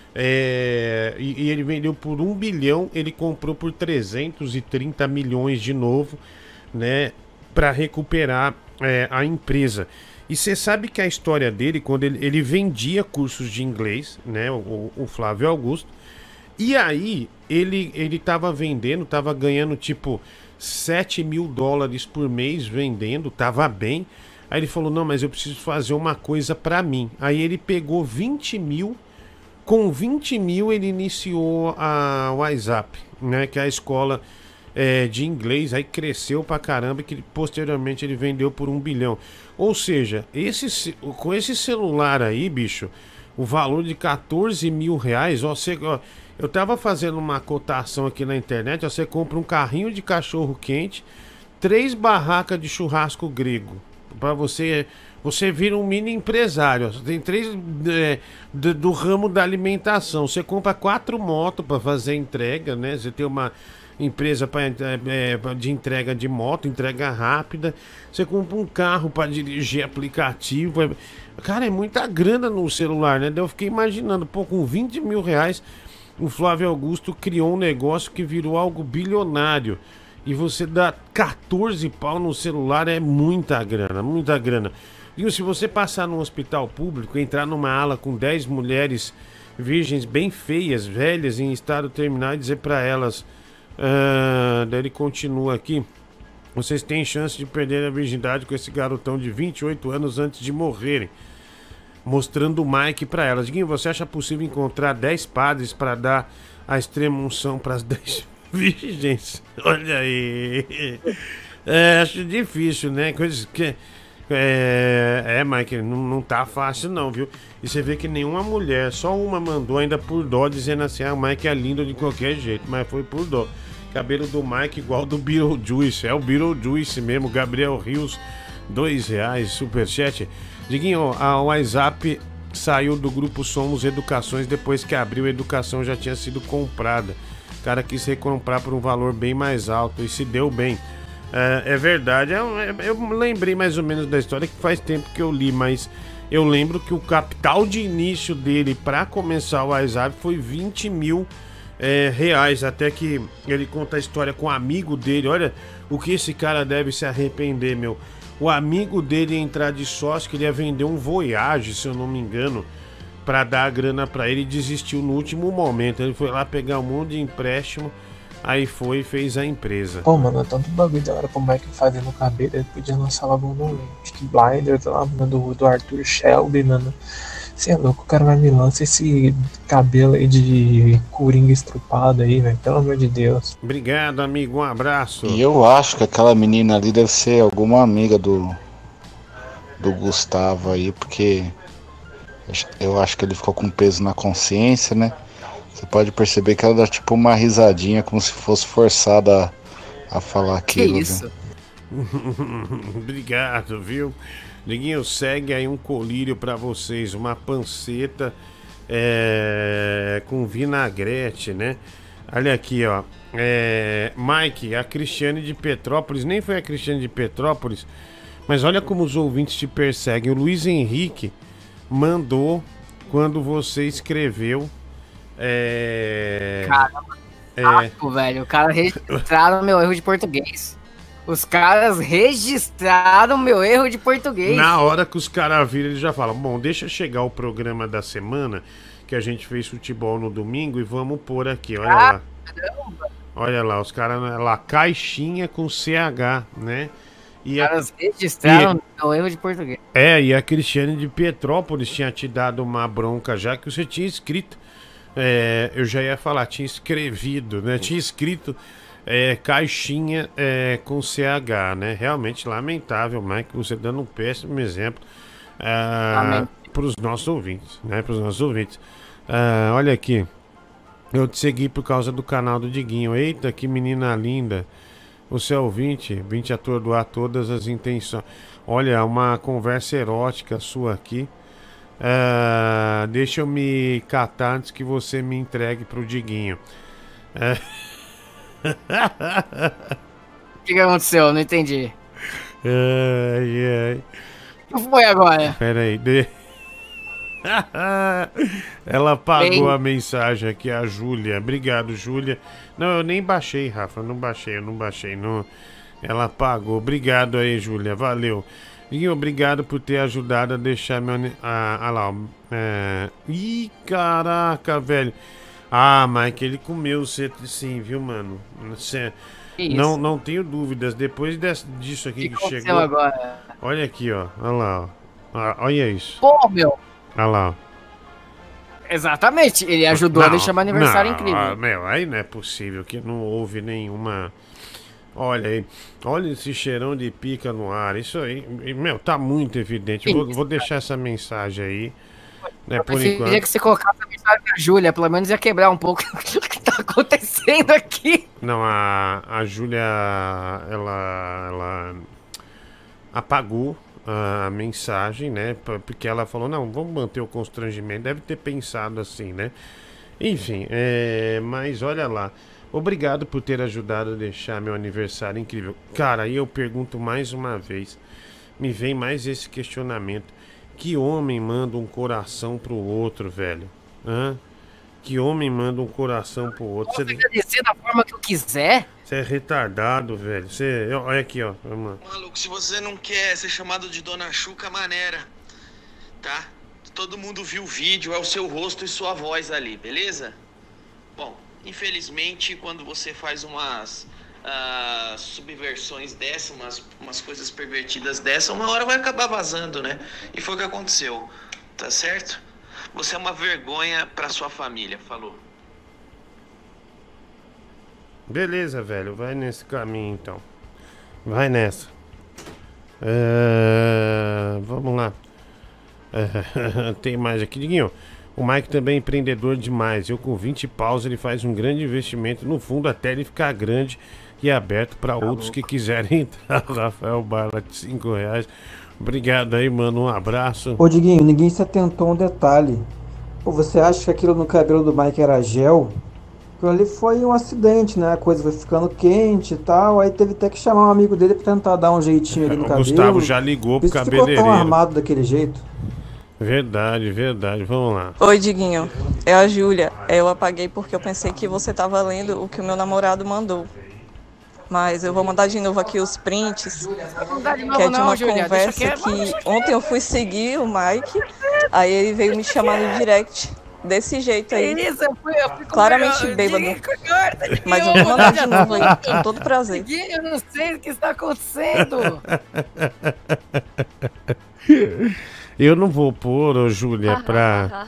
É, e, e ele vendeu por um bilhão. Ele comprou por trezentos e trinta milhões de novo, né? Para recuperar é, a empresa. E você sabe que a história dele, quando ele, ele vendia cursos de inglês, né, o, o Flávio Augusto, e aí ele, ele tava vendendo, tava ganhando tipo sete mil dólares por mês vendendo, tava bem. Aí ele falou, não, mas eu preciso fazer uma coisa pra mim. Aí ele pegou vinte mil, com vinte mil ele iniciou a WhatsApp, né, que é a escola... É, de inglês, aí cresceu pra caramba, que posteriormente ele vendeu por um bilhão. Ou seja, esse, com esse celular aí, bicho, o valor de quatorze mil reais, ó, você, ó, eu tava fazendo uma cotação aqui na internet, ó, você compra um carrinho de cachorro quente, três barracas de churrasco grego, pra você, você vira um mini empresário, ó, tem três é, do, do ramo da alimentação, você compra quatro motos pra fazer entrega, né, você tem uma empresa pra, é, de entrega de moto, entrega rápida. Você compra um carro para dirigir aplicativo. Cara, é muita grana no celular, né? Eu fiquei imaginando, pô, com vinte mil reais, o Flávio Augusto criou um negócio que virou algo bilionário. E você dá quatorze pau no celular, é muita grana, muita grana. E se você passar num hospital público, entrar numa ala com dez mulheres virgens bem feias, velhas, em estado terminal, e dizer para elas... Uh, daí ele continua aqui. Vocês têm chance de perder a virgindade com esse garotão de vinte e oito anos antes de morrerem. Mostrando o Mike pra elas. Diguinho, você acha possível encontrar dez padres para dar a extrema unção para as dez virgens? Olha aí. É, acho difícil, né? Coisas que... É, é, Mike, não, não tá fácil não, viu? E você vê que nenhuma mulher, só uma mandou ainda por dó, dizendo assim, ah, o Mike é lindo de qualquer jeito, mas foi por dó. Cabelo do Mike igual do Beetlejuice, é o Beetlejuice mesmo, Gabriel Rios, dois reais, superchat. Diguinho, a WhatsApp saiu do grupo Somos Educações depois que abriu a educação já tinha sido comprada. O cara quis recomprar por um valor bem mais alto e se deu bem. É, é verdade, eu, eu lembrei mais ou menos da história que faz tempo que eu li, mas eu lembro que o capital de início dele para começar o WhatsApp foi vinte mil é, reais, até que ele conta a história com um amigo dele. Olha o que esse cara deve se arrepender, meu. O amigo dele ia entrar de sócio, que ele ia vender um Voyage, se eu não me engano, para dar a grana para ele, e desistiu no último momento. Ele foi lá pegar um monte de empréstimo. Aí foi e fez a empresa. Pô, mano, tanto bagulho da hora pro Mike fazer no cabelo, ele podia lançar logo um Peaky Blinders lá, mano, do, do Arthur Shelby, mano. Você é louco, o cara vai me lançar esse cabelo aí de coringa estrupado aí, velho. Pelo amor de Deus. Obrigado, amigo. Um abraço. E eu acho que aquela menina ali deve ser alguma amiga do, do Gustavo aí, porque eu acho que ele ficou com peso na consciência, né? Você pode perceber que ela dá tipo uma risadinha, como se fosse forçada a, a falar aquilo. Que isso? Obrigado, viu? Diguinho, segue aí um colírio pra vocês, uma panceta é, com vinagrete, né? Olha aqui, ó. É, Mike, a Cristiane de Petrópolis, nem foi a Cristiane de Petrópolis, mas olha como os ouvintes te perseguem. O Luiz Henrique mandou quando você escreveu. É, Caramba, é, saco, velho. O cara registraram meu erro de português. Os caras registraram meu erro de português. Na hora que os caras viram, eles já falam: bom, deixa chegar o programa da semana, que a gente fez futebol no domingo, e vamos pôr aqui, olha ah, lá. Caramba. Olha lá, os caras lá, caixinha com C H, né? E os caras registraram e, meu erro de português. É, e a Cristiane de Petrópolis tinha te dado uma bronca já que você tinha escrito. É, eu já ia falar, tinha escrevido, né? Tinha escrito. É, caixinha é, com C H, né? Realmente lamentável, Mike, você dando um péssimo exemplo uh, para os nossos ouvintes, né? Para os nossos ouvintes. Uh, olha aqui, eu te segui por causa do canal do Diguinho. Eita, que menina linda! Você é ouvinte, vim te atordoar todas as intenções. Olha, uma conversa erótica sua aqui. Uh, deixa eu me catar antes que você me entregue pro Diguinho. Uh, O que, que aconteceu? Não entendi. Ai, ai. O que foi agora? Pera aí. De... Ela apagou Bem... a mensagem aqui, a Júlia. Obrigado, Júlia. Não, eu nem baixei, Rafa. Não baixei, eu não baixei. Não... Ela apagou. Obrigado aí, Júlia. Valeu. E obrigado por ter ajudado a deixar meu... Ah, ah lá, ó. É... Ih, caraca, velho. Ah, Mike, ele comeu você sim, viu, mano? Cê, não, não tenho dúvidas. Depois desse, disso aqui que, que chegou. Agora? Olha aqui, ó. Olha lá, ó. Ah, olha isso. Pô, meu. Olha lá, ó. Exatamente. Ele ajudou não, a deixar meu aniversário não, incrível. Ah, meu, aí não é possível que não houve nenhuma. Olha aí. Olha esse cheirão de pica no ar. Isso aí, meu, tá muito evidente. Vou, vou deixar essa mensagem aí. Né, eu por enquanto. que você colocasse a mensagem da Júlia, pelo menos ia quebrar um pouco o que tá acontecendo aqui. Não, a, a Júlia, ela, ela apagou a mensagem, né? Porque ela falou, não, vamos manter o constrangimento. Deve ter pensado assim, né? Enfim, é, mas olha lá. Obrigado por ter ajudado a deixar meu aniversário incrível. Cara, aí eu pergunto mais uma vez. Me vem mais esse questionamento. Que homem manda um coração pro outro, velho? Hã? Que homem manda um coração pro outro? Você agradecer da forma que eu quiser? Você é retardado, velho. Você... Olha aqui, ó. Vamos lá. Maluco, se você não quer ser chamado de Dona Chuca, maneira, tá? Todo mundo viu o vídeo, é o seu rosto e sua voz ali, beleza? Bom, infelizmente, quando você faz umas... Uh, subversões dessa, umas, umas coisas pervertidas dessa, uma hora vai acabar vazando, né? E foi o que aconteceu, tá certo? Você é uma vergonha pra sua família, falou. Beleza, velho, vai nesse caminho então. Vai nessa. É... Vamos lá. É... Tem mais aqui, Diguinho. O Mike também é empreendedor demais. Eu com vinte paus ele faz um grande investimento no fundo até ele ficar grande e aberto para tá outros louco. Que quiserem entrar. Rafael Barla de cinco reais. Obrigado aí, mano. Um abraço. Ô, Diguinho, ninguém se atentou a um detalhe. Pô, você acha que aquilo no cabelo do Mike era gel? Aquilo ali foi um acidente, né? A coisa foi ficando quente e tal. Aí teve até que chamar um amigo dele pra tentar dar um jeitinho ali no o cabelo. O Gustavo já ligou pro cabeleireiro. Ficou tão armado daquele jeito. Verdade, verdade. Vamos lá. Oi, Diguinho. É a Júlia. Eu apaguei porque eu pensei que você tava lendo o que o meu namorado mandou. Mas eu vou mandar de novo aqui os prints, que é de uma conversa que ontem eu fui seguir o Mike, aí ele veio me chamar no direct, desse jeito aí, claramente bêbado. Mas eu vou mandar de novo aí, com todo prazer. Eu não sei o que está acontecendo. Eu não vou pôr, ô Júlia, pra...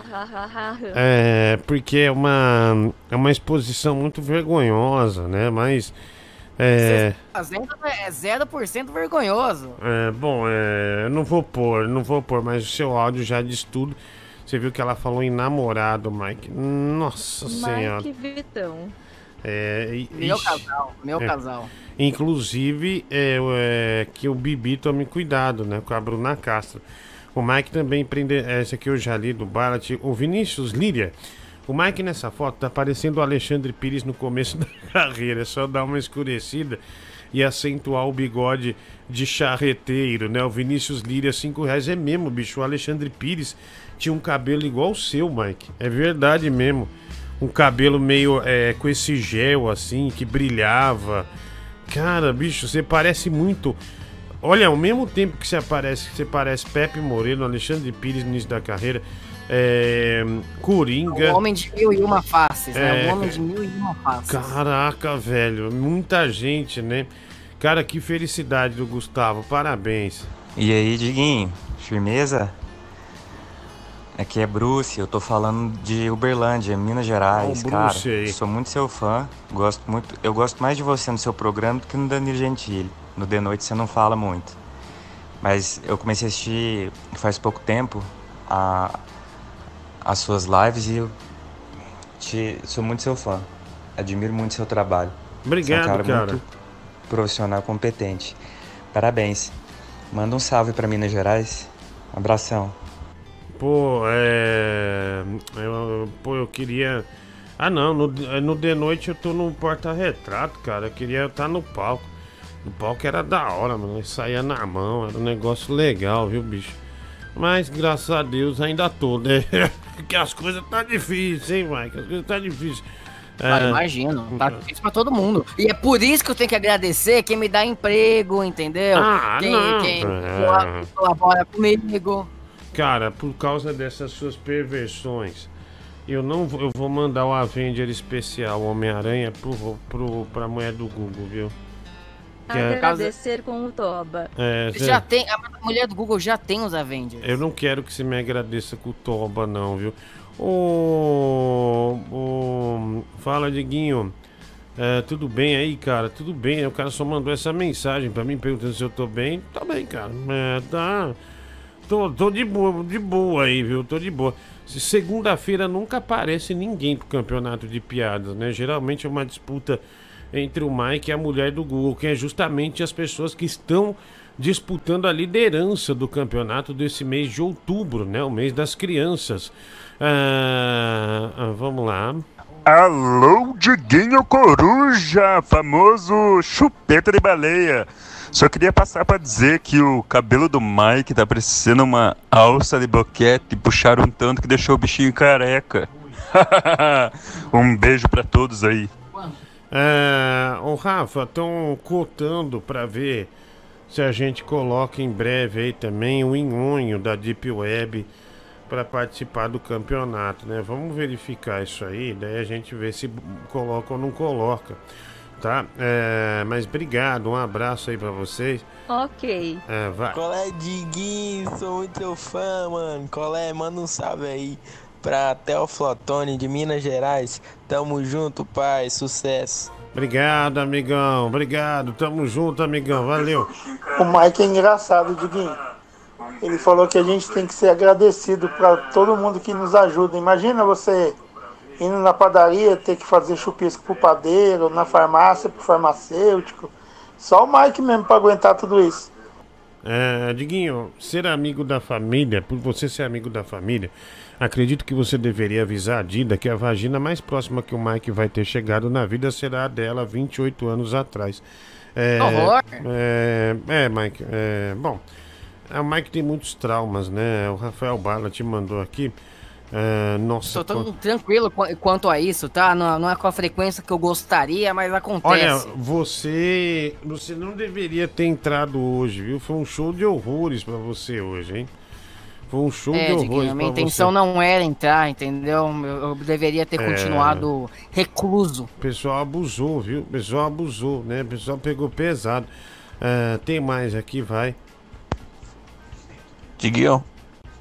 É, porque é uma, é uma exposição muito vergonhosa, né? Mas... É, Fazendo é zero por cento vergonhoso. é, bom, é, eu não vou pôr, não vou pôr, mas o seu áudio já diz tudo. Você viu que ela falou em namorado, Mike. Nossa Senhora. Mike Vitão. É, Meu ixi, casal, meu é. casal. Inclusive, é, é, que o Bibi tome cuidado, né? Com a Bruna Castro. O Mike também prende. Esse aqui eu já li do Barat. O Vinícius Líria. O Mike nessa foto tá parecendo o Alexandre Pires no começo da carreira. É só dar uma escurecida e acentuar o bigode de charreteiro, né? O Vinícius Líria, cinco reais. É mesmo, bicho. O Alexandre Pires tinha um cabelo igual o seu, Mike. É verdade mesmo. Um cabelo meio é, com esse gel assim, que brilhava. Cara, bicho, você parece muito. Olha, ao mesmo tempo que você parece, você parece Pepe Moreno, Alexandre Pires no início da carreira, é, Coringa. Um homem de mil e uma faces, né? É, Um homem de mil e uma faces. Caraca, velho, muita gente, né? Cara, que felicidade do Gustavo, parabéns. E aí, Diguinho, firmeza? Aqui é Bruce, eu tô falando de Uberlândia, Minas Gerais, Ó, o cara. Bruce aí. Sou muito seu fã, gosto muito, eu gosto mais de você no seu programa do que no Danilo Gentili. No De Noite você não fala muito. Mas eu comecei a assistir faz pouco tempo a, as suas lives e eu te, sou muito seu fã. Admiro muito seu trabalho. Obrigado, Você é um cara, cara. muito profissional, competente. Parabéns. Manda um salve pra Minas Gerais. Um abração. Pô, é. Eu, pô, eu queria. Ah, não, no, no De Noite eu tô no porta-retrato, cara. Eu queria estar no palco. O palco era da hora, mano. Ele saía na mão, era um negócio legal, viu, bicho? Mas graças a Deus ainda tô, né? Porque as coisas tá difíceis, hein, Mike? As coisas tá difíceis. Ah, É, imagino, tá difícil pra todo mundo. E é por isso que eu tenho que agradecer quem me dá emprego, entendeu? Ah, quem, não. quem É. colabora comigo. Cara, por causa dessas suas perversões, eu não vou, eu vou mandar o Avenger especial Homem-Aranha pro, pro, pra mulher do Google, viu? Que é- Agradecer com o Toba. É, Zé, Já tem, a mulher do Google já tem os Avengers. eu não quero que você me agradeça com o Toba, não, viu? Ô. Ô. Fala, Diguinho. É, tudo bem aí, cara? Tudo bem. O cara só mandou essa mensagem pra mim perguntando se eu tô bem. Tá bem, cara. É, tá. Tô, tô de boa, de boa aí, viu? Tô de boa. Se segunda-feira nunca aparece ninguém pro campeonato de piadas, né? Geralmente é uma disputa entre o Mike e a mulher do Google, que é justamente as pessoas que estão disputando a liderança do campeonato desse mês de outubro, né? O mês das crianças. Ah, ah, vamos lá. Alô, Diguinho Coruja, famoso chupeta de baleia. Só queria passar pra dizer que o cabelo do Mike tá parecendo uma alça de boquete. Puxaram um tanto que deixou o bichinho careca. Um beijo pra todos aí. É, ô Rafa, estão cotando pra ver se a gente coloca em breve aí também o Inhonho da Deep Web para participar do campeonato, né? Vamos verificar isso aí, daí a gente vê se coloca ou não coloca, tá? É, mas obrigado, um abraço aí pra vocês. Ok. É, vai. Colé Diguinho, sou muito seu fã, mano. Colé, manda um salve aí pra Theo Flotone de Minas Gerais. Tamo junto, pai, sucesso. Obrigado, amigão, obrigado, tamo junto, amigão, valeu. O Mike é engraçado, Diguinho. Ele falou que a gente tem que ser agradecido para todo mundo que nos ajuda. Imagina você indo na padaria, ter que fazer chupisco pro padeiro, na farmácia pro farmacêutico. Só o Mike mesmo para aguentar tudo isso. É, Diguinho, ser amigo da família, por você ser amigo da família, acredito que você deveria avisar a Dida que a vagina mais próxima que o Mike vai ter chegado na vida será a dela vinte e oito anos atrás. É, Horror. é, é, Mike, é, bom, o Mike tem muitos traumas, né? O Rafael Bala te mandou aqui. É, nossa, Tô tão qu- tranquilo qu- quanto a isso, tá? Não, não é com a frequência que eu gostaria, mas acontece. Olha, você, você não deveria ter entrado hoje, viu? Foi um show de horrores pra você hoje, hein? Foi um show É, de Diguinho, horrores a minha pra intenção você. não era entrar, entendeu? Eu, eu deveria ter É. continuado recluso. O pessoal abusou, viu? O pessoal abusou, né? O pessoal pegou pesado. Ah, tem mais aqui, vai. Diguinho,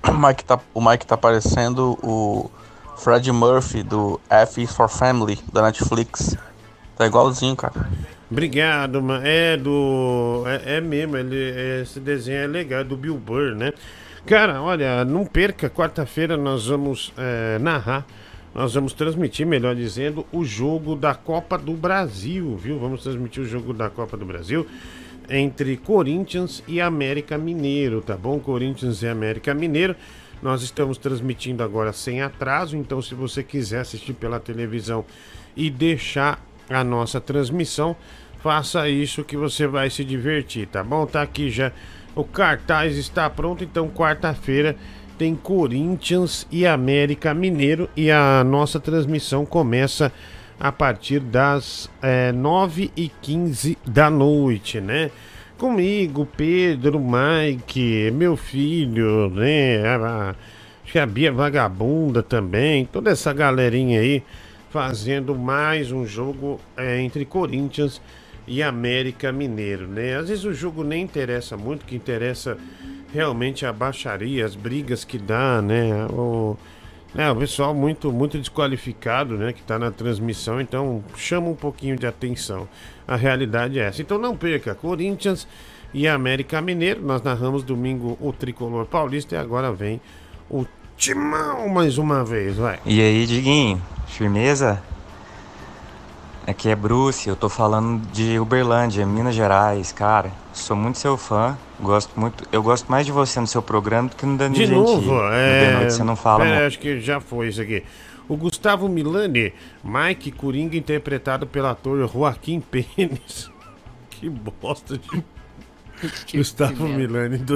o Mike tá, o Mike tá parecendo o Fred Murphy do F is for Family da Netflix. Tá igualzinho, cara. Obrigado, mano. É do. É, é mesmo, ele, esse desenho é legal, é do Bill Burr, né? Cara, olha, não perca, quarta-feira nós vamos é, narrar, nós vamos transmitir, melhor dizendo, o jogo da Copa do Brasil, viu? Vamos transmitir o jogo da Copa do Brasil entre Corinthians e América Mineiro, tá bom? Corinthians e América Mineiro. Nós estamos transmitindo agora sem atraso, então se você quiser assistir pela televisão e deixar a nossa transmissão, faça isso que você vai se divertir, tá bom? Tá aqui já, o cartaz está pronto, então quarta-feira tem Corinthians e América Mineiro e a nossa transmissão começa a partir das é, nove e quinze da noite, né? Comigo, Pedro, Mike, meu filho, né? A, a Bia Vagabunda também, toda essa galerinha aí fazendo mais um jogo é, entre Corinthians e América Mineiro, né? Às vezes o jogo nem interessa muito, o que interessa realmente é a baixaria, as brigas que dá, né? O, né, o pessoal muito, muito desqualificado, né? Que tá na transmissão, então chama um pouquinho de atenção. A realidade é essa. Então não perca, Corinthians e América Mineiro. Nós narramos domingo o Tricolor Paulista e agora vem o Timão mais uma vez, vai. E aí, Diguinho, firmeza? Aqui é Bruce, eu tô falando de Uberlândia, Minas Gerais, cara. Sou muito seu fã, gosto muito. Eu gosto mais de você no seu programa do que no Danilo De Gentili. novo, é... No De Noite você não fala Pera, muito. acho que já foi isso aqui. O Gustavo Milani, Mike Coringa, interpretado pelo ator Joaquim Pênis. Que bosta de... Gustavo Milani, dois...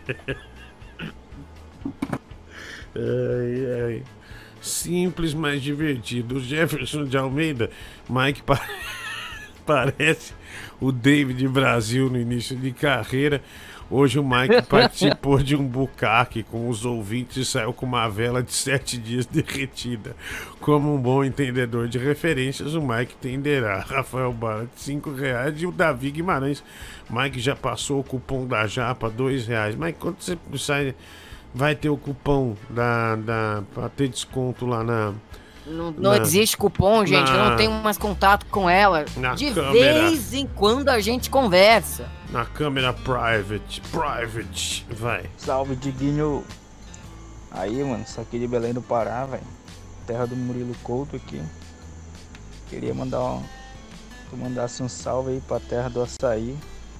ai, ai. Simples, mas divertido. O Jefferson de Almeida, Mike pa... parece o David Brasil no início de carreira. Hoje o Mike participou de um bucaque com os ouvintes e saiu com uma vela de sete dias derretida. Como um bom entendedor de referências, o Mike entenderá. Rafael Barra, cinco reais. E o Davi Guimarães, Mike já passou o cupom da Japa, dois reais. Mike, quando você sai... vai ter o cupom da, da, pra ter desconto lá na... Não, não na, existe cupom, gente. na, Eu não tenho mais contato com ela. na De câmera. vez em quando a gente conversa. Na câmera private. Private. Vai. Salve, Diguinho. Aí, mano, isso aqui de Belém do Pará, velho. Terra do Murilo Couto aqui. Queria mandar um... que eu mandasse um salve aí pra terra do açaí.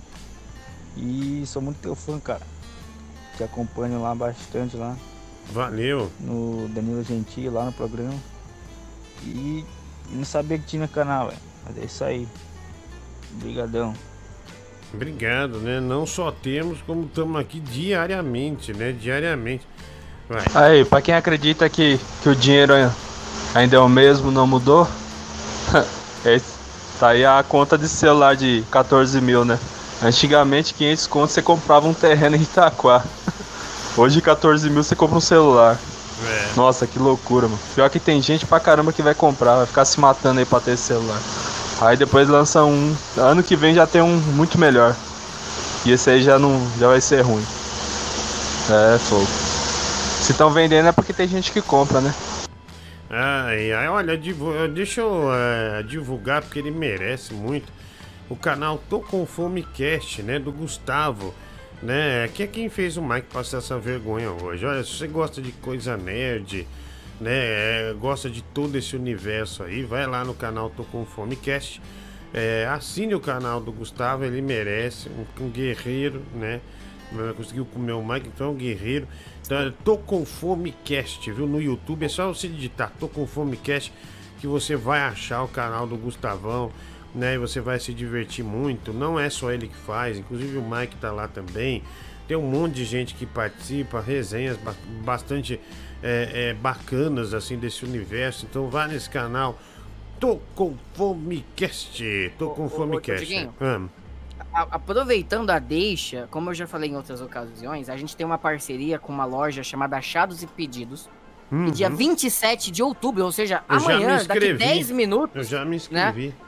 E sou muito teu fã, cara. Te acompanho lá bastante lá. Valeu. No Danilo Gentili, lá no programa. E não sabia que tinha no canal, velho. Mas é isso aí. Obrigadão. Obrigado, né? Não só temos, como estamos aqui diariamente, né? Diariamente. Vai. Aí, pra quem acredita que, que o dinheiro ainda é o mesmo, não mudou, é, tá aí a conta de celular de quatorze mil, né? Antigamente, quinhentos contos você comprava um terreno em Itaquá. Hoje, quatorze mil você compra um celular. É. Nossa, que loucura, mano. Pior que tem gente pra caramba que vai comprar, vai ficar se matando aí pra ter esse celular. Aí depois lança um, ano que vem já tem um muito melhor. E esse aí já não, já vai ser ruim. É, fogo. Se estão vendendo é porque tem gente que compra, né? Ai, ai, olha, divu- deixa eu é, divulgar porque ele merece muito. O canal Tô Com Fome Cast, né, do Gustavo, né, que é quem fez o Mike passar essa vergonha hoje. Olha, se você gosta de coisa nerd, né, é, gosta de todo esse universo aí, vai lá no canal Tô Com Fome Cast, é, assine o canal do Gustavo, ele merece, um, um guerreiro, né, conseguiu comer o Mike, então é um guerreiro. Então, Tô Com Fome Cast, viu, no YouTube, é só você digitar Tô Com Fome Cast que você vai achar o canal do Gustavão, né, e você vai se divertir muito. Não é só ele que faz, inclusive o Mike tá lá também. Tem um monte de gente que participa, resenhas ba- bastante é, é, bacanas assim desse universo. Então vá nesse canal Tô Com Fome Cast. Tô Com Fome Cast. Ah. A- Aproveitando a deixa, como eu já falei em outras ocasiões, a gente tem uma parceria com uma loja chamada Achados e Pedidos. Uhum. E dia vinte e sete de outubro, ou seja, Eu já me amanhã, daqui inscrevi. dez minutos. Eu já me inscrevi. Né?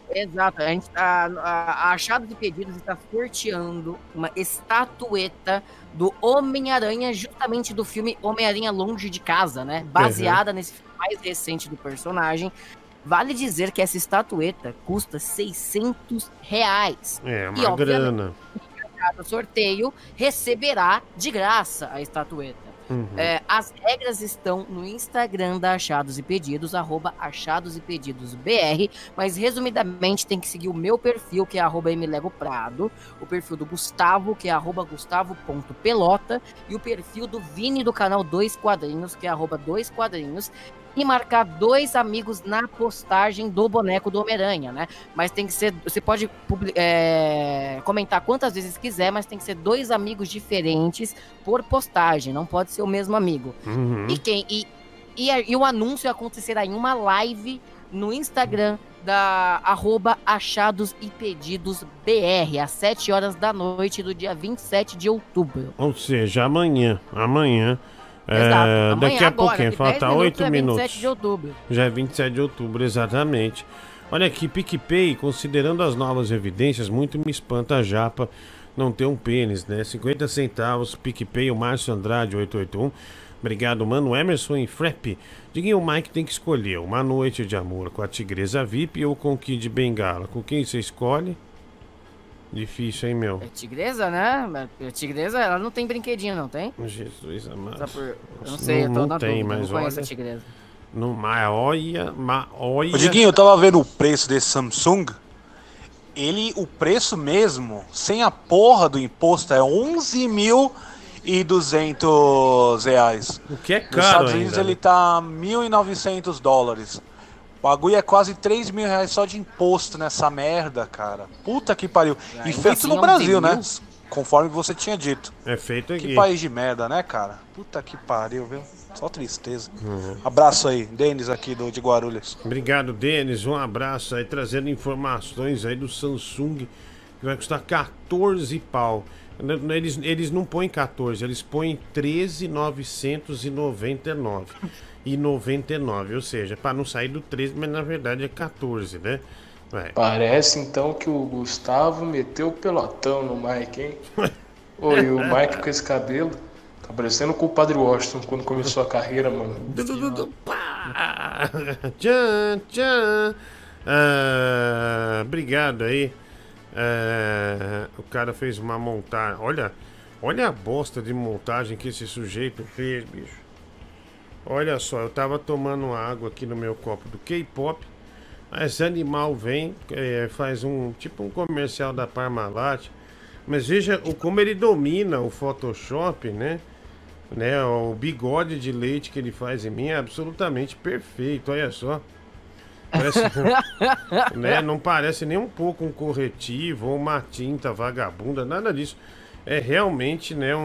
Exato, a, gente, a, a, a Achados e Pedidos está sorteando uma estatueta do Homem-Aranha, justamente do filme Homem-Aranha Longe de Casa, né? Baseada uhum. nesse filme mais recente do personagem. Vale dizer que essa estatueta custa seiscentos reais. É, uma e, grana. Cada sorteio receberá de graça a estatueta. Uhum. É, as regras estão no Instagram da Achados e Pedidos, arroba Achados e Pedidos B R, mas resumidamente tem que seguir o meu perfil, que é arroba mlegoprado, o perfil do Gustavo, que é arroba gustavo.pelota, e o perfil do Vini do canal Dois Quadrinhos, que é arroba Dois Quadrinhos, e marcar dois amigos na postagem do boneco do Homem-Aranha, né? Mas tem que ser, você pode é, comentar quantas vezes quiser, mas tem que ser dois amigos diferentes por postagem, não pode ser o mesmo amigo. Uhum. E, quem, e, e, e o anúncio acontecerá em uma live no Instagram da arroba Achados e Pedidos B R, às sete horas da noite do dia vinte e sete de outubro. Ou seja, amanhã, amanhã... Exato. É, Amanhã, daqui a agora, pouquinho, falta oito minutos. É vinte e sete de outubro. Já é vinte e sete de outubro, exatamente. Olha aqui, PicPay, considerando as novas evidências, muito me espanta a japa não ter um pênis, né? cinquenta centavos, PicPay, o Márcio Andrade, oito oito um. Obrigado, mano. Emerson e Frep. Diguinho, o Mike tem que escolher uma noite de amor com a Tigresa V I P ou com o Kid Bengala. Com quem você escolhe? Difícil, hein, meu? É tigresa, né? A tigresa, ela não tem brinquedinho, não tem? Jesus amado. Por... Eu não sei, não, eu tô não na tem, dúvida, mas não conheço olha, a tigresa. No, mas olha, mas olha... Ô, Diguinho, eu tava vendo o preço desse Samsung. Ele, o preço mesmo, sem a porra do imposto, é onze mil e duzentos reais. O que é caro Nos Estados Unidos ainda, ele né? tá mil e novecentos dólares. O bagulho é quase três mil reais só de imposto nessa merda, cara. Puta que pariu. E feito assim, no Brasil, né? Conforme você tinha dito. É feito aqui. Que país de merda, né, cara? Puta que pariu, viu? Só tristeza. Uhum. Abraço aí, Denis aqui do, de Guarulhos. Obrigado, Denis. Um abraço aí, trazendo informações aí do Samsung, que vai custar quatorze pau. Eles, eles não põem quatorze, eles põem treze mil novecentos e noventa e nove. E noventa e nove, ou seja, para não sair do treze, mas na verdade é quatorze, né? Vai. Parece então que o Gustavo meteu o pelotão no Mike, hein? Oi, o Mike com esse cabelo tá parecendo com o Padre Washington quando começou a carreira, mano. Tchan, tchan. Ah, obrigado aí. Ah, o cara fez uma montagem. Olha, olha a bosta de montagem que esse sujeito fez, bicho. Olha só, eu tava tomando água aqui no meu copo do K-pop. Esse animal vem, é, faz um tipo um comercial da Parmalat. Mas veja o, como ele domina o Photoshop, né? né? O bigode de leite que ele faz em mim é absolutamente perfeito. Olha só. Parece, né? Não parece nem um pouco um corretivo ou uma tinta vagabunda, nada disso. É realmente, né, um,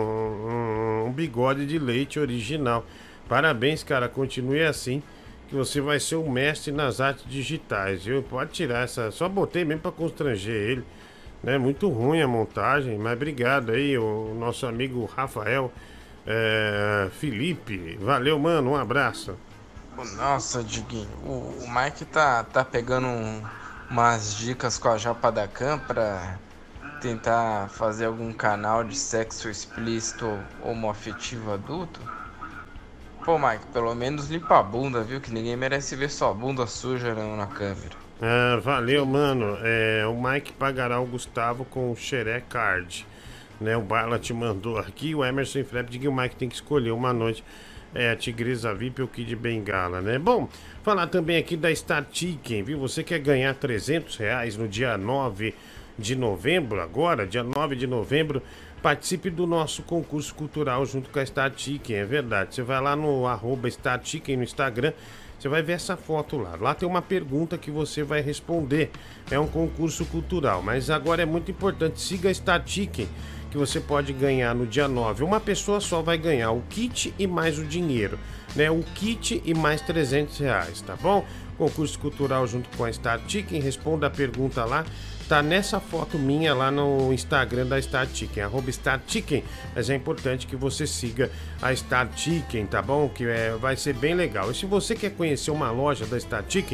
um, um bigode de leite original. Parabéns, cara, continue assim, que você vai ser o mestre nas artes digitais, viu? Pode tirar essa, só botei mesmo pra constranger ele, né? Muito ruim a montagem, mas obrigado aí, o nosso amigo Rafael é, Felipe, valeu, mano, um abraço. Nossa, Diguinho, o, o Mike tá, tá pegando um, umas dicas com a Japa da Cam pra tentar fazer algum canal de sexo explícito homoafetivo adulto. Pô, Mike, pelo menos limpa a bunda, viu? Que ninguém merece ver sua bunda suja não, na câmera. Ah, valeu, mano. É, o Mike pagará o Gustavo com o Xeré Card. Né, o Bala te mandou aqui. O Emerson e Flap diz que o Mike tem que escolher uma noite. É a Tigresa V I P ou o Kid Bengala, né? Bom, falar também aqui da Star Chicken, viu? Você quer ganhar trezentos reais no dia nove de novembro, agora, dia nove de novembro. Participe do nosso concurso cultural junto com a Star Chicken, é verdade. Você vai lá no arroba Star Chicken no Instagram, você vai ver essa foto lá. Lá tem uma pergunta que você vai responder. É um concurso cultural, mas agora é muito importante. Siga a Star Chicken, que você pode ganhar no dia nove. Uma pessoa só vai ganhar o kit e mais o dinheiro, né? O kit e mais trezentos reais, tá bom? Concurso cultural junto com a Star Chicken. Responda a pergunta lá. Tá nessa foto minha lá no Instagram da Star Chicken, arroba Star Chicken. Mas é importante que você siga a Star Chicken, tá bom? Que é, vai ser bem legal. E se você quer conhecer uma loja da Star Chicken,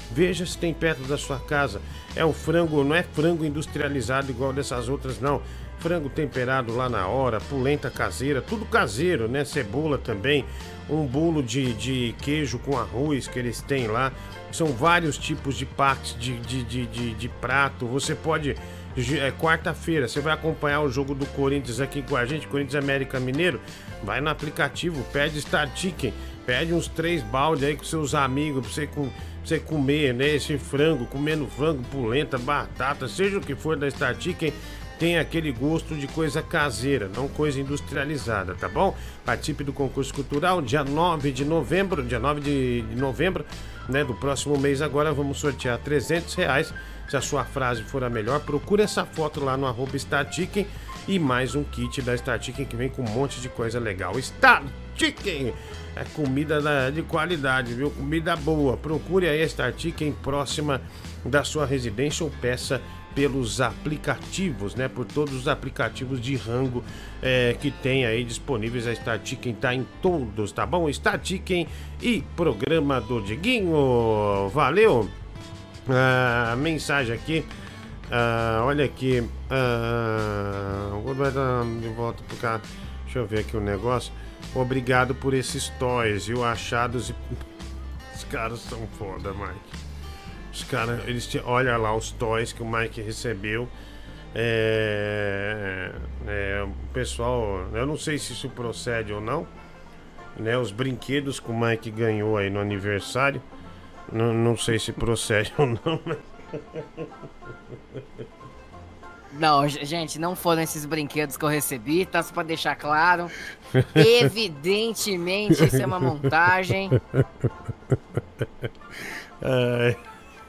Veja se tem perto da sua casa. É um frango, não é frango industrializado igual dessas outras, não. Frango temperado lá na hora, polenta caseira, tudo caseiro, né? Cebola também, um bolo de, de queijo com arroz que eles têm lá. São vários tipos de packs de, de, de, de, de prato. Você pode... É quarta-feira, você vai acompanhar o jogo do Corinthians aqui com a gente, Corinthians América Mineiro. Vai no aplicativo, pede Star Chicken, pede uns três baldes aí com seus amigos pra você, com, pra você comer, né? Esse frango, comendo frango, polenta, batata, seja o que for da Star Chicken, tem aquele gosto de coisa caseira, não coisa industrializada, tá bom? Participe do concurso cultural, dia nove de novembro, dia nove de novembro, né? Do próximo mês agora, vamos sortear trezentos reais. Se a sua frase for a melhor, procure essa foto lá no arroba Star Chicken e mais um kit da Star Chicken que vem com um monte de coisa legal. Star Chicken é comida da, de qualidade, viu? Comida boa. Procure aí a Star Chicken próxima da sua residência ou peça pelos aplicativos, né? Por todos os aplicativos de rango é, que tem aí disponíveis. A Star Chicken tá em todos, tá bom? Star Chicken e programa do Diguinho. Valeu! Ah, mensagem aqui. Ah, olha aqui. Ah, vou dar de volta pro cá. Deixa eu ver aqui o negócio. Obrigado por esses toys, viu? Achados e. Os caras são foda, Mike. Os caras, eles te... olha lá os toys que o Mike recebeu. É... é, o pessoal, eu não sei se isso procede ou não, né? Os brinquedos que o Mike ganhou aí no aniversário. Não, não sei se procede ou não, mas... Não, gente, não foram esses brinquedos que eu recebi, tá? Só pra deixar claro. Evidentemente, isso é uma montagem. Ai.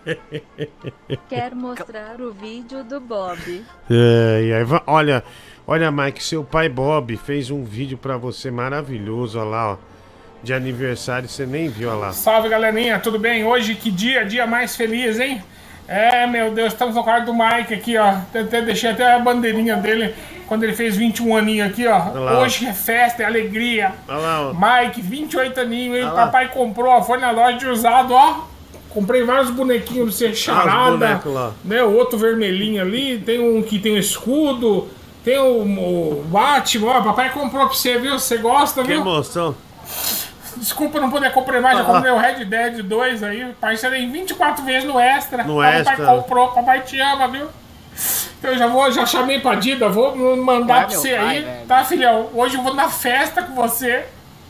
Quer mostrar o vídeo do Bob. É, e aí, olha, olha, Mike, seu pai Bob fez um vídeo pra você maravilhoso, olha lá, ó. De aniversário, você nem viu, olha lá. Salve, galerinha, tudo bem? Hoje, que dia, dia mais feliz, hein? É, meu Deus, estamos no quarto do Mike aqui, ó. Até, deixei até a bandeirinha dele quando ele fez vinte e um aninhos aqui, ó. Lá, hoje é festa, é alegria. Olha lá, ó. Mike, vinte e oito aninhos, hein? Papai comprou, ó, foi na loja de usado, ó. Comprei vários bonequinhos do ser charada, ah, né? O outro vermelhinho ali, tem um que tem um escudo, tem o, o Batman, ó. Papai comprou pra você, viu? Você gosta, que viu? Que emoção. Desculpa não poder comprar mais, ah, já comprei o Red Dead dois aí, parcelei vinte e quatro vezes no Extra. No Extra. Papai comprou, papai te ama, viu? Então eu já vou, já chamei pra Dida, vou mandar pra você pai, aí, velho. Tá, filhão? Hoje eu vou na festa com você.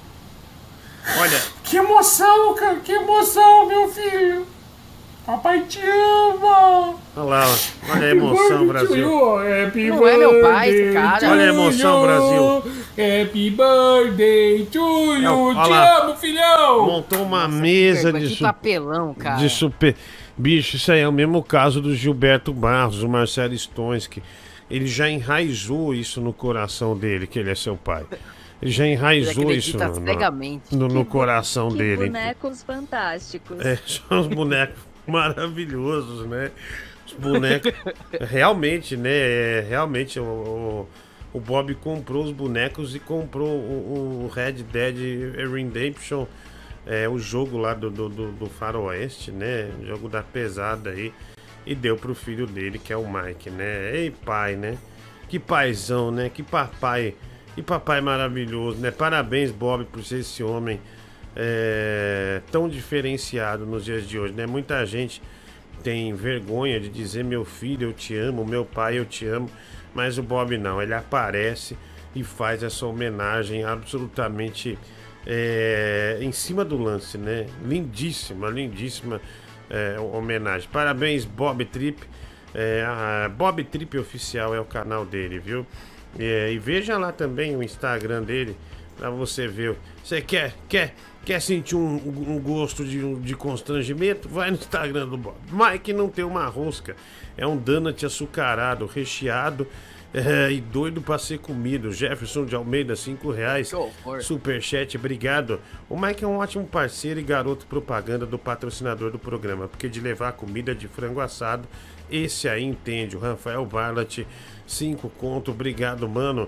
Olha. Que emoção, cara, que emoção, meu filho. Papai te ama. Olha lá, ó. Olha a emoção, Brasil. Happy não é meu pai, esse cara. Olha a emoção, Brasil. Happy birthday to you. Te amo, filhão. Montou uma Nossa, mesa de, su papelão, cara. de super... Bicho, isso aí é o mesmo caso do Gilberto Barros, o Marcelo Stones, que ele já enraizou isso no coração dele, que ele é seu pai. Ele já enraizou ele isso no, cegamente. no, no coração que dele. Bonecos fantásticos. É, são os bonecos maravilhosos, né? Os bonecos. Realmente, né? É, realmente, o, o, o Bob comprou os bonecos e comprou o, o Red Dead Redemption, é, o jogo lá do, do, do Faroeste, né? O jogo da pesada aí. E deu pro filho dele, que é o Mike, né? Ei, pai, né? Que paizão, né? Que papai. Que papai maravilhoso, né? Parabéns, Bob, por ser esse homem é, tão diferenciado nos dias de hoje, né? Muita gente tem vergonha de dizer meu filho, eu te amo, meu pai, eu te amo, mas o Bob não, ele aparece e faz essa homenagem absolutamente é, em cima do lance, né? Lindíssima, lindíssima é, homenagem. Parabéns, Bob Trip. É, a Bob Trip Oficial é o canal dele, viu? É, e veja lá também o Instagram dele pra você ver. Você quer, quer, quer sentir um, um gosto de, de constrangimento? Vai no Instagram do Bob. Mike não tem uma rosca, é um donut açucarado, recheado é, e doido pra ser comido. Jefferson de Almeida, cinco reais. Superchat, obrigado. O Mike é um ótimo parceiro e garoto propaganda do patrocinador do programa, porque de levar comida de frango assado, esse aí entende. O Rafael Barlat, cinco conto, obrigado, mano.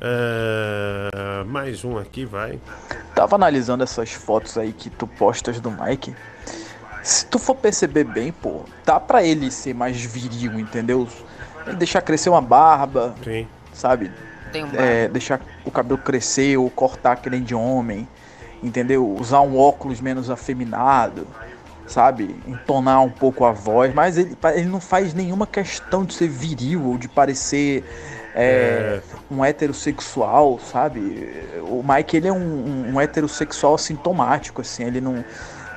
Uh, mais um aqui, vai. Tava analisando essas fotos aí que tu postas do Mike. Se tu for perceber bem, pô, dá pra ele ser mais viril, entendeu? Ele deixar crescer uma barba, Sim. sabe? Tem um É, deixar o cabelo crescer ou cortar que nem de homem, entendeu? Usar um óculos menos afeminado, sabe? Entonar um pouco a voz, mas ele, ele não faz nenhuma questão de ser viril ou de parecer é, um heterossexual, sabe? O Mike, ele é um, um, um heterossexual assintomático, assim, ele não...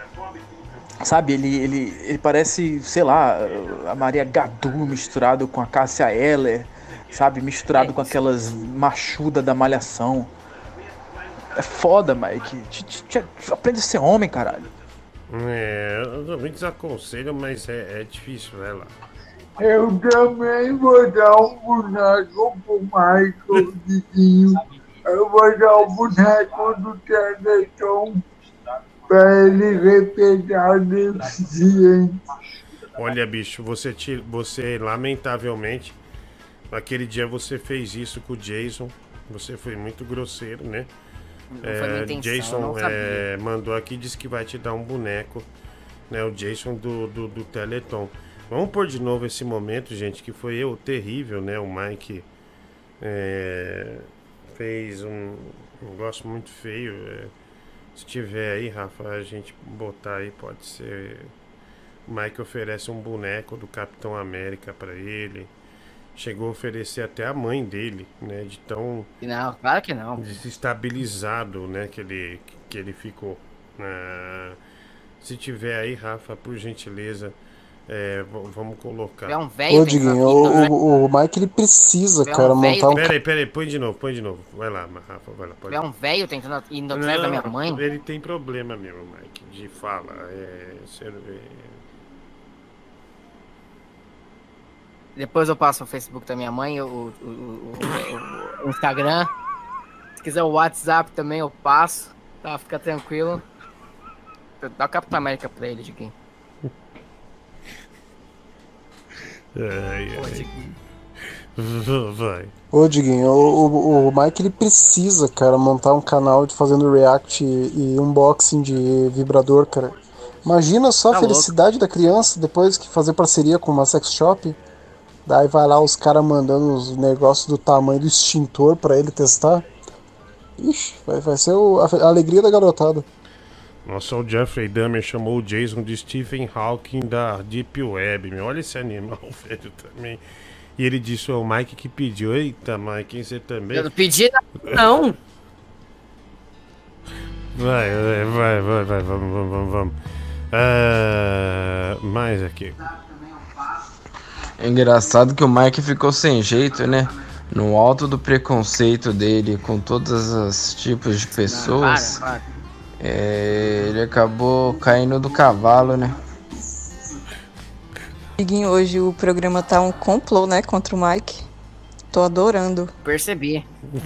Sabe, ele, ele, ele parece, sei lá, a Maria Gadu misturado com a Cássia Eller, sabe? Misturado com aquelas machudas da Malhação. É foda, Mike. Te, te, te, aprende a ser homem, caralho. É, os ouvintes aconselham, mas é, é difícil, né, lá. Eu também vou dar um boneco pro Michael, Diguinho. Eu vou dar o boneco do Teleton pra ele repetir deficiente. Olha, bicho, você, te, você lamentavelmente, naquele dia você fez isso com o Jason. Você foi muito grosseiro, né? Não foi minha intenção, Jason eu não sabia. é, mandou aqui e disse que vai te dar um boneco, né? O Jason do, do, do Teleton. Vamos pôr de novo esse momento, gente, que foi eu, terrível, né? O Mike é, fez um negócio muito feio. É, se tiver aí, Rafa, a gente botar aí, pode ser. O Mike oferece um boneco do Capitão América pra ele. Chegou a oferecer até a mãe dele, né? De tão... Não, claro que não. desestabilizado, né? Que ele, que ele ficou. Ah, se tiver aí, Rafa, por gentileza, é, v- vamos colocar. É um velho Ô, Diguinho, o, o, o Mike, ele precisa, É um cara, velho, montar um... Peraí, peraí, põe de novo, põe de novo. Vai lá, Rafa, vai lá. Pode. É um velho tentando ir atrás da minha mãe. Ele tem problema mesmo, Mike, de fala. É, ser, é... Depois eu passo o Facebook da minha mãe, o, o, o, o- o Instagram. Se quiser o WhatsApp também eu passo. Tá, fica tranquilo. Dá o Capitão América pra ele, Diguinho. Ai, ai. Vai. Ô, Diguinho, o, o, o Mike, ele precisa, cara, montar um canal de fazendo react e, e unboxing de vibrador, cara. Imagina só Tá a felicidade da criança depois que fazer parceria com uma sex shop. Daí vai lá os caras mandando os negócios do tamanho do extintor pra ele testar. Ixi, vai, vai ser o- a, a alegria da garotada. Nossa, o Jeffrey Dahmer chamou o Jason de Stephen Hawking da Deep Web, meu. Olha esse animal, velho, também. E ele disse, o Mike que pediu. Eita, Mike, você também? Eu não pedi nada, não. Vai, vai, vai, vai, vai, vamos, vamos, vamos, vamos. Ah, mais aqui. É engraçado que o Mike ficou sem jeito, né? No alto do preconceito dele com todos os tipos de pessoas, Para, para. é, ele acabou caindo do cavalo, né? Diguinho, hoje o programa tá um complô, né, contra o Mike. Tô adorando. Percebi.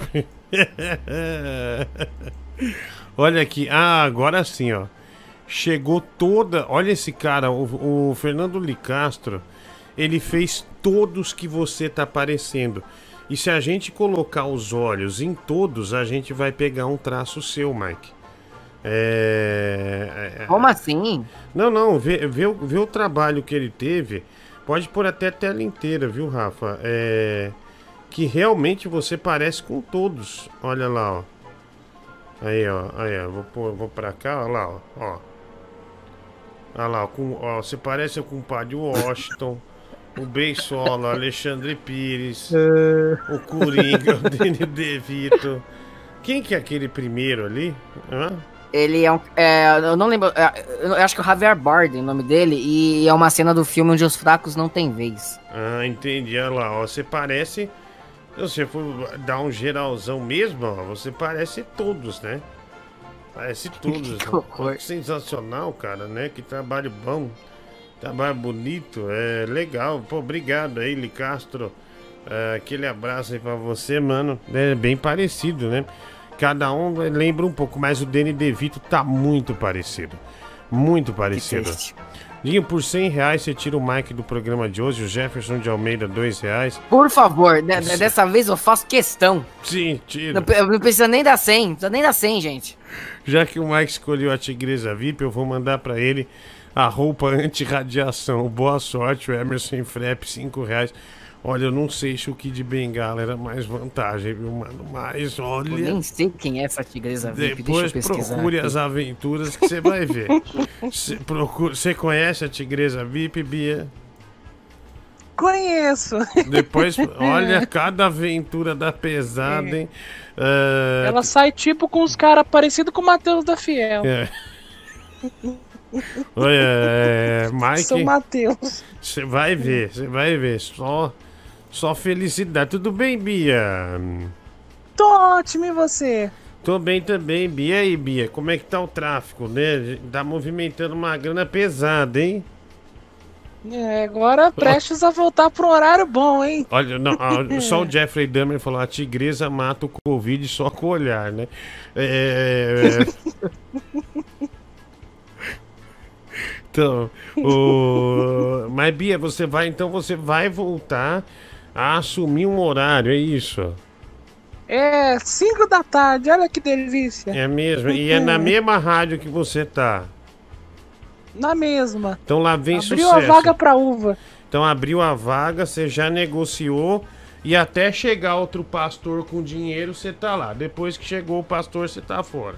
Olha aqui, ah, agora sim, ó. Chegou toda. Olha esse cara, o, o Fernando Licastro. Ele fez todos que você tá aparecendo. E se a gente colocar os olhos em todos, a gente vai pegar um traço seu, Mike. É... é- Como assim? Não, não, vê, vê, o- vê o trabalho que ele teve. Pode pôr até a tela inteira, viu, Rafa? É... Que realmente você parece com todos. Olha lá, ó. Aí, ó. Aí, ó. Vou, pôr, vou pra cá, olha lá, ó. ó. Olha lá, ó, com, ó. Você parece com o compadre Washington, o Beisola, o Alexandre Pires, o Coringa, o Danny DeVito. Quem que é aquele primeiro ali? Hã? Ele é um. É, eu não lembro. é, eu acho que é o Javier Bardem o nome dele. E é uma cena do filme onde os fracos não têm vez. Ah, entendi. Olha lá, ó. Você parece. Se você for dar um geralzão mesmo, ó, você parece todos, né? Parece todos. Que né? horror. Que sensacional, cara, né? Que trabalho bom. Trabalho bonito. É legal. Pô, obrigado aí, Licastro. É, aquele abraço aí pra você, mano. É bem parecido, né? Cada um lembra um pouco, mas o Danny DeVito tá muito parecido. Muito parecido. triste. Dinho, por cem reais você tira o Mike do programa de hoje, o Jefferson de Almeida, dois reais. Por favor, de- de- dessa vez eu faço questão. Sim, tira. Não, não precisa nem dar cem. Não precisa nem dar cem, gente. Já que o Mike escolheu a Tigresa V I P, eu vou mandar pra ele a roupa anti-radiação. Boa sorte, o Emerson Frep, cinco reais. Olha, eu não sei se o Kid Bengala era mais vantagem, viu, mano? Mas olha. Eu nem sei quem é essa tigresa V I P. Depois Deixa eu pesquisar procure aqui. as aventuras que você vai ver. Você procura... Você conhece a tigresa V I P, Bia? Conheço. Depois, olha cada aventura da pesada, hein? Uh... Ela sai tipo com os caras parecidos com o Matheus da Fiel. É. Olha, é, Mike. Sou Matheus. Você vai ver, você vai ver. Só, só felicidade. Tudo bem, Bia? Tô ótimo, e você? Tô bem também, Bia. E aí, Bia, como é que tá o tráfico, né? Tá movimentando uma grana pesada, hein? É, agora prestes a voltar pro horário bom, hein? Olha, não, só o Jeffrey Dahmer falou: a tigresa mata o Covid só com o olhar, né? É. Então, o... mas Bia, você vai, então você vai voltar a assumir um horário, é isso? É, cinco da tarde, olha que delícia. É mesmo, e é na mesma rádio que você tá? Na mesma. Então lá vem Abriu sucesso. a vaga pra uva. Então abriu a vaga, você já negociou e até chegar outro pastor com dinheiro, você tá lá. Depois que chegou o pastor, você tá fora.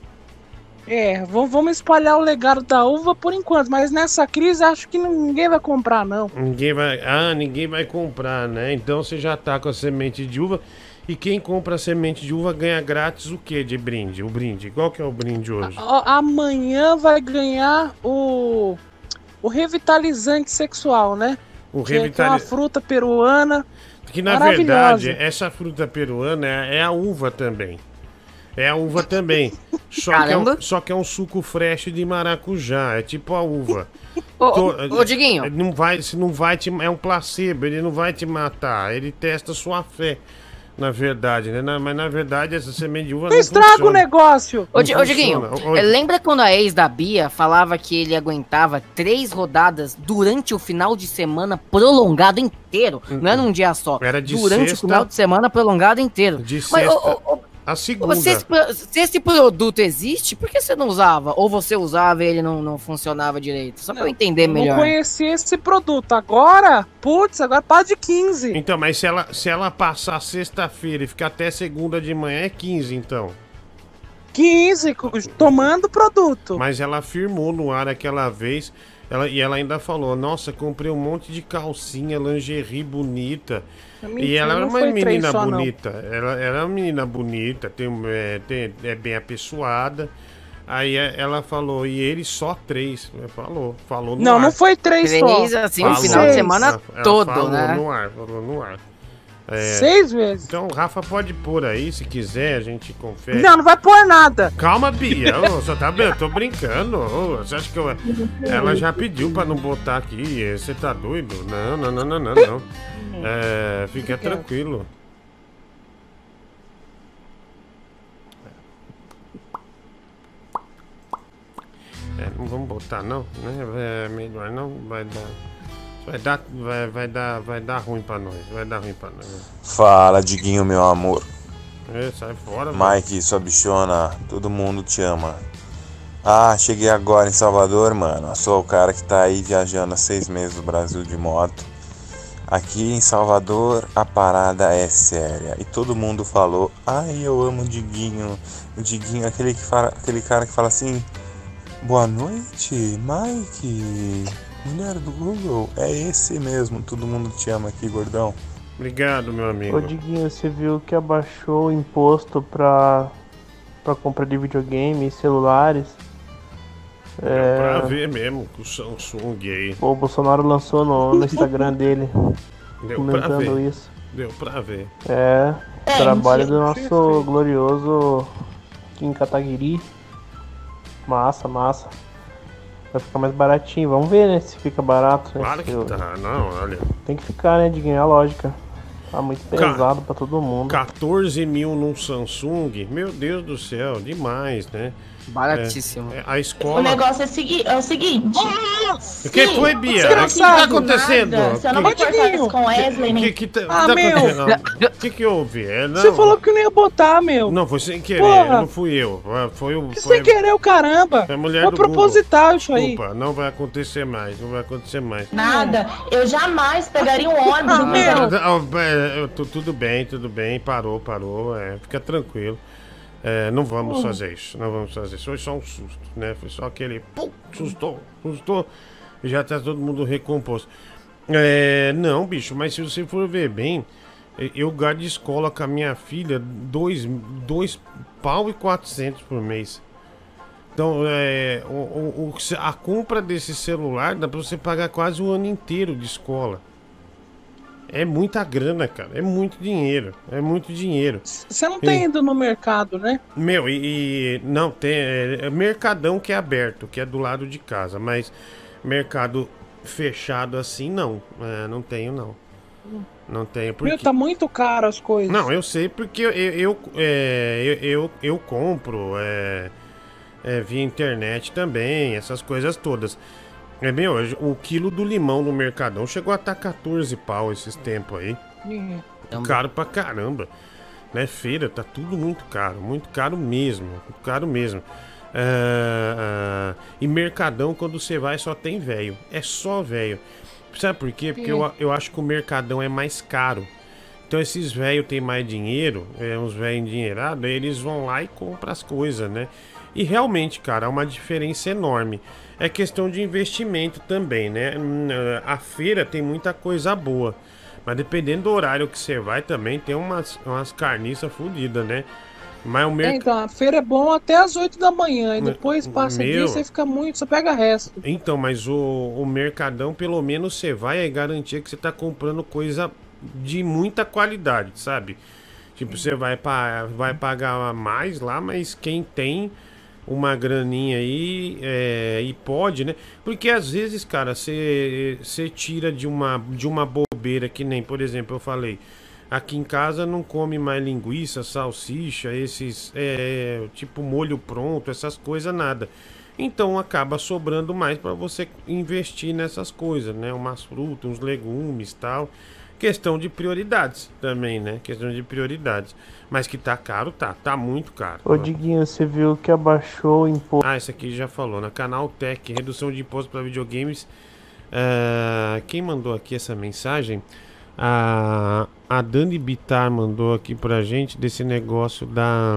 É, vamos espalhar o legado da uva por enquanto, mas nessa crise acho que ninguém vai comprar, não. Ninguém vai. Ah, ninguém vai comprar, né? Então você já tá com a semente de uva. E quem compra a semente de uva ganha grátis o que de brinde? O brinde. Qual que é o brinde hoje? A, amanhã vai ganhar o, o revitalizante sexual, né? O que, revitali... que é uma fruta peruana. Que na verdade, essa fruta peruana é, é a uva também. É a uva também. Só que é, um, só que é um suco fresh de maracujá. É tipo a uva. Ô, Tô, ô Diguinho. Não vai, não vai te, é um placebo, ele não vai te matar. Ele testa sua fé. Na verdade, né? Na, mas na verdade essa semente de uva não estraga funciona. o negócio. Ô, Di, ô Diguinho, ô, lembra quando a ex da Bia falava que ele aguentava três rodadas durante o final de semana prolongado inteiro? Não era um dia só. Era de durante sexta, o final de semana prolongado inteiro. De mas, sexta ô, ô, a segunda. Se esse, se esse produto existe, por que você não usava? Ou você usava e ele não, não funcionava direito? Só pra eu entender melhor. Eu não conhecia esse produto. Agora, putz, agora para de quinze. Então, mas se ela, se ela passar sexta-feira e ficar até segunda de manhã, é quinze, então. quinze, tomando produto. Mas ela afirmou no ar aquela vez, ela, e ela ainda falou: nossa, comprei um monte de calcinha, lingerie bonita. Mentira, e ela era uma menina só, bonita. Ela era uma menina bonita, tem, é, tem, é bem apessoada. Aí ela falou, e ele só três. Falou, falou no não, ar. Não, não foi três, três só. Três, assim, o final de semana ela, todo, ela falou né? no ar, falou no ar. É, Seis vezes. Então o Rafa pode pôr aí, se quiser, a gente confere. Não, não vai pôr nada. Calma, Bia, ô, só tá, eu tô brincando. Ô, você acha que eu... Ela já pediu pra não botar aqui, você tá doido? Não, não, não, não, não, não. É, fica tranquilo. É, não vamos botar não, né? É melhor não, vai dar... Vai dar, vai, vai, dar, vai dar ruim pra nós, vai dar ruim pra nós. Fala, Diguinho, meu amor. É, sai fora, Mike, véio. Sua bichona, todo mundo te ama. Ah, cheguei agora em Salvador, mano. Sou o cara que tá aí viajando há seis meses do Brasil de moto. Aqui em Salvador a parada é séria. E todo mundo falou, ai, eu amo o Diguinho. O Diguinho, aquele, que fala, aquele cara que fala assim, boa noite, Mike. Mulher do Google, é esse mesmo, todo mundo te ama aqui, gordão. Obrigado, meu amigo. Ô Diguinho, você viu que abaixou o imposto pra, pra compra de videogame e celulares? Deu é... pra ver mesmo, com o Samsung aí. O Bolsonaro lançou no, no Instagram dele, Deu comentando pra ver. isso. Deu pra ver. É, é trabalho do nosso glorioso Kim Kataguiri. Massa, massa. Vai ficar mais baratinho, vamos ver, né, se fica barato. Claro né, que eu... tá, não, olha. Tem que ficar, né, de ganhar lógica. Tá muito pesado Ca... pra todo mundo. quatorze mil num Samsung, meu Deus do céu, demais, né? Baratíssimo. É, é, a escola... O negócio é, segui é o seguinte... O que foi, Bia? O que tá acontecendo? Nada. Se eu não me importar isso com Wesley... Que, que tá, ah, tá meu... O que que houve? É, não... Você falou que não ia botar, meu. Não, foi sem querer, Porra. não fui eu. Foi o... Que foi... sem querer o caramba. Foi a mulher foi do proposital Google. isso aí. Desculpa, não vai acontecer mais, não vai acontecer mais. Nada. Eu jamais pegaria um ônibus. Ah, meu. Ah, tudo bem, tudo bem. Parou, parou. É, fica tranquilo. É, não vamos uhum. fazer isso, não vamos fazer isso. Foi só um susto, né? Foi só aquele pum, sustou, sustou e já tá todo mundo recomposto. É, não, bicho, mas se você for ver bem, eu gasto de escola com a minha filha dois, dois pau e quatrocentos por mês. Então, é, o, o, a compra desse celular dá pra você pagar quase o ano inteiro de escola. É muita grana, cara. É muito dinheiro. É muito dinheiro. Você não tem e... ido no mercado, né? Meu, e... e não, tem... É, é Mercadão que é aberto, que é do lado de casa. Mas mercado fechado assim, não. É, não tenho, não. Não tenho. Porque... Meu, tá muito caro as coisas. Não, eu sei porque eu, eu, eu, é, eu, eu, eu compro é, é, via internet também, essas coisas todas. É, meu, o quilo do limão no Mercadão chegou a estar quatorze pau esses tempos aí. Uhum. Caro pra caramba. Né, feira, tá tudo muito caro. Muito caro mesmo. Muito caro mesmo. Uh, uh, e Mercadão, quando você vai, só tem velho. É só velho. Sabe por quê? Porque eu, eu acho que o Mercadão é mais caro. Então esses velhos têm mais dinheiro, é, uns velhos endinheirados, eles vão lá e compram as coisas, né? E realmente, cara, há uma diferença enorme. É questão de investimento também, né? A feira tem muita coisa boa. Mas dependendo do horário que você vai também, tem umas, umas carniças fodidas, né? Mas o merc... é, então, a feira é bom até as oito da manhã. E depois passa Meu... dia, você fica muito, você pega resto. Então, mas o, o Mercadão, pelo menos você vai é garantir que você tá comprando coisa de muita qualidade, sabe? Tipo, você vai, pa... vai pagar mais lá, mas quem tem... uma graninha aí é, e pode, né? Porque às vezes, cara, você tira de uma, de uma bobeira que nem, por exemplo, eu falei, aqui em casa não come mais linguiça, salsicha, esses, é, tipo molho pronto, essas coisas, nada. Então acaba sobrando mais para você investir nessas coisas, né? Umas frutas, uns legumes, tal. Questão de prioridades também, né? Questão de prioridades. Mas que tá caro, tá. Tá muito caro. Ô, Diguinho, você viu que abaixou o imposto... Ah, esse aqui já falou. Na Canaltech, redução de imposto para videogames. Uh, quem mandou aqui essa mensagem? Uh, a Dani Bittar mandou aqui pra gente desse negócio da...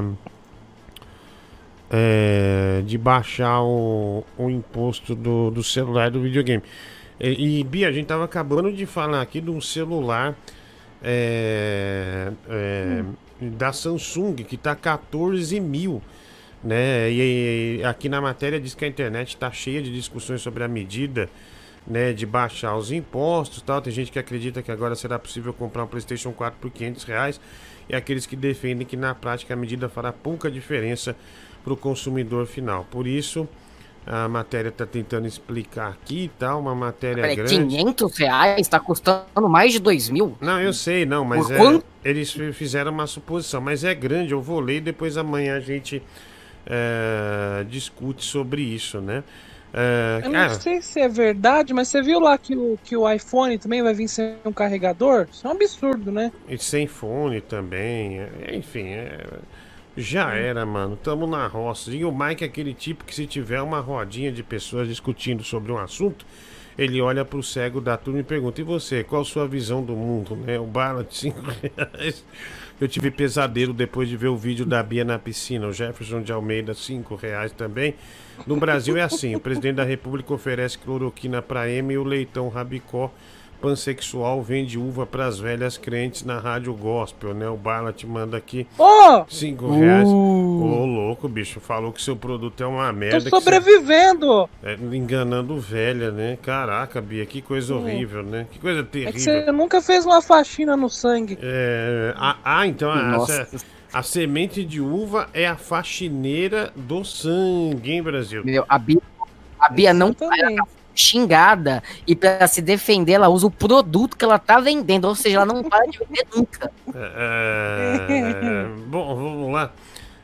É, de baixar o, o imposto do, do celular do videogame. E, e, Bia, a gente tava acabando de falar aqui de um celular é, é, hum. da Samsung que tá quatorze mil, né? E, e aqui na matéria diz que a internet tá cheia de discussões sobre a medida, né, de baixar os impostos, tal. Tem gente que acredita que agora será possível comprar um PlayStation quatro por quinhentos reais e aqueles que defendem que na prática a medida fará pouca diferença para o consumidor final. Por isso a matéria está tentando explicar aqui e tal, uma matéria Peraí, grande. quinhentos reais? Está custando mais de dois mil? Não, eu sei, não, mas é, eles fizeram uma suposição, mas é grande, eu vou ler e depois amanhã a gente é, discute sobre isso, né? É, eu cara, não sei se é verdade, mas você viu lá que o, que o iPhone também vai vir sem um carregador? Isso é um absurdo, né? E sem fone também, é, enfim, é... Já era, mano. Tamo na roça. E o Mike é aquele tipo que se tiver uma rodinha de pessoas discutindo sobre um assunto, ele olha pro cego da turma e pergunta: e você, qual a sua visão do mundo, né? O bala de cinco reais. Eu tive pesadelo depois de ver o vídeo da Bia na piscina. O Jefferson de Almeida, cinco reais também. No Brasil é assim: o presidente da República oferece cloroquina pra M e o leitão Rabicó pansexual vende uva pras velhas crentes na rádio gospel, né? O Bala te manda aqui oh! cinco reais. Ô, uh! oh, louco, bicho. Falou que seu produto é uma merda. Tô sobrevivendo! Você... É, enganando velha, né? Caraca, Bia, que coisa hum. horrível, né? Que coisa terrível. É que você nunca fez uma faxina no sangue. É... Ah, ah então a, a semente de uva é a faxineira do sangue, hein, Brasil? Meu, a Bia, a Bia não tá xingada e para se defender ela usa o produto que ela tá vendendo, ou seja, ela não para de vender nunca. É, bom, vamos lá.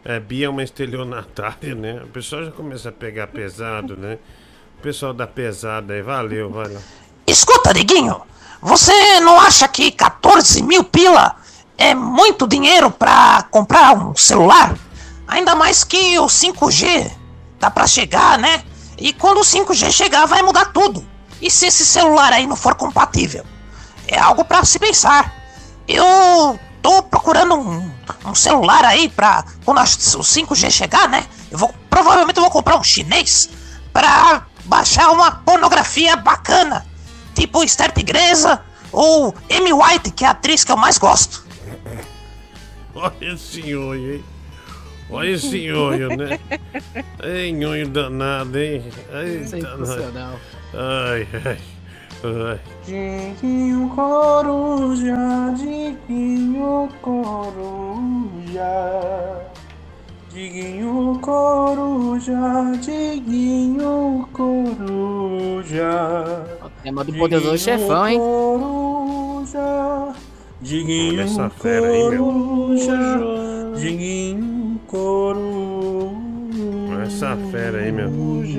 É, Bia é uma estelionatária, né? O pessoal já começa a pegar pesado, né? O pessoal da pesada aí, valeu, valeu. Escuta, Diguinho, você não acha que quatorze mil pila é muito dinheiro pra comprar um celular? Ainda mais que o cinco G tá pra chegar, né? E quando o cinco G chegar vai mudar tudo. E se esse celular aí não for compatível? É algo pra se pensar. Eu tô procurando um, um celular aí pra quando a, o cinco G chegar, né? Eu vou, provavelmente eu vou comprar um chinês pra baixar uma pornografia bacana. Tipo Esther Tigresa ou Amy White, que é a atriz que eu mais gosto. Olha esse olho, hein? Olha esse olho, né? Ei, nhonho danado, hein? Ai, sensacional. Ai, ai, ai. Diguinho Coruja, Diguinho Coruja, Diguinho Coruja, Diguinho Coruja. O tema do Poderoso Chefão, hein? Coruja, Diguinho Olha essa fera aí, meu. Coruja, Diguinho Coruja. Olha essa fera aí, meu.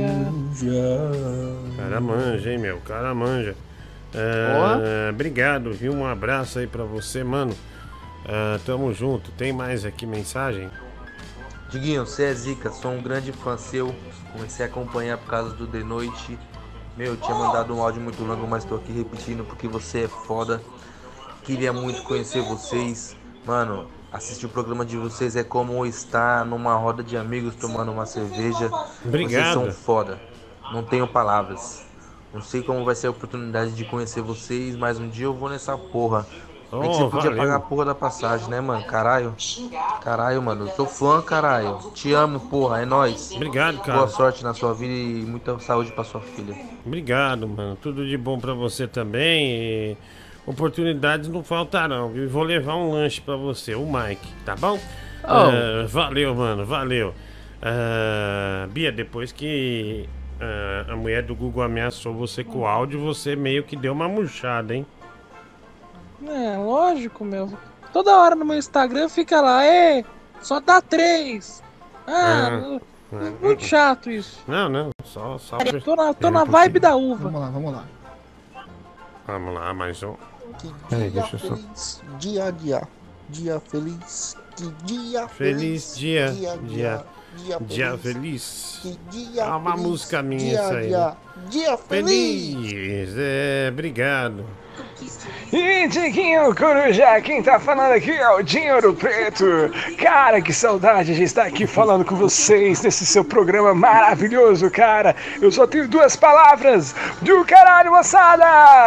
Cara manja, hein, meu? Cara manja. É, obrigado, viu? Um abraço aí pra você, mano. É, tamo junto. Tem mais aqui mensagem? Diguinho, você é zica, sou um grande fã seu. Comecei a acompanhar por causa do The Noite. Meu, tinha mandado um áudio muito longo, mas tô aqui repetindo porque você é foda. Queria muito conhecer vocês. Mano, assistir o programa de vocês é como estar numa roda de amigos tomando uma cerveja. Obrigado. Vocês são foda. Não tenho palavras. Não sei como vai ser a oportunidade de conhecer vocês, mas um dia eu vou nessa porra. Oh, Nem que você podia valeu. pagar a porra da passagem, né, mano? Caralho. Caralho, mano. Eu sou fã, caralho. Te amo, porra. É nóis. Obrigado, cara. Boa sorte na sua vida e muita saúde pra sua filha. Obrigado, mano. Tudo de bom pra você também. E oportunidades não faltarão, viu? Vou levar um lanche pra você, o Mike, tá bom? Oh. Uh, valeu, mano. Valeu. Uh, Bia, depois que uh, a mulher do Google ameaçou você com o áudio, você meio que deu uma murchada, hein? É, lógico, meu. Toda hora no meu Instagram fica lá, é, só dá três. Ah, É, é é. muito chato isso. Não, não, só... só Tô na, tô na vibe da uva. Vamos lá, vamos lá. Vamos lá, mais um. Que Peraí, dia deixa eu só... feliz, dia a dia, dia feliz, que dia Feliz feliz, dia, dia, dia, dia, dia feliz, feliz. que dia É uma feliz, música minha dia, essa aí. dia, né? dia feliz. Feliz, é, obrigado. E Diguinho Coruja, quem tá falando aqui é o Dinheiro Preto. Cara, que saudade de estar aqui falando com vocês nesse seu programa maravilhoso, cara. Eu só tenho duas palavras: do caralho, moçada!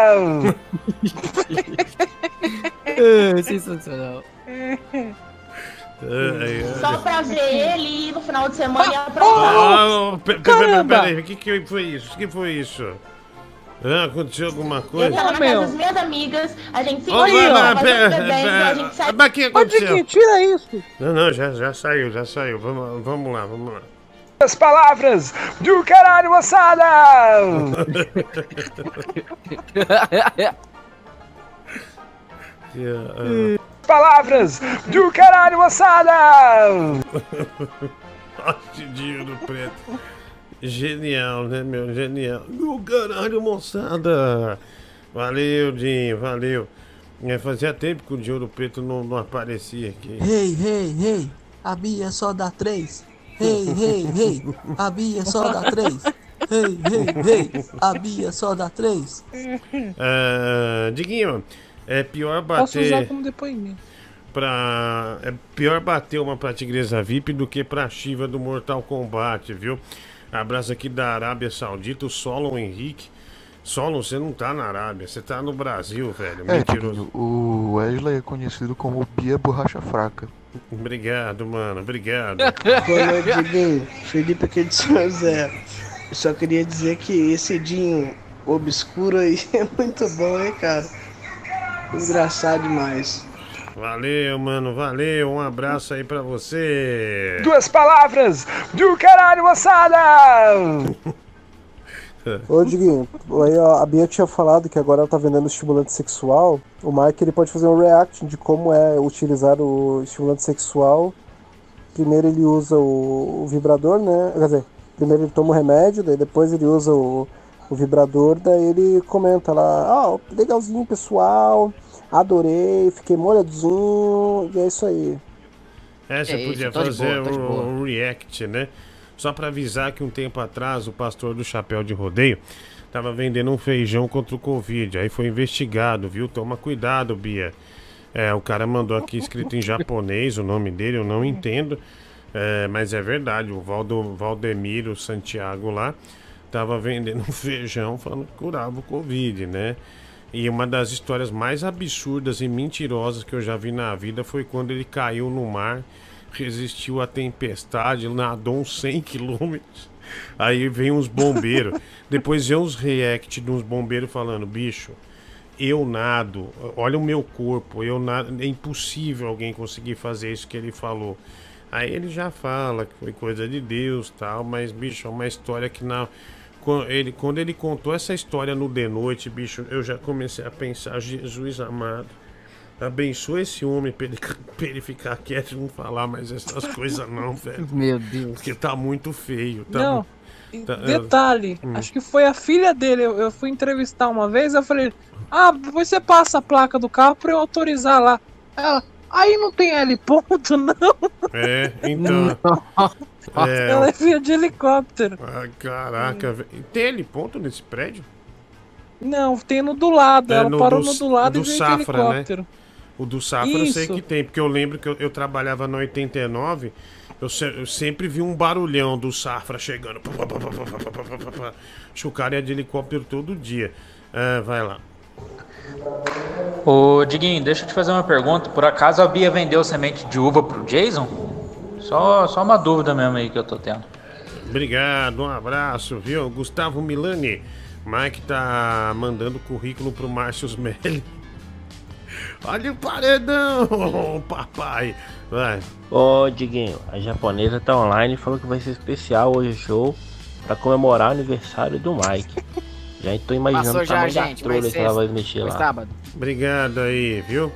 É, sensacional. Só pra ver ele no final de semana e aproveitar. Ah, pe- pe- pe- Peraí, o que, que foi isso? O que foi isso? Ah, aconteceu alguma Eu coisa? tava na casa das minhas amigas, a gente se Ô, vai encontrou, lá, tava pera, bebendo, pera. a gente saiu. Mas o que aconteceu? Diguinho, tira isso. Não, não, já, já saiu, já saiu. Vamos, vamos lá, vamos lá. As palavras do caralho, moçada! Yeah, Palavras do caralho, moçada! Nossa, dinheiro preto. Genial, né, meu? Genial. Meu caralho, moçada. Valeu, Dinho, valeu. É, fazia tempo que o Dinheiro Preto não, não aparecia aqui. Hey, hey, hey, a Bia só dá três. Hey, hey, hey, a Bia só dá três. Hey, hey, hey, a Bia só dá três. Ah, Diguinho, é pior Posso usar bater como depoimento. pra... É pior bater uma pra Tigresa V I P do que pra Shiva do Mortal Kombat, viu? Abraço aqui da Arábia Saudita, o Solon Henrique. Solon, você não tá na Arábia, você tá no Brasil, velho. É, Mentiroso. o Wesley é conhecido como Bia Borracha Fraca. Obrigado, mano, obrigado. Boa noite, Diguinho. Felipe aqui de São José. Eu só queria dizer que esse Dinho obscuro aí é muito bom, hein, cara? Engraçado demais. Valeu, mano, valeu. Um abraço aí pra você. Duas palavras do caralho, moçada! Ô, Diguinho, aí ó, a Bia tinha falado que agora ela tá vendendo estimulante sexual. O Mike ele pode fazer um react de como é utilizar o estimulante sexual primeiro ele usa o, o vibrador, né? Quer dizer, primeiro ele toma o remédio, daí depois ele usa o, o vibrador, daí ele comenta lá, ah, legalzinho pessoal, adorei, fiquei molhadinho, e é isso aí. É, você É podia isso, tô de fazer boa, tô de boa. um, um react, né? Só pra avisar que um tempo atrás o pastor do Chapéu de Rodeio tava vendendo um feijão contra o Covid. Aí foi investigado, viu? Toma cuidado, Bia. É, o cara mandou aqui escrito em japonês o nome dele, eu não entendo. É, mas é verdade, o Valdo, Valdemiro Santiago lá tava vendendo um feijão falando que curava o Covid, né? E uma das histórias mais absurdas e mentirosas que eu já vi na vida foi quando ele caiu no mar, resistiu à tempestade, nadou uns cem quilômetros. Aí vem uns bombeiros. Depois vem uns react de uns bombeiros falando: bicho, eu nado, olha o meu corpo, eu nado, é impossível alguém conseguir fazer isso que ele falou. Aí ele já fala que foi coisa de Deus, tal, mas bicho, é uma história que na quando ele, quando ele contou essa história no de noite, bicho, eu já comecei a pensar: Jesus amado, abençoa esse homem pra ele, pra ele ficar quieto e não falar mais essas coisas não, velho. Meu Deus. Porque tá muito feio. Tá Não, mu- e tá- detalhe, Hum. acho que foi a filha dele. Eu, eu fui entrevistar uma vez, eu falei, ah, depois você passa a placa do carro pra eu autorizar lá. Ela, aí não tem L ponto, não. É, então. É, Ela vinha de helicóptero. ah, caraca, velho. Tem ele ponto nesse prédio? Não, tem no do lado. É, Ela no parou do- no do lado do e veio Safra, de helicóptero. né? O do Safra eu sei Isso. que tem, porque eu lembro que eu, eu trabalhava no oitenta e nove, eu, se- eu sempre vi um barulhão do Safra chegando. Pá, pá, pá, pá, pá, pá, pá, pá, pá, pá. Acho que o cara ia de helicóptero todo dia. Ah, vai lá. Ô, Diguinho, deixa eu te fazer uma pergunta. Por acaso a Bia vendeu semente de uva pro Jason? Só, só uma dúvida mesmo aí que eu tô tendo. Obrigado, um abraço, viu? Gustavo Milani. Mike tá mandando currículo pro Márcio Smelly. Olha o paredão, papai. Vai. Ô, Diguinho, a japonesa tá online e falou que vai ser especial hoje o show pra comemorar o aniversário do Mike. Já tô imaginando Passou o já, tamanho da gente, vai trolha que ser ela vai mexer foi lá. sábado. Obrigado aí, viu?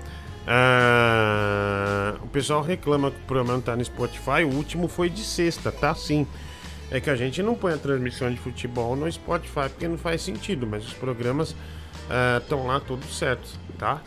Ah, o pessoal reclama que o programa não tá no Spotify. O último foi de sexta, tá sim. É que a gente não põe a transmissão de futebol no Spotify porque não faz sentido, mas os programas estão lá todos certos, tá?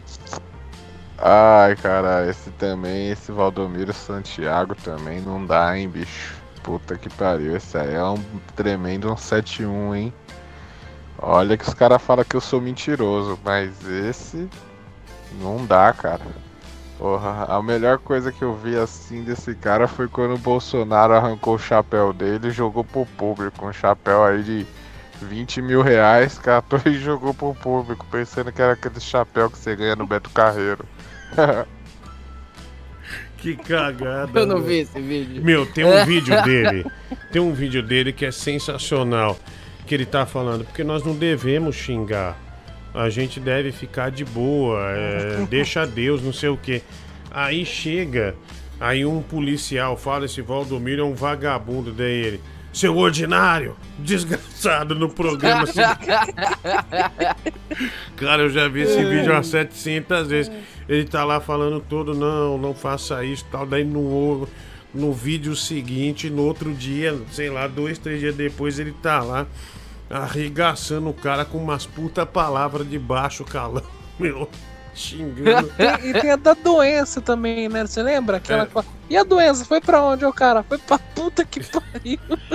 Ai, cara, esse também, esse Valdomiro Santiago também não dá, hein, bicho. Puta que pariu, esse aí é um tremendo um sete um, hein. Olha que os caras falam que eu sou mentiroso, mas esse não dá, cara. Porra, a melhor coisa que eu vi assim desse cara foi quando o Bolsonaro arrancou o chapéu dele e jogou pro público. Um chapéu aí de vinte mil reais, catou e jogou pro público, pensando que era aquele chapéu que você ganha no Beto Carreiro. Que cagada. Eu não meu. vi esse vídeo. Meu, tem um vídeo dele. Tem um vídeo dele que é sensacional. Que ele tá falando, porque nós não devemos xingar. A gente deve ficar de boa. É, deixa Deus, não sei o que. Aí chega. Aí um policial fala: esse Valdomiro é um vagabundo. Daí ele: seu ordinário, desgraçado no programa. Cara, eu já vi esse vídeo umas setecentas vezes. Ele tá lá falando todo: não, não faça isso, tal. Daí no, no vídeo seguinte, no outro dia, sei lá, dois, três dias depois, ele tá lá arregaçando o cara com umas puta palavras de baixo calão, meu, xingando. Tem- e tem a da doença também, né? Você lembra? Aquela É. que fala, e a doença? Foi pra onde, ô cara? Foi pra puta que pariu.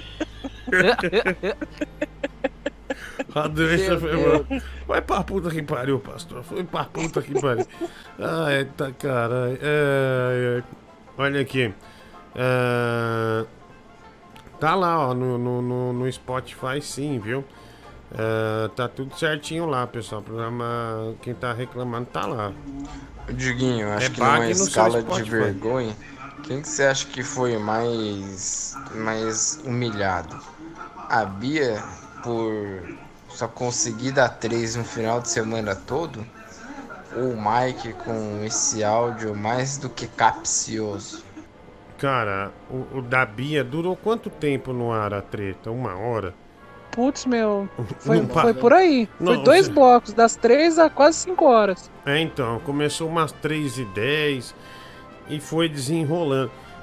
A doença Meu foi. Deus. Vai pra puta que pariu, pastor. Foi pra puta que pariu. Ai, tá, caralho. É, é, olha aqui. É, tá lá, ó, no, no, no, no Spotify, sim, viu? É, tá tudo certinho lá, pessoal. O programa, quem tá reclamando tá lá. Diguinho, acho É que bug numa no seu escala de Spotify. vergonha, quem que você acha que foi mais, mais humilhado? A Bia por só conseguir dar três no final de semana todo? Ou o Mike com esse áudio mais do que capcioso? Cara, o, o da Bia durou quanto tempo no ar a treta? Uma hora? Putz, meu. Foi, Não pa- foi por aí. Foi Não, dois você- blocos, das três a quase cinco horas. É, então, começou umas três e dez e foi desenrolando.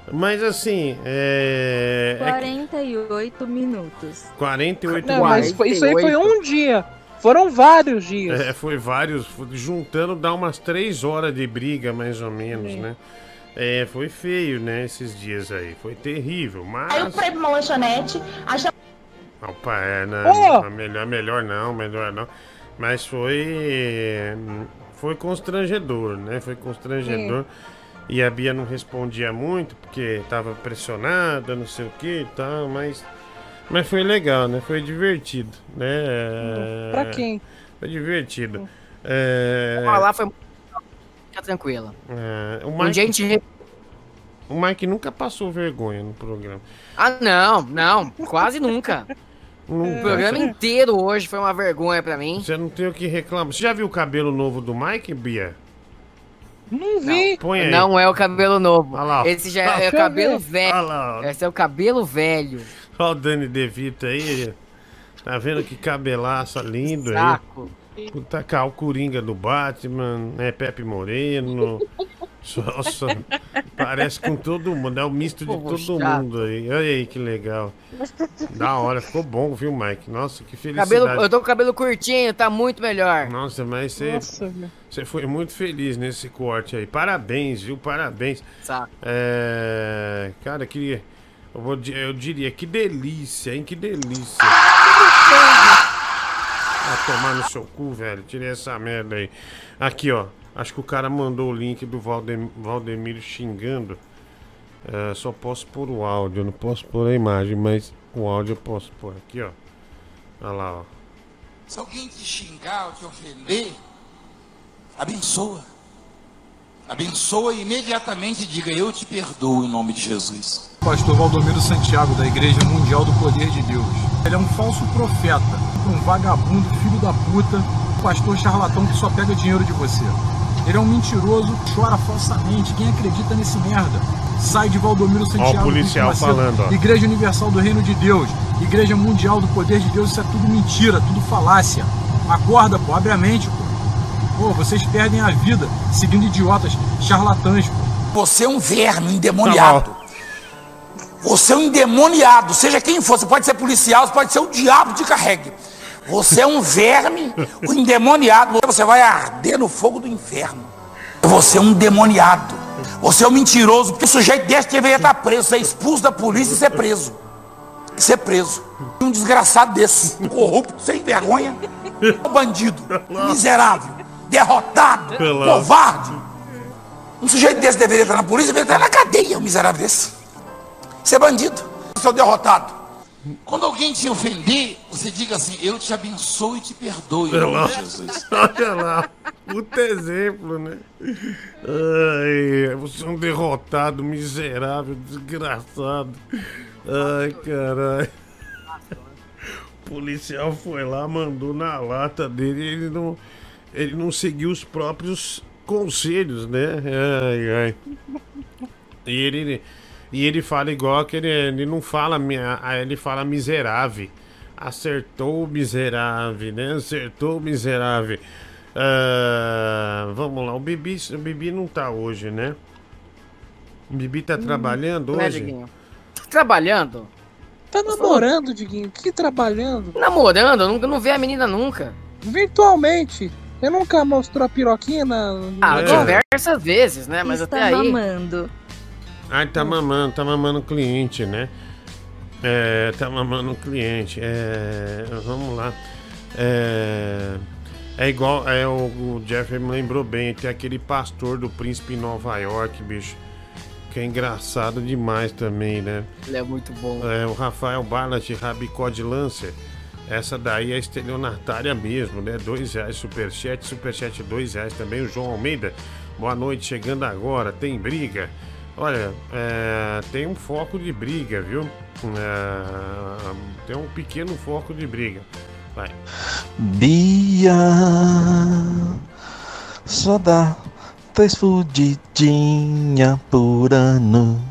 Mas assim, é... quarenta e oito minutos. quarenta e oito Não, mas foi, isso aí foi um dia. Foram vários dias. É, foi vários. Juntando dá umas três horas de briga, mais ou menos, Sim. né? É, foi feio, né, esses dias aí. Foi terrível, mas... Aí eu fui pra uma lanchonete, achei... Opa, é, não, Oh! não, melhor, melhor não, melhor não. Mas foi... Foi constrangedor, né? Foi constrangedor. E a Bia não respondia muito, porque tava pressionada, não sei o que e tal, mas... Mas foi legal, né? Foi divertido, né? Pra quem? Foi divertido. É... Lá foi... Fica tranquila. É, o Um Mike... dia a gente... re- O Mike nunca passou vergonha no programa. Ah, não, não, quase nunca. Nunca. O programa Você- inteiro hoje foi uma vergonha pra mim. Você não tem o que reclamar. Você já viu o cabelo novo do Mike, Bia? Não vi. Põe aí. Não é o cabelo novo. Olha lá, ó. Esse já é Deixa o eu cabelo ver. velho. Olha lá, ó. Esse é o cabelo velho. Olha o Dani DeVito aí. Tá vendo que cabelaça lindo aí? Saco. Puta cá, o Coringa do Batman, né? Pepe Moreno. Nossa, parece com todo mundo. É o misto de Povo todo chato. mundo aí. Olha aí que legal. Da hora, ficou bom, viu, Mike? Nossa, que felicidade. Cabelo, eu tô com o cabelo curtinho, tá muito melhor. Nossa, mas você, Nossa, meu. você foi muito feliz nesse corte aí. Parabéns, viu? Parabéns. Saco. É, cara, que eu, vou, di- eu diria que delícia, hein? Que delícia. Vai tomar no seu cu, velho. Tirei essa merda aí. Aqui, ó. Acho que o cara mandou o link do Valdem, Valdemiro xingando. É, só posso pôr o áudio, eu não posso pôr a imagem, mas o áudio eu posso pôr. Aqui, ó. Olha lá, ó. Se alguém te xingar ou te ofender, abençoa. Abençoa e imediatamente diga: eu te perdoo em nome de Jesus. Pastor Valdomiro Santiago, da Igreja Mundial do Poder de Deus. Ele é um falso profeta, um vagabundo, filho da puta, um pastor charlatão que só pega dinheiro de você. Ele é um mentiroso, chora falsamente. Quem acredita nesse merda? Sai de Valdomiro Santiago. Ó o policial Cristo Macedo. falando, ó. Igreja Universal do Reino de Deus, Igreja Mundial do Poder de Deus, isso é tudo mentira, tudo falácia. Acorda, pô, abre a mente, pô. Pô, vocês perdem a vida seguindo idiotas, charlatãs, pô. Você é um verme endemoniado. Você é um endemoniado, seja quem for. Você pode ser policial, você pode ser o diabo que carregue. Você é um verme, um endemoniado. Você vai arder no fogo do inferno. Você é um endemoniado. Você é um mentiroso, porque o sujeito desse deveria estar preso, ser expulso da polícia e ser preso. Ser preso. Um desgraçado desse, um corrupto, sem vergonha, um bandido, miserável, derrotado, Pelado. covarde. Um sujeito desse deveria estar na polícia, deveria estar na cadeia, um miserável desse. Você é bandido, seu derrotado. Quando alguém te ofender, você diga assim: eu te abençoo e te perdoo em Olha nome lá, de Jesus. olha lá, puta exemplo, né? Ai, você é um derrotado, miserável, desgraçado. Ai, caralho. O policial foi lá, mandou na lata dele, ele não, ele não seguiu os próprios conselhos, né? Ai, ai. E ele, e ele fala igual que ele, ele não fala, minha- ele fala miserável. Acertou o miserável, né? Acertou o miserável. Ah, vamos lá, o Bibi, o Bibi não tá hoje, né? O Bibi tá trabalhando Né, hoje? Diguinho? Tá trabalhando? Tá namorando, Diguinho? Que trabalhando? Namorando? Eu nunca não vi a menina nunca. Virtualmente. Eu nunca mostrou a piroquinha na... Ah, É. diversas vezes, né? Mas Está até aí. mamando. Ah, tá mamando, tá mamando o cliente, né? É, tá mamando o cliente. É, vamos lá. É, é igual, é, o, o Jeffrey me lembrou bem, tem aquele pastor do Príncipe em Nova York, bicho, que é engraçado demais também, né? Ele é muito bom. É, o Rafael Barlat, Rabicó de Lancer. Essa daí é estelionatária mesmo, né? Dois reais superchat, superchat dois reais também. O João Almeida, boa noite, chegando agora. Tem briga? Olha, é, tem um foco de briga, viu? É, tem um pequeno foco de briga. Vai. Bia, só dá três fudidinha por ano.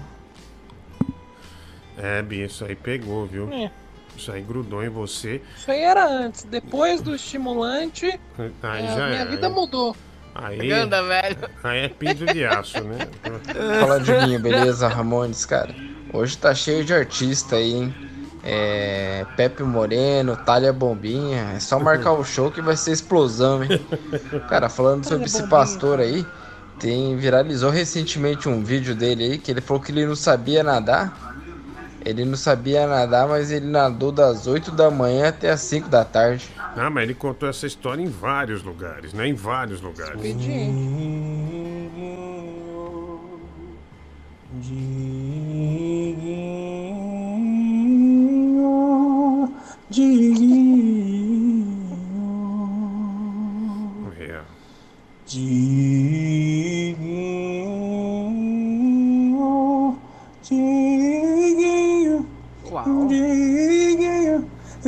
É, Bia, isso aí pegou, viu? É. Isso aí grudou em você. Isso aí era antes. Depois do estimulante, Aí é, já minha era, vida hein? mudou. Aí, Ganda, velho. Aí é pinto de aço, né? Fala, Diguinho, beleza? Ramones, cara. Hoje tá cheio de artista aí, hein? É, Pepe Moreno, Thalia Bombinha. É só marcar o show que vai ser explosão, hein? Cara, falando sobre esse pastor aí, tem, viralizou recentemente um vídeo dele aí que ele falou que ele não sabia nadar. Ele não sabia nadar, mas ele nadou das oito da manhã até as cinco da tarde. Ah, mas ele contou essa história em vários lugares, né? Em vários lugares. Diguinho, Diguinho, É. Diguinho, Diguinho, Uau. Diguinho,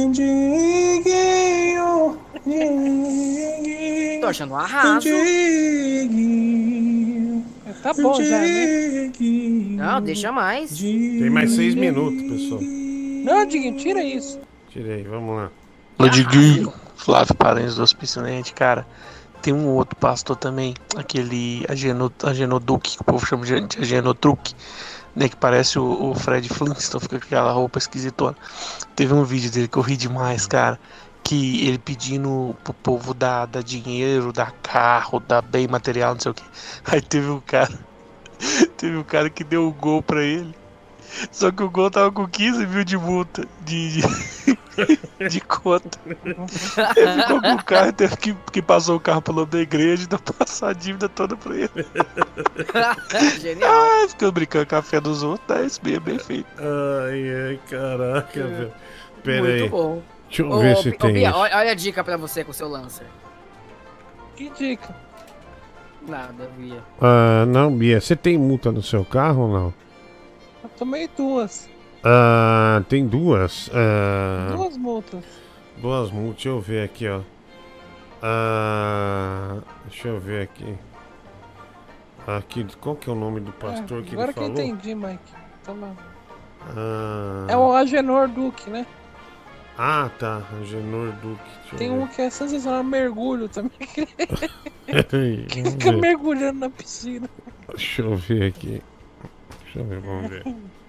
Diguinho, Diguinho. Tô achando um arraso. Diguinho. Tá bom já, né? Não, deixa mais. Tem mais seis minutos, pessoal. Não, Diguinho, tira isso. Tirei, vamos lá. Ô Diguinho, Flávio Paranhos do Hospicinete, cara. Tem um outro pastor também, aquele Agenoduque, que o povo chama de Agenotruque, né? Que parece o, o Fred Flintstone, fica com aquela roupa esquisitona. Teve um vídeo dele que eu ri demais, cara. Que ele pedindo pro povo dar, dar dinheiro, dar carro, dar bem material, não sei o que. Aí teve um cara. Teve um cara que deu um gol pra ele. Só que o gol tava com quinze mil de multa. De, de, de conta. Ele ficou com o carro e teve que, que passou o carro pelo nome da igreja e deu passar a dívida toda pra ele. Genial. Ah, ficou brincando com a fé dos outros, tá? Isso bem, bem feito. Ai, ai, caraca, É. velho. Pera Muito aí. bom. Deixa eu Ô, ver ô, se Bi- ô, tem Bia, isso. olha, olha a dica pra você com o seu Lancer. Que dica? Nada, Bia. Ah, não, Bia, você tem multa no seu carro ou não? Eu tomei duas. Ah, tem duas. Ah, Duas multas. duas multas, deixa eu ver aqui, ó. Ah, deixa eu ver aqui. Aqui, qual que é o nome do pastor É, que agora ele que eu falou? entendi, Mike. Toma. Ah, É o Agenor Duque, né? ah, tá. Agenor Duque. deixa eu Tem ver. um que é sensacional, mergulho também. Peraí, Que vamos fica ver. mergulhando na piscina. Deixa eu ver aqui. Deixa eu ver, vamos ver.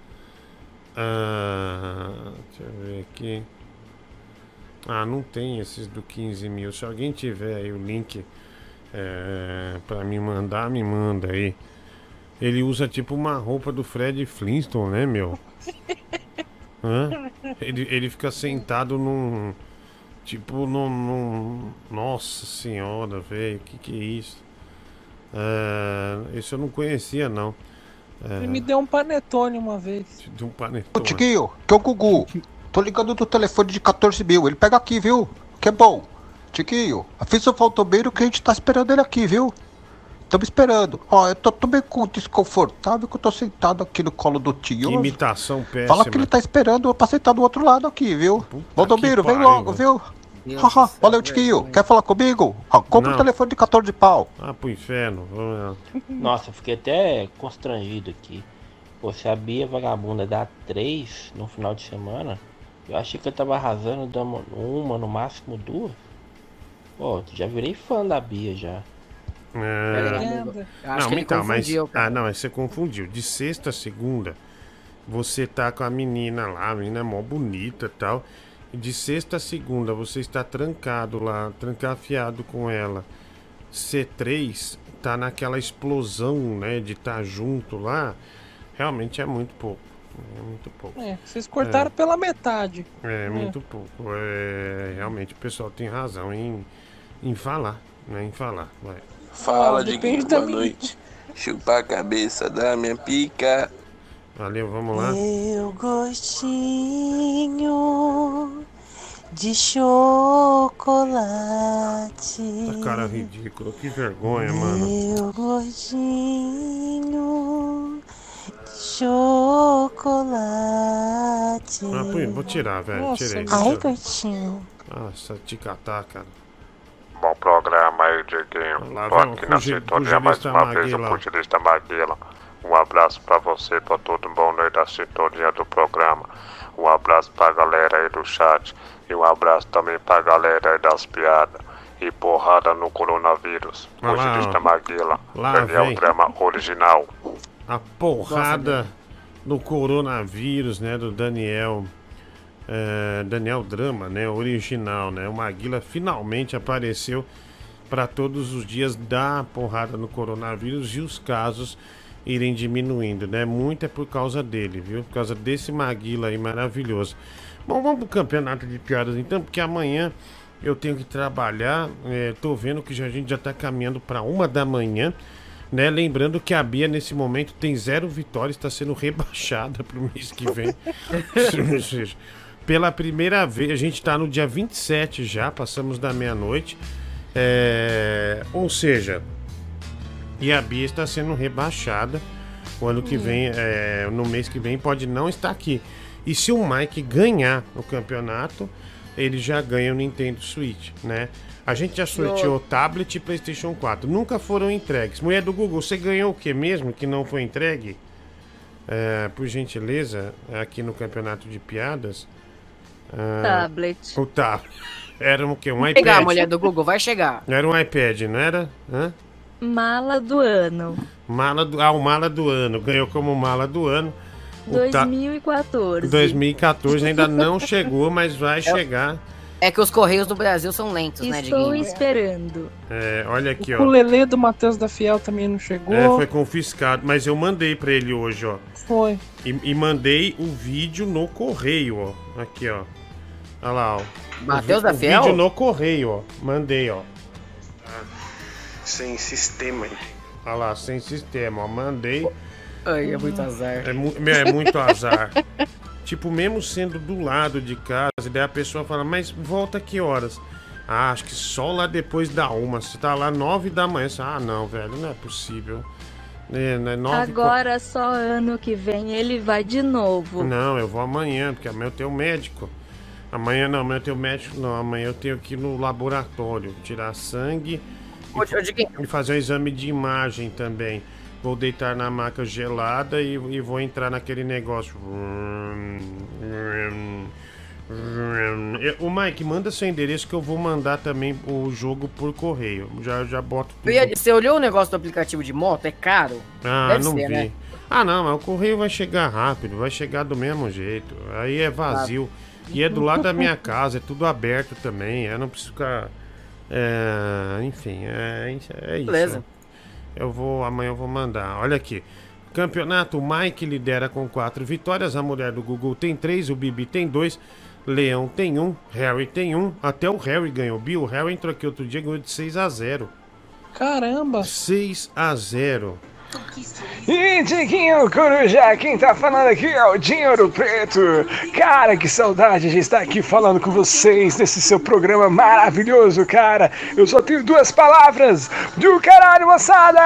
Ah, deixa eu ver aqui. Ah, não tem esses do quinze mil. Se alguém tiver aí o link é, pra me mandar, me manda aí. Ele usa tipo uma roupa do Fred Flintstone, né, meu? Hã? Ele, ele fica sentado num. Tipo num. num nossa senhora, velho, que que é isso? É, esse eu não conhecia, não. É, Ele me deu um panetone uma vez. de um Ô panetone. Tiquinho, que é o Gugu. Tô ligando do telefone de quatorze mil. Ele pega aqui, viu? Que é bom. Tiquinho, avisa o Valdomiro que a gente tá esperando ele aqui, viu? Tamo esperando. Ó, eu tô, tô meio com desconfortável que eu tô sentado aqui no colo do tio. Que imitação péssima. Fala que ele tá esperando eu pra sentar do outro lado aqui, viu? Valdomiro, que vem pariu, logo, mano. viu? Deus Haha, do céu, valeu, Tiquinho. Quer falar comigo? Ah, compra Não. o telefone de quatorze pau. Ah, pro inferno. Vamos lá. Nossa, eu fiquei até constrangido aqui. Pô, se a Bia Vagabunda dá três no final de semana, eu achei que eu tava arrasando dando uma, no máximo duas. Pô, já virei fã da Bia já. É... Eu acho Não, que ele então, mas, confundiu, cara. ah, não, mas você confundiu. De sexta a segunda, você tá com a menina lá, a menina é mó bonita e tal. E de sexta a segunda, você está trancado lá, trancafiado com ela. C três tá naquela explosão, né, de estar tá junto lá. Realmente é muito pouco. É muito pouco. É, vocês cortaram É. pela metade. É, muito pouco. É, realmente o pessoal tem razão em, em falar, né? Em falar. Vai. Fala, Ah, Diguinho, depende da boa minha- noite. Chupa a cabeça da minha pica. Valeu, vamos lá. Meu gostinho de chocolate. Essa cara ridícula, que vergonha, mano. Meu gostinho de chocolate. Ah, põe, vou tirar, velho. Nossa, Tirei. ai, tirei. gordinho. Nossa, ticatá, cara. Bom programa aí, Dieguinho. Lá Tô vem o aqui na pugi- sintonia mais pugilista uma vez, o Maguila. pugilista Maguila. Um abraço pra você, pra todo mundo aí da sintonia do programa. Um abraço pra galera aí do chat. E um abraço também pra galera aí das piadas. e porrada no coronavírus. Ah lá, Motorista ó. Maguila, Lá Daniel vem. Drama original. A porrada no coronavírus, né, do Daniel. é, Daniel Drama, né, original, né? O Maguila finalmente apareceu para todos os dias dar porrada no coronavírus e os casos irem diminuindo, né? Muito é por causa dele, viu? Por causa desse Maguila aí maravilhoso. Bom, vamos pro campeonato de piadas então, porque amanhã eu tenho que trabalhar. É, tô vendo que já, a gente já tá caminhando para uma da manhã, né? Lembrando que a Bia nesse momento tem zero vitórias, está sendo rebaixada pro mês que vem. Ou seja, pela primeira vez, a gente tá no dia vinte e sete já, passamos da meia-noite. É, ou seja, e a Bia está sendo rebaixada. O ano que vem, é, no mês que vem, pode não estar aqui. E se o Mike ganhar o campeonato, ele já ganha o Nintendo Switch, né? A gente já sorteou tablet e PlayStation quatro. Nunca foram entregues. Mulher do Google, você ganhou o que mesmo que não foi entregue? É, por gentileza, aqui no campeonato de piadas. Ah, Tablet. O tablet. Era o quê? Um Vai iPad? chegar, mulher do Google, vai chegar. Era um iPad, não era? Hã? Mala do ano. Mala do... Ah, o mala do ano. Ganhou como mala do ano. O ta- dois mil e quatorze. dois mil e quatorze ainda não chegou, mas vai É- chegar. É que os Correios do Brasil são lentos, né, Estou Diguinho? esperando. É, olha aqui, O ó. Lelê do Matheus da Fiel também não chegou. É, foi confiscado, mas eu mandei pra ele hoje, ó. Foi. E, e mandei o vídeo no correio, ó. Aqui, ó. Olha lá, ó. Matheus o, da o Fiel? vídeo no correio, ó. Mandei, ó. Sem sistema. Olha lá, sem sistema, ó. Mandei. Ai, é muito azar. É, mu- meu, é muito azar. Tipo, mesmo sendo do lado de casa, daí a pessoa fala, mas volta que horas? Ah, acho que só lá depois da uma. Você tá lá nove da manhã. Você, ah, não, velho, não é possível. É, não é nove Agora só ano que vem ele vai de novo. Não, eu vou amanhã, porque amanhã eu tenho médico. Amanhã não, amanhã eu tenho médico, não. Amanhã eu tenho que ir no laboratório tirar sangue e, e fazer um exame de imagem também. Vou deitar na maca gelada e, e vou entrar naquele negócio. O Mike, manda seu endereço que eu vou mandar também o jogo por correio. Já, já boto tudo. Eu ia- Você olhou o negócio do aplicativo de moto? É caro? Ah, Deve não ser, vi. né? Ah, não, mas o correio vai chegar rápido, vai chegar do mesmo jeito. Aí é vazio. E é do lado da minha casa, é tudo aberto também. Eu não preciso ficar. É, enfim, é, é isso. Beleza. Eu vou, amanhã eu vou mandar. Olha aqui. Campeonato, o Mike lidera com quatro vitórias. A mulher do Google tem três, o Bibi tem dois. Leão tem um, Harry tem um. Até o Harry ganhou. Bill, o Harry entrou aqui outro dia e ganhou de seis a zero. Caramba! seis a zero. E Diguinho Coruja, quem tá falando aqui é o Dinheiro Preto. Cara, que saudade de estar aqui falando com vocês nesse seu programa maravilhoso, cara. Eu só tenho duas palavras. Do caralho, moçada!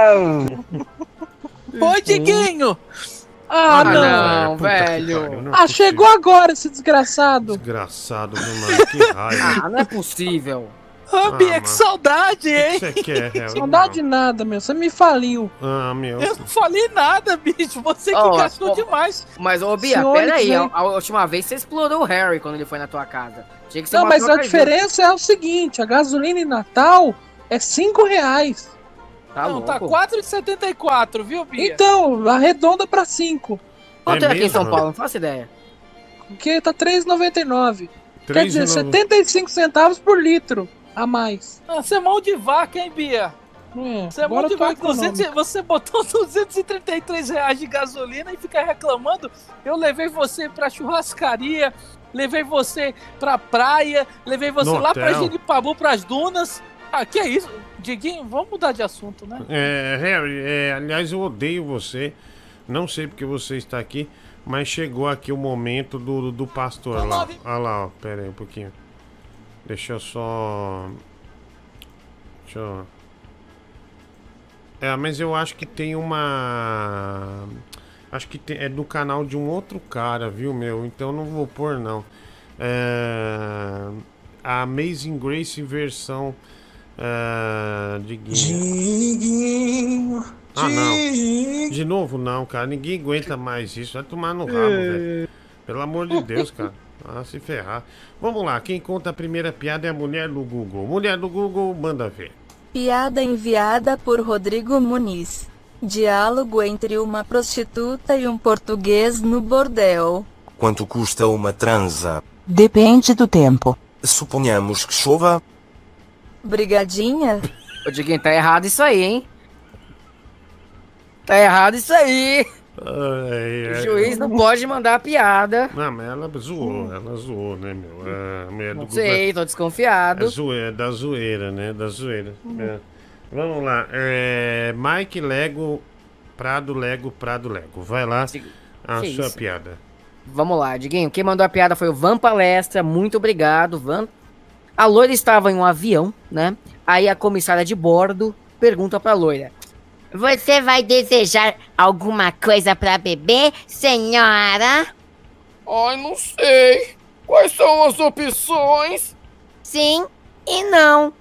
Oi, Diguinho! Ah, Ah, não, não, puta que velho. pariu, não é Ah, chegou agora esse desgraçado. Desgraçado, viu, mano? Que raiva. Ah, não é possível. Ah, Ah, Bia, mano. que saudade, hein? O que você quer, Harry? Saudade nada, meu. Você me faliu. Ah, meu. Eu não falei nada, bicho. Você que Ó, gastou ó, demais. Mas, ô Bia, Senhor, pera aí. que A, vem. a última vez você explorou o Harry quando ele foi na tua casa. Tinha que ser Não, uma mas a troca diferença é o seguinte: a gasolina em Natal é cinco reais. Tá não, louco. tá quatro reais e setenta e quatro, viu, Bia? Então, arredonda pra cinco. Quanto é, aqui em mesmo? São Paulo? Não faço ideia. Porque tá três reais e noventa e nove. Quer três dizer, e noventa. setenta e cinco centavos por litro a mais. Ah, você é mão de vaca, hein, Bia? É, Você é mão agora de eu tô vaca. duzentos, econômico. você botou duzentos e trinta e três reais de gasolina e fica reclamando. Eu levei você pra churrascaria, levei você pra praia, levei você No lá pra hotel. Genipabu, pras dunas. Ah, que é isso? Diguinho, vamos mudar de assunto, né? É, Harry, é, aliás, eu odeio você. Não sei porque você está aqui, mas chegou aqui o momento do, do pastor lá. Olha lá, ó. Pera aí um pouquinho. Deixa eu só. Deixa eu. É, mas eu acho que tem uma. Acho que tem, é do canal de um outro cara, viu, meu? Então não vou pôr, não. É, a Amazing Grace versão. É, Diguinho. Diguinho. Ah, não. De novo, não, cara. Ninguém aguenta mais isso. Vai tomar no rabo, velho. Pelo amor de Deus, cara. Ah, se ferrar. Vamos lá, quem conta a primeira piada é a mulher do Google. Mulher do Google, manda ver. Piada enviada por Rodrigo Muniz. Diálogo entre uma prostituta e um português no bordel. Quanto custa uma transa? Depende do tempo. Suponhamos que chova. Brigadinha? Ô, Diguinho, tá errado isso aí, hein? Tá errado isso aí. Ai, O ai, juiz não pode mandar piada. Não, mas ela zoou, ela zoou, né, meu? A mulher do Não Google sei, tô desconfiado. É zoeira, da zoeira, né? Da zoeira. É. Vamos lá. É, Mike Lego, Prado Lego, Prado Lego. Vai lá, a que sua isso? piada. Vamos lá, Diguinho. Quem mandou a piada foi o Van Palestra. Muito obrigado, Van. A loira estava em um avião, né? Aí a comissária de bordo pergunta pra loira: Você vai desejar alguma coisa pra beber, senhora? Ai, não sei. Quais são as opções? Sim e não.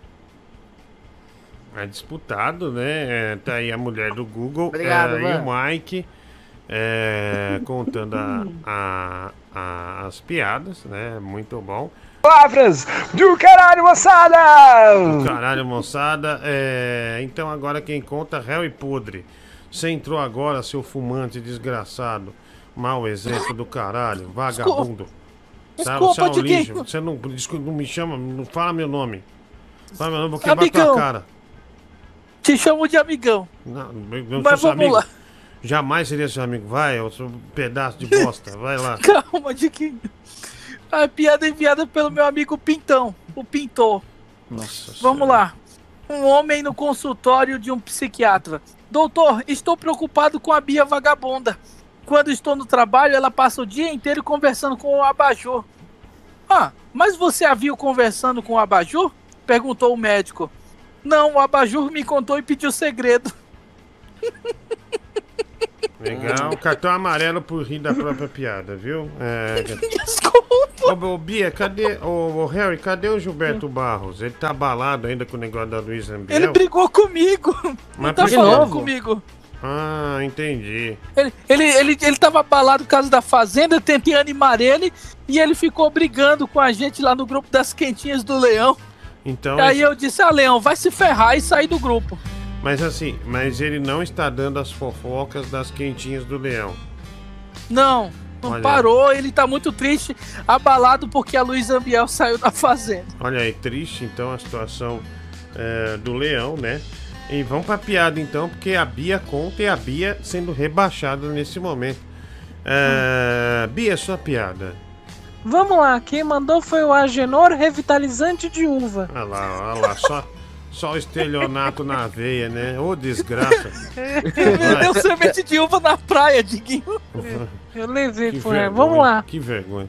É disputado, né? É, tá aí a mulher do Google. Obrigado, é, e Van. o Mike é, contando a, a- a- as piadas, né? Muito bom. Palavras do caralho, moçada! Caralho, moçada. É, então agora quem conta é Réu e Podre. Você entrou agora, seu fumante desgraçado. Mau exemplo do caralho, vagabundo. Tá, Desculpa, você é um Diguinho. lixo. Você não, desculpa, não me chama, não fala meu nome. Fala meu nome, vou quebrar Amigão. tua cara. Te chamo de amigão. Não, eu não Mas sou seu vamos amigo. lá. Jamais seria seu amigo. Vai, eu sou um pedaço de bosta. Vai lá. Calma, Diguinho. A piada enviada pelo meu amigo Pintão, o Pintor. Nossa Vamos lá. Um homem no consultório de um psiquiatra. Doutor, estou preocupado com a Bia vagabunda. Quando estou no trabalho, ela passa o dia inteiro conversando com o abajur. Ah, mas você a viu conversando com o abajur? Perguntou o médico. Não, o abajur me contou e pediu segredo. Legal. Cartão amarelo por rir da própria piada, viu? É... Desculpa. Ô, ô, Bia, cadê... Ô, ô, Harry, cadê o Gilberto Barros? Ele tá abalado ainda com o negócio da Luísa Ambiel? Ele brigou comigo. Mas Não tá por que falando novo? comigo. Ah, entendi. Ele, ele, ele, ele tava abalado por causa da fazenda, eu tentei animar ele e ele ficou brigando com a gente lá no grupo das quentinhas do Leão. Então, Aí esse- eu disse, ah, Leão, vai se ferrar e sair do grupo. Mas assim, mas ele não está dando as fofocas das quentinhas do Leão. Não, não Olha. parou, ele tá muito triste, abalado porque a Luísa Ambiel saiu da fazenda. Olha aí, triste então a situação é, do Leão, né? E vamos pra piada então, porque a Bia conta e a Bia sendo rebaixada nesse momento. É, Bia, sua piada. Vamos lá, quem mandou foi o Agenor Revitalizante de Uva. Olha lá, olha lá, só, só o estelionato na veia, né? Ô, desgraça. Ele deu semente de uva na praia, Diguinho. Eu levei Que pro Harry. vergonha, Vamos lá. Que vergonha.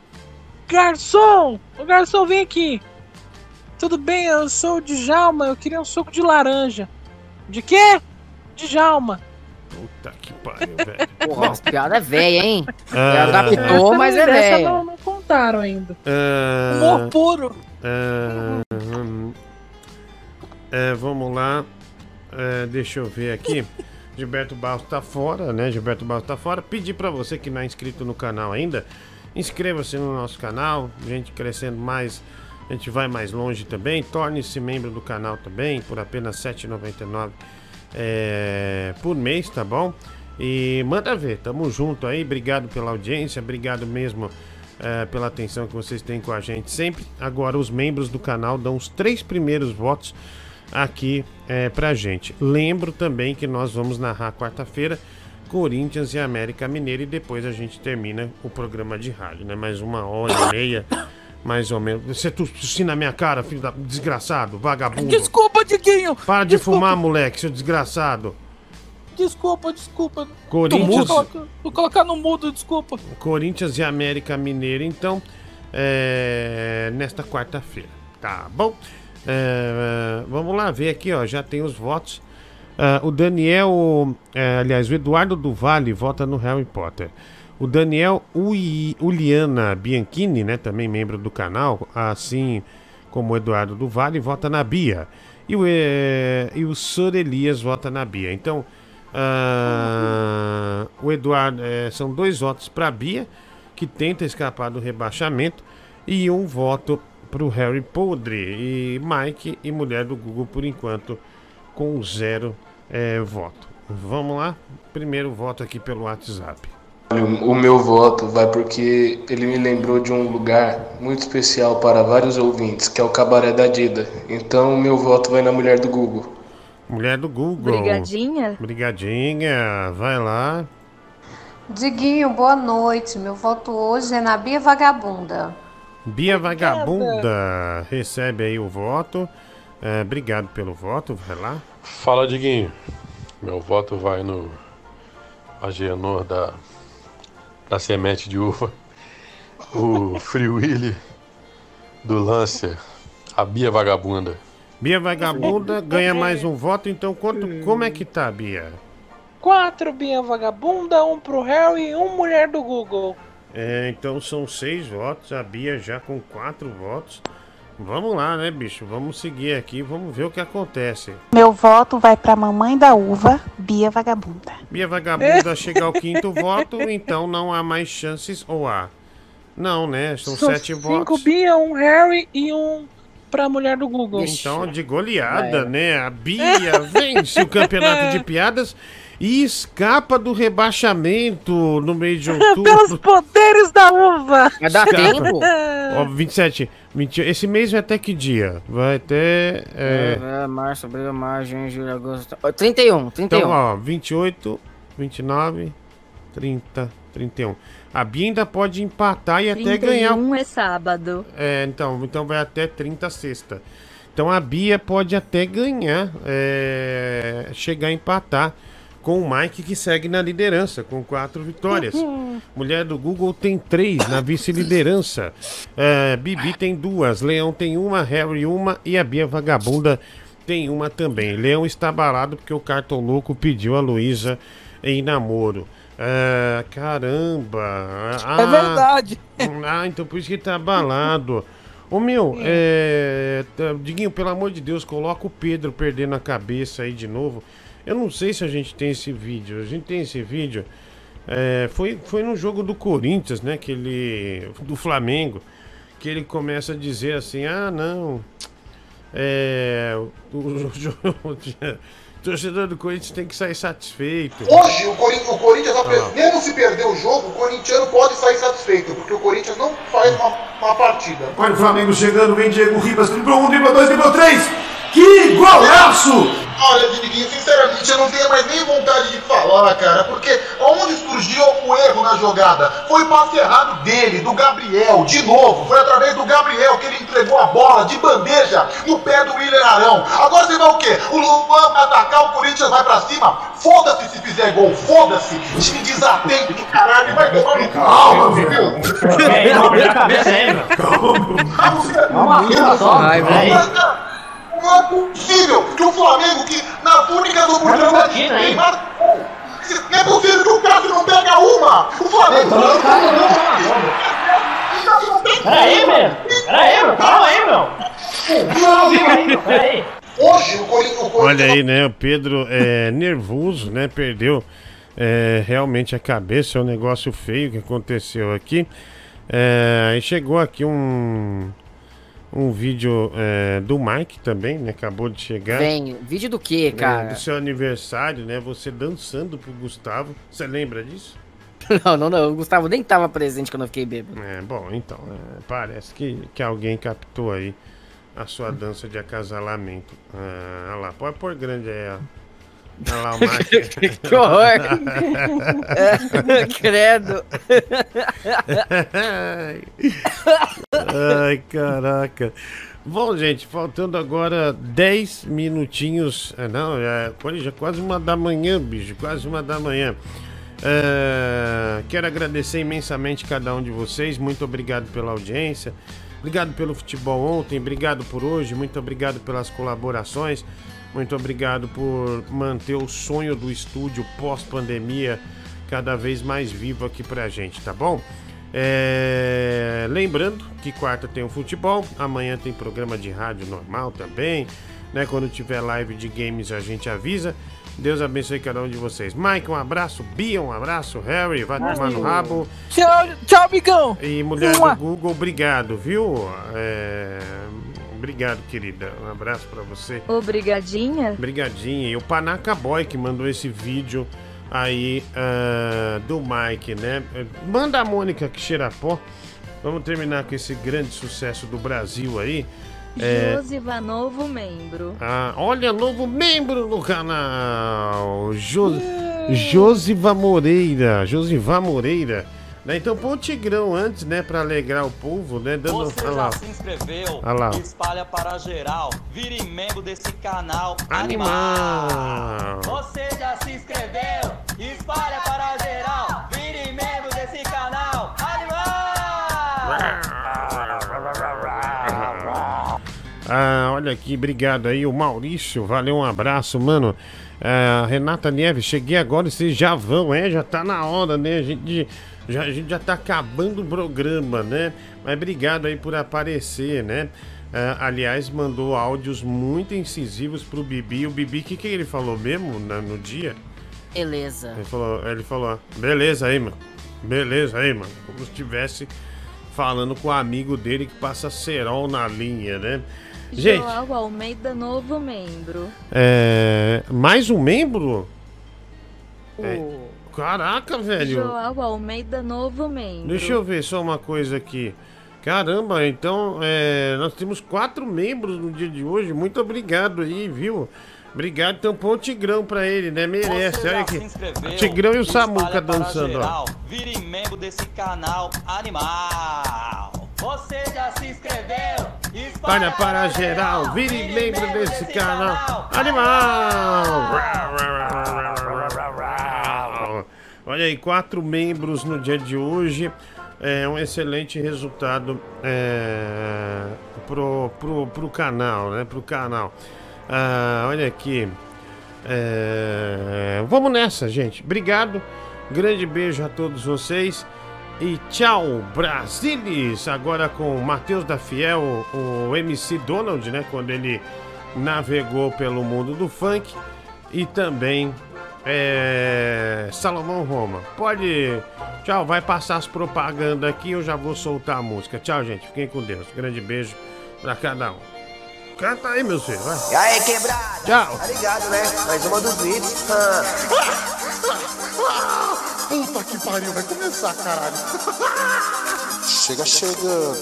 Garçom! Ô garçom, vem aqui. Tudo bem, eu sou o Djalma, eu queria um suco de laranja. De quê? Djalma. Puta que pariu, velho. Porra, essa piada é velha, hein? Ah. Já adaptou, mas é Essa velha. não, não contaram ainda. É, Humor puro. é, hum, é, vamos lá. É, deixa eu ver aqui. Gilberto Barros tá fora, né? Gilberto Barros tá fora. Pedir pra você que não é inscrito no canal ainda, inscreva-se no nosso canal. A gente crescendo mais, a gente vai mais longe também. Torne-se membro do canal também por apenas sete reais e noventa e nove centavos é, por mês, tá bom? E manda ver, tamo junto aí. Obrigado pela audiência, obrigado mesmo é, pela atenção que vocês têm com a gente sempre. Agora os membros do canal dão os três primeiros votos aqui é, pra gente. Lembro também que nós vamos narrar quarta-feira Corinthians e América Mineiro e depois a gente termina o programa de rádio, né? Mais uma hora e meia, mais ou menos. Você tossi na minha cara, filho da... desgraçado, vagabundo. Desculpa, Diguinho. Para de fumar, moleque, seu desgraçado. Desculpa, desculpa. Corinthians- Vou colocar, vou colocar no mudo, desculpa. Corinthians e América Mineiro, então, é, nesta quarta-feira, tá bom? É, vamos lá ver aqui, ó, já tem os votos. Ah, o Daniel, é, aliás, o Eduardo do Vale vota no Harry Potter. O Daniel Ui- Uliana Bianchini, né, também membro do canal, assim como o Eduardo do Vale, vota na Bia. E o, é, e o Sor Elias vota na Bia. Então, ah, o Eduardo, é, são dois votos para Bia que tenta escapar do rebaixamento, e um voto pro Harry podre. E Mike e mulher do Google, por enquanto, com zero é, voto. Vamos lá? Primeiro voto aqui pelo WhatsApp. O meu voto vai porque ele me lembrou de um lugar muito especial para vários ouvintes, que é o Cabaré da Dida. Então o meu voto vai na mulher do Google. Mulher do Google. Brigadinha. Brigadinha, vai lá. Diguinho, boa noite. Meu voto hoje é na Bia Vagabunda. Bia Vagabunda recebe aí o voto. É, obrigado pelo voto, vai lá. Fala, Diguinho. Meu voto vai no Agenor da, da semente de uva, o Free Willy do Lancer, a Bia Vagabunda. Bia Vagabunda ganha mais um voto, então quanto, como é que tá, Bia? Quatro Bia Vagabunda, um pro Harry e um mulher do Google. É, então são seis votos, a Bia já com quatro votos. Vamos lá, né, bicho? Vamos seguir aqui, vamos ver o que acontece. Meu voto vai pra mamãe da uva, Bia Vagabunda. Bia Vagabunda chega ao quinto voto, então não há mais chances, ou há? Não, né? São, São sete cinco votos. Cinco Bia, um Harry e um pra mulher do Google. Então, de goleada, né? A Bia vence o campeonato de piadas e escapa do rebaixamento no mês de outubro. Pelos poderes da uva. Vai dar tempo. Ó, vinte e sete, vinte, esse mês vai até que dia? Vai até... É... É, março, abril, maio, junho, julho, agosto... trinta e um, trinta e um. Então, ó, vinte e oito, vinte e nove, trinta, trinta e um. A Bia ainda pode empatar e até ganhar... trinta e um é sábado. É, então, então vai até trinta sexta. Então a Bia pode até ganhar, é... chegar a empatar com o Mike, que segue na liderança, com quatro vitórias. Mulher do Google tem três na vice-liderança. É, Bibi tem duas, Leão tem uma, Harry uma e a Bia Vagabunda tem uma também. Leão está balado porque o Cartão Louco pediu a Luísa em namoro. É, caramba! Ah, é verdade! Ah, então por isso que tá abalado. Ô meu, é... Diguinho, pelo amor de Deus, coloca o Pedro perdendo a cabeça aí de novo. Eu não sei se a gente tem esse vídeo. A gente tem esse vídeo. É, foi, foi no jogo do Corinthians, né? Que ele, do Flamengo. Que ele começa a dizer assim: ah, não. É. O, o, o, o torcedor do Corinthians tem que sair satisfeito. Hoje, o Corinthians, o Corinthians ah. mesmo se perder o jogo, o corintiano pode sair satisfeito. Porque o Corinthians não faz uma, uma partida. Olha o Flamengo chegando, vem Diego Ribas, driblou um, driblou dois, driblou três. Que golaço! Olha, Diguinho, sinceramente, eu não tenho mais nem vontade de falar, cara, porque onde surgiu o erro na jogada? Foi o passe errado dele, do Gabriel, de novo. Foi através do Gabriel que ele entregou a bola de bandeja no pé do Willian Arão. Agora você vai o quê? O Luan vai atacar, o Corinthians vai pra cima? Foda-se se fizer gol, foda-se! Time desatento do caralho, vai tomar no calma, viu? Calma, cabeça aí, meu. Calma, calma só. Vai, vai. Não é possível que o Flamengo, que na única oportunidade de queimar, não é possível que o Cássio não pega uma! O Flamengo não Peraí, meu! Peraí, meu! Calma aí, meu! Peraí! Hoje o Corinthians. Olha aí, né? O Pedro é nervoso, né? Perdeu é, realmente a cabeça. É um negócio feio que aconteceu aqui. É, e chegou aqui um. Um vídeo é, do Mike também, né? Acabou de chegar. Vem, vídeo do quê, cara? É, do seu aniversário, né? Você dançando pro Gustavo. Você lembra disso? Não, não, não. O Gustavo nem tava presente quando eu fiquei bêbado. É, bom, então. É, parece que, que alguém captou aí a sua dança de acasalamento. Ah, olha lá, pode pôr grande aí, ó. Olha lá o Mike. Que horror! Credo! Ai, caraca. Bom, gente, faltando agora dez minutinhos. É, não, é, já quase uma da manhã, bicho. Quase uma da manhã. É, quero agradecer imensamente cada um de vocês. Muito obrigado pela audiência. Obrigado pelo futebol ontem. Obrigado por hoje. Muito obrigado pelas colaborações. Muito obrigado por manter o sonho do estúdio pós-pandemia cada vez mais vivo aqui pra gente, tá bom? É... Lembrando que quarta tem o futebol, amanhã tem programa de rádio normal também, né? Quando tiver live de games a gente avisa. Deus abençoe cada um de vocês. Mike, um abraço. Bia, um abraço. Harry, vai tomar no rabo. Tchau, tchau, amigão. E mulher Uma. do Google, obrigado, viu? É... Obrigado, querida. Um abraço pra você. Obrigadinha. Obrigadinha. E o Panaca Boy que mandou esse vídeo aí uh, do Mike, né? Manda a Mônica que cheira pó. Vamos terminar com esse grande sucesso do Brasil aí. É... Josiva, novo membro. Ah, olha, novo membro no canal. Jo... Josiva Moreira. Josiva Moreira. Né? Então põe o Tigrão antes, né? Pra alegrar o povo, né? Dando... Você Olha já lá. se inscreveu? Olha lá. Espalha para geral. Vire membro desse canal Animal. animal. Você já se inscreveu? Espalha para geral. Vire membro desse canal animal. Ah, olha aqui, obrigado aí, o Maurício, valeu, um abraço, mano. Ah, Renata Neves, cheguei agora e vocês já vão, é, já tá na hora, né? A gente já, a gente já tá acabando o programa, né? Mas obrigado aí por aparecer, né? Ah, aliás, mandou áudios muito incisivos pro Bibi. O Bibi, o que, que ele falou mesmo na, no dia? Beleza. Ele falou, ele falou, beleza aí, mano. Beleza aí, mano. Como se estivesse falando com o amigo dele que passa cerol na linha, né? Gente, João Almeida, novo membro. é... mais um membro? É... Caraca, velho. João Almeida, novo membro. Deixa eu ver só uma coisa aqui. Caramba, então é... nós temos quatro membros no dia de hoje. Muito obrigado aí, viu? Obrigado, então põe o Tigrão pra ele, né? Merece, olha aqui. O Tigrão e o Samuca dançando, ó. Vire membro desse canal animal. Você já se inscreveu? Espalha para geral, vire membro desse canal animal. Olha aí, quatro membros no dia de hoje. É um excelente resultado é, pro, pro, pro canal, né? Pro canal. Ah, olha aqui. É, vamos nessa, gente. Obrigado. Grande beijo a todos vocês. E tchau, Brasilis. Agora com o Matheus da Fiel, o M C Donald, né? Quando ele navegou pelo mundo do funk. E também é, Salomão Roma. Pode. Tchau, vai passar as propagandas aqui. Eu já vou soltar a música. Tchau, gente. Fiquem com Deus. Grande beijo pra cada um. Canta aí, meu filho, vai. E aí, quebrada? Tchau. Tá ligado, né? Mais uma dos vídeos. Ah. Puta que pariu, vai começar, caralho. Chega chegando.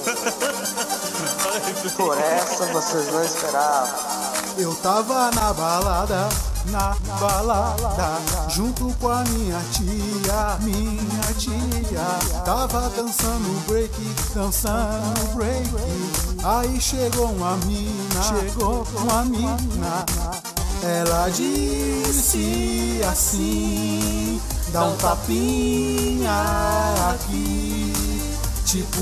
Por essa vocês não esperavam. Eu tava na balada, na balada, junto com a minha tia, minha tia. Tava dançando break, dançando break. Aí chegou uma mina, chegou uma mina. Ela disse assim: dá um tapinha aqui, tipo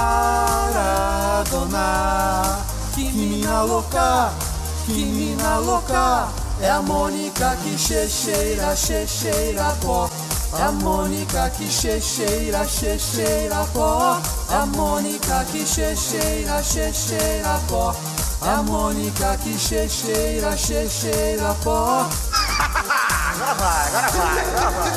Maradona. Que mina louca, que mina louca. É a Mônica que checheira, checheira pó. É a Mônica que checheira, checheira pó. É a Mônica que checheira, checheira pó. É a Mônica que checheira, checheira pó. Agora vai, agora vai, agora vai.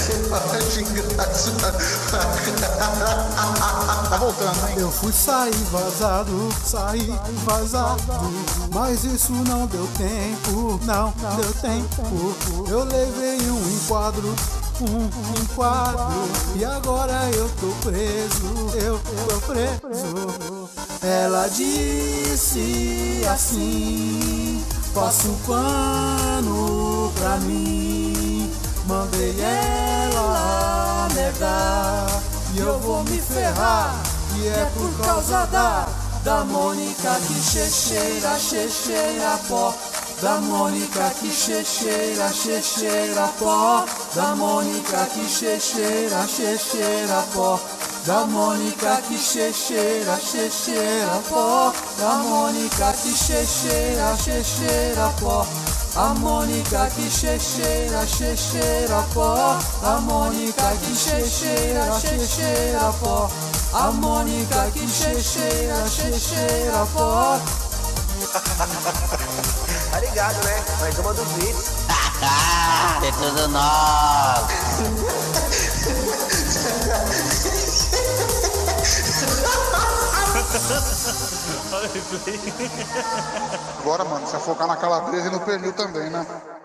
Tá voltando, hein? Eu fui sair vazado, sair vazado. Mas isso não deu tempo, não, não deu tempo. Eu levei um enquadro, um enquadro. E agora eu tô preso, eu tô preso. Ela disse assim: passa um pano pra mim. Mandei ela negar e eu vou me ferrar. E é por causa da Da Mônica que checheira, checheira pó. Da Mônica que checheira, checheira pó. Da Mônica que checheira, checheira pó. Da Mônica que checheira, checheira pó. Da Mônica que checheira, checheira pó. A Mônica que checheira, checheira pó. A Mônica que checheira, checheira pó. A Mônica que checheira, checheira pó. ligado, né? Mais uma dos hits. Ah, é tudo nosso. Agora, mano, se afocar na calabresa e no pernil também, né?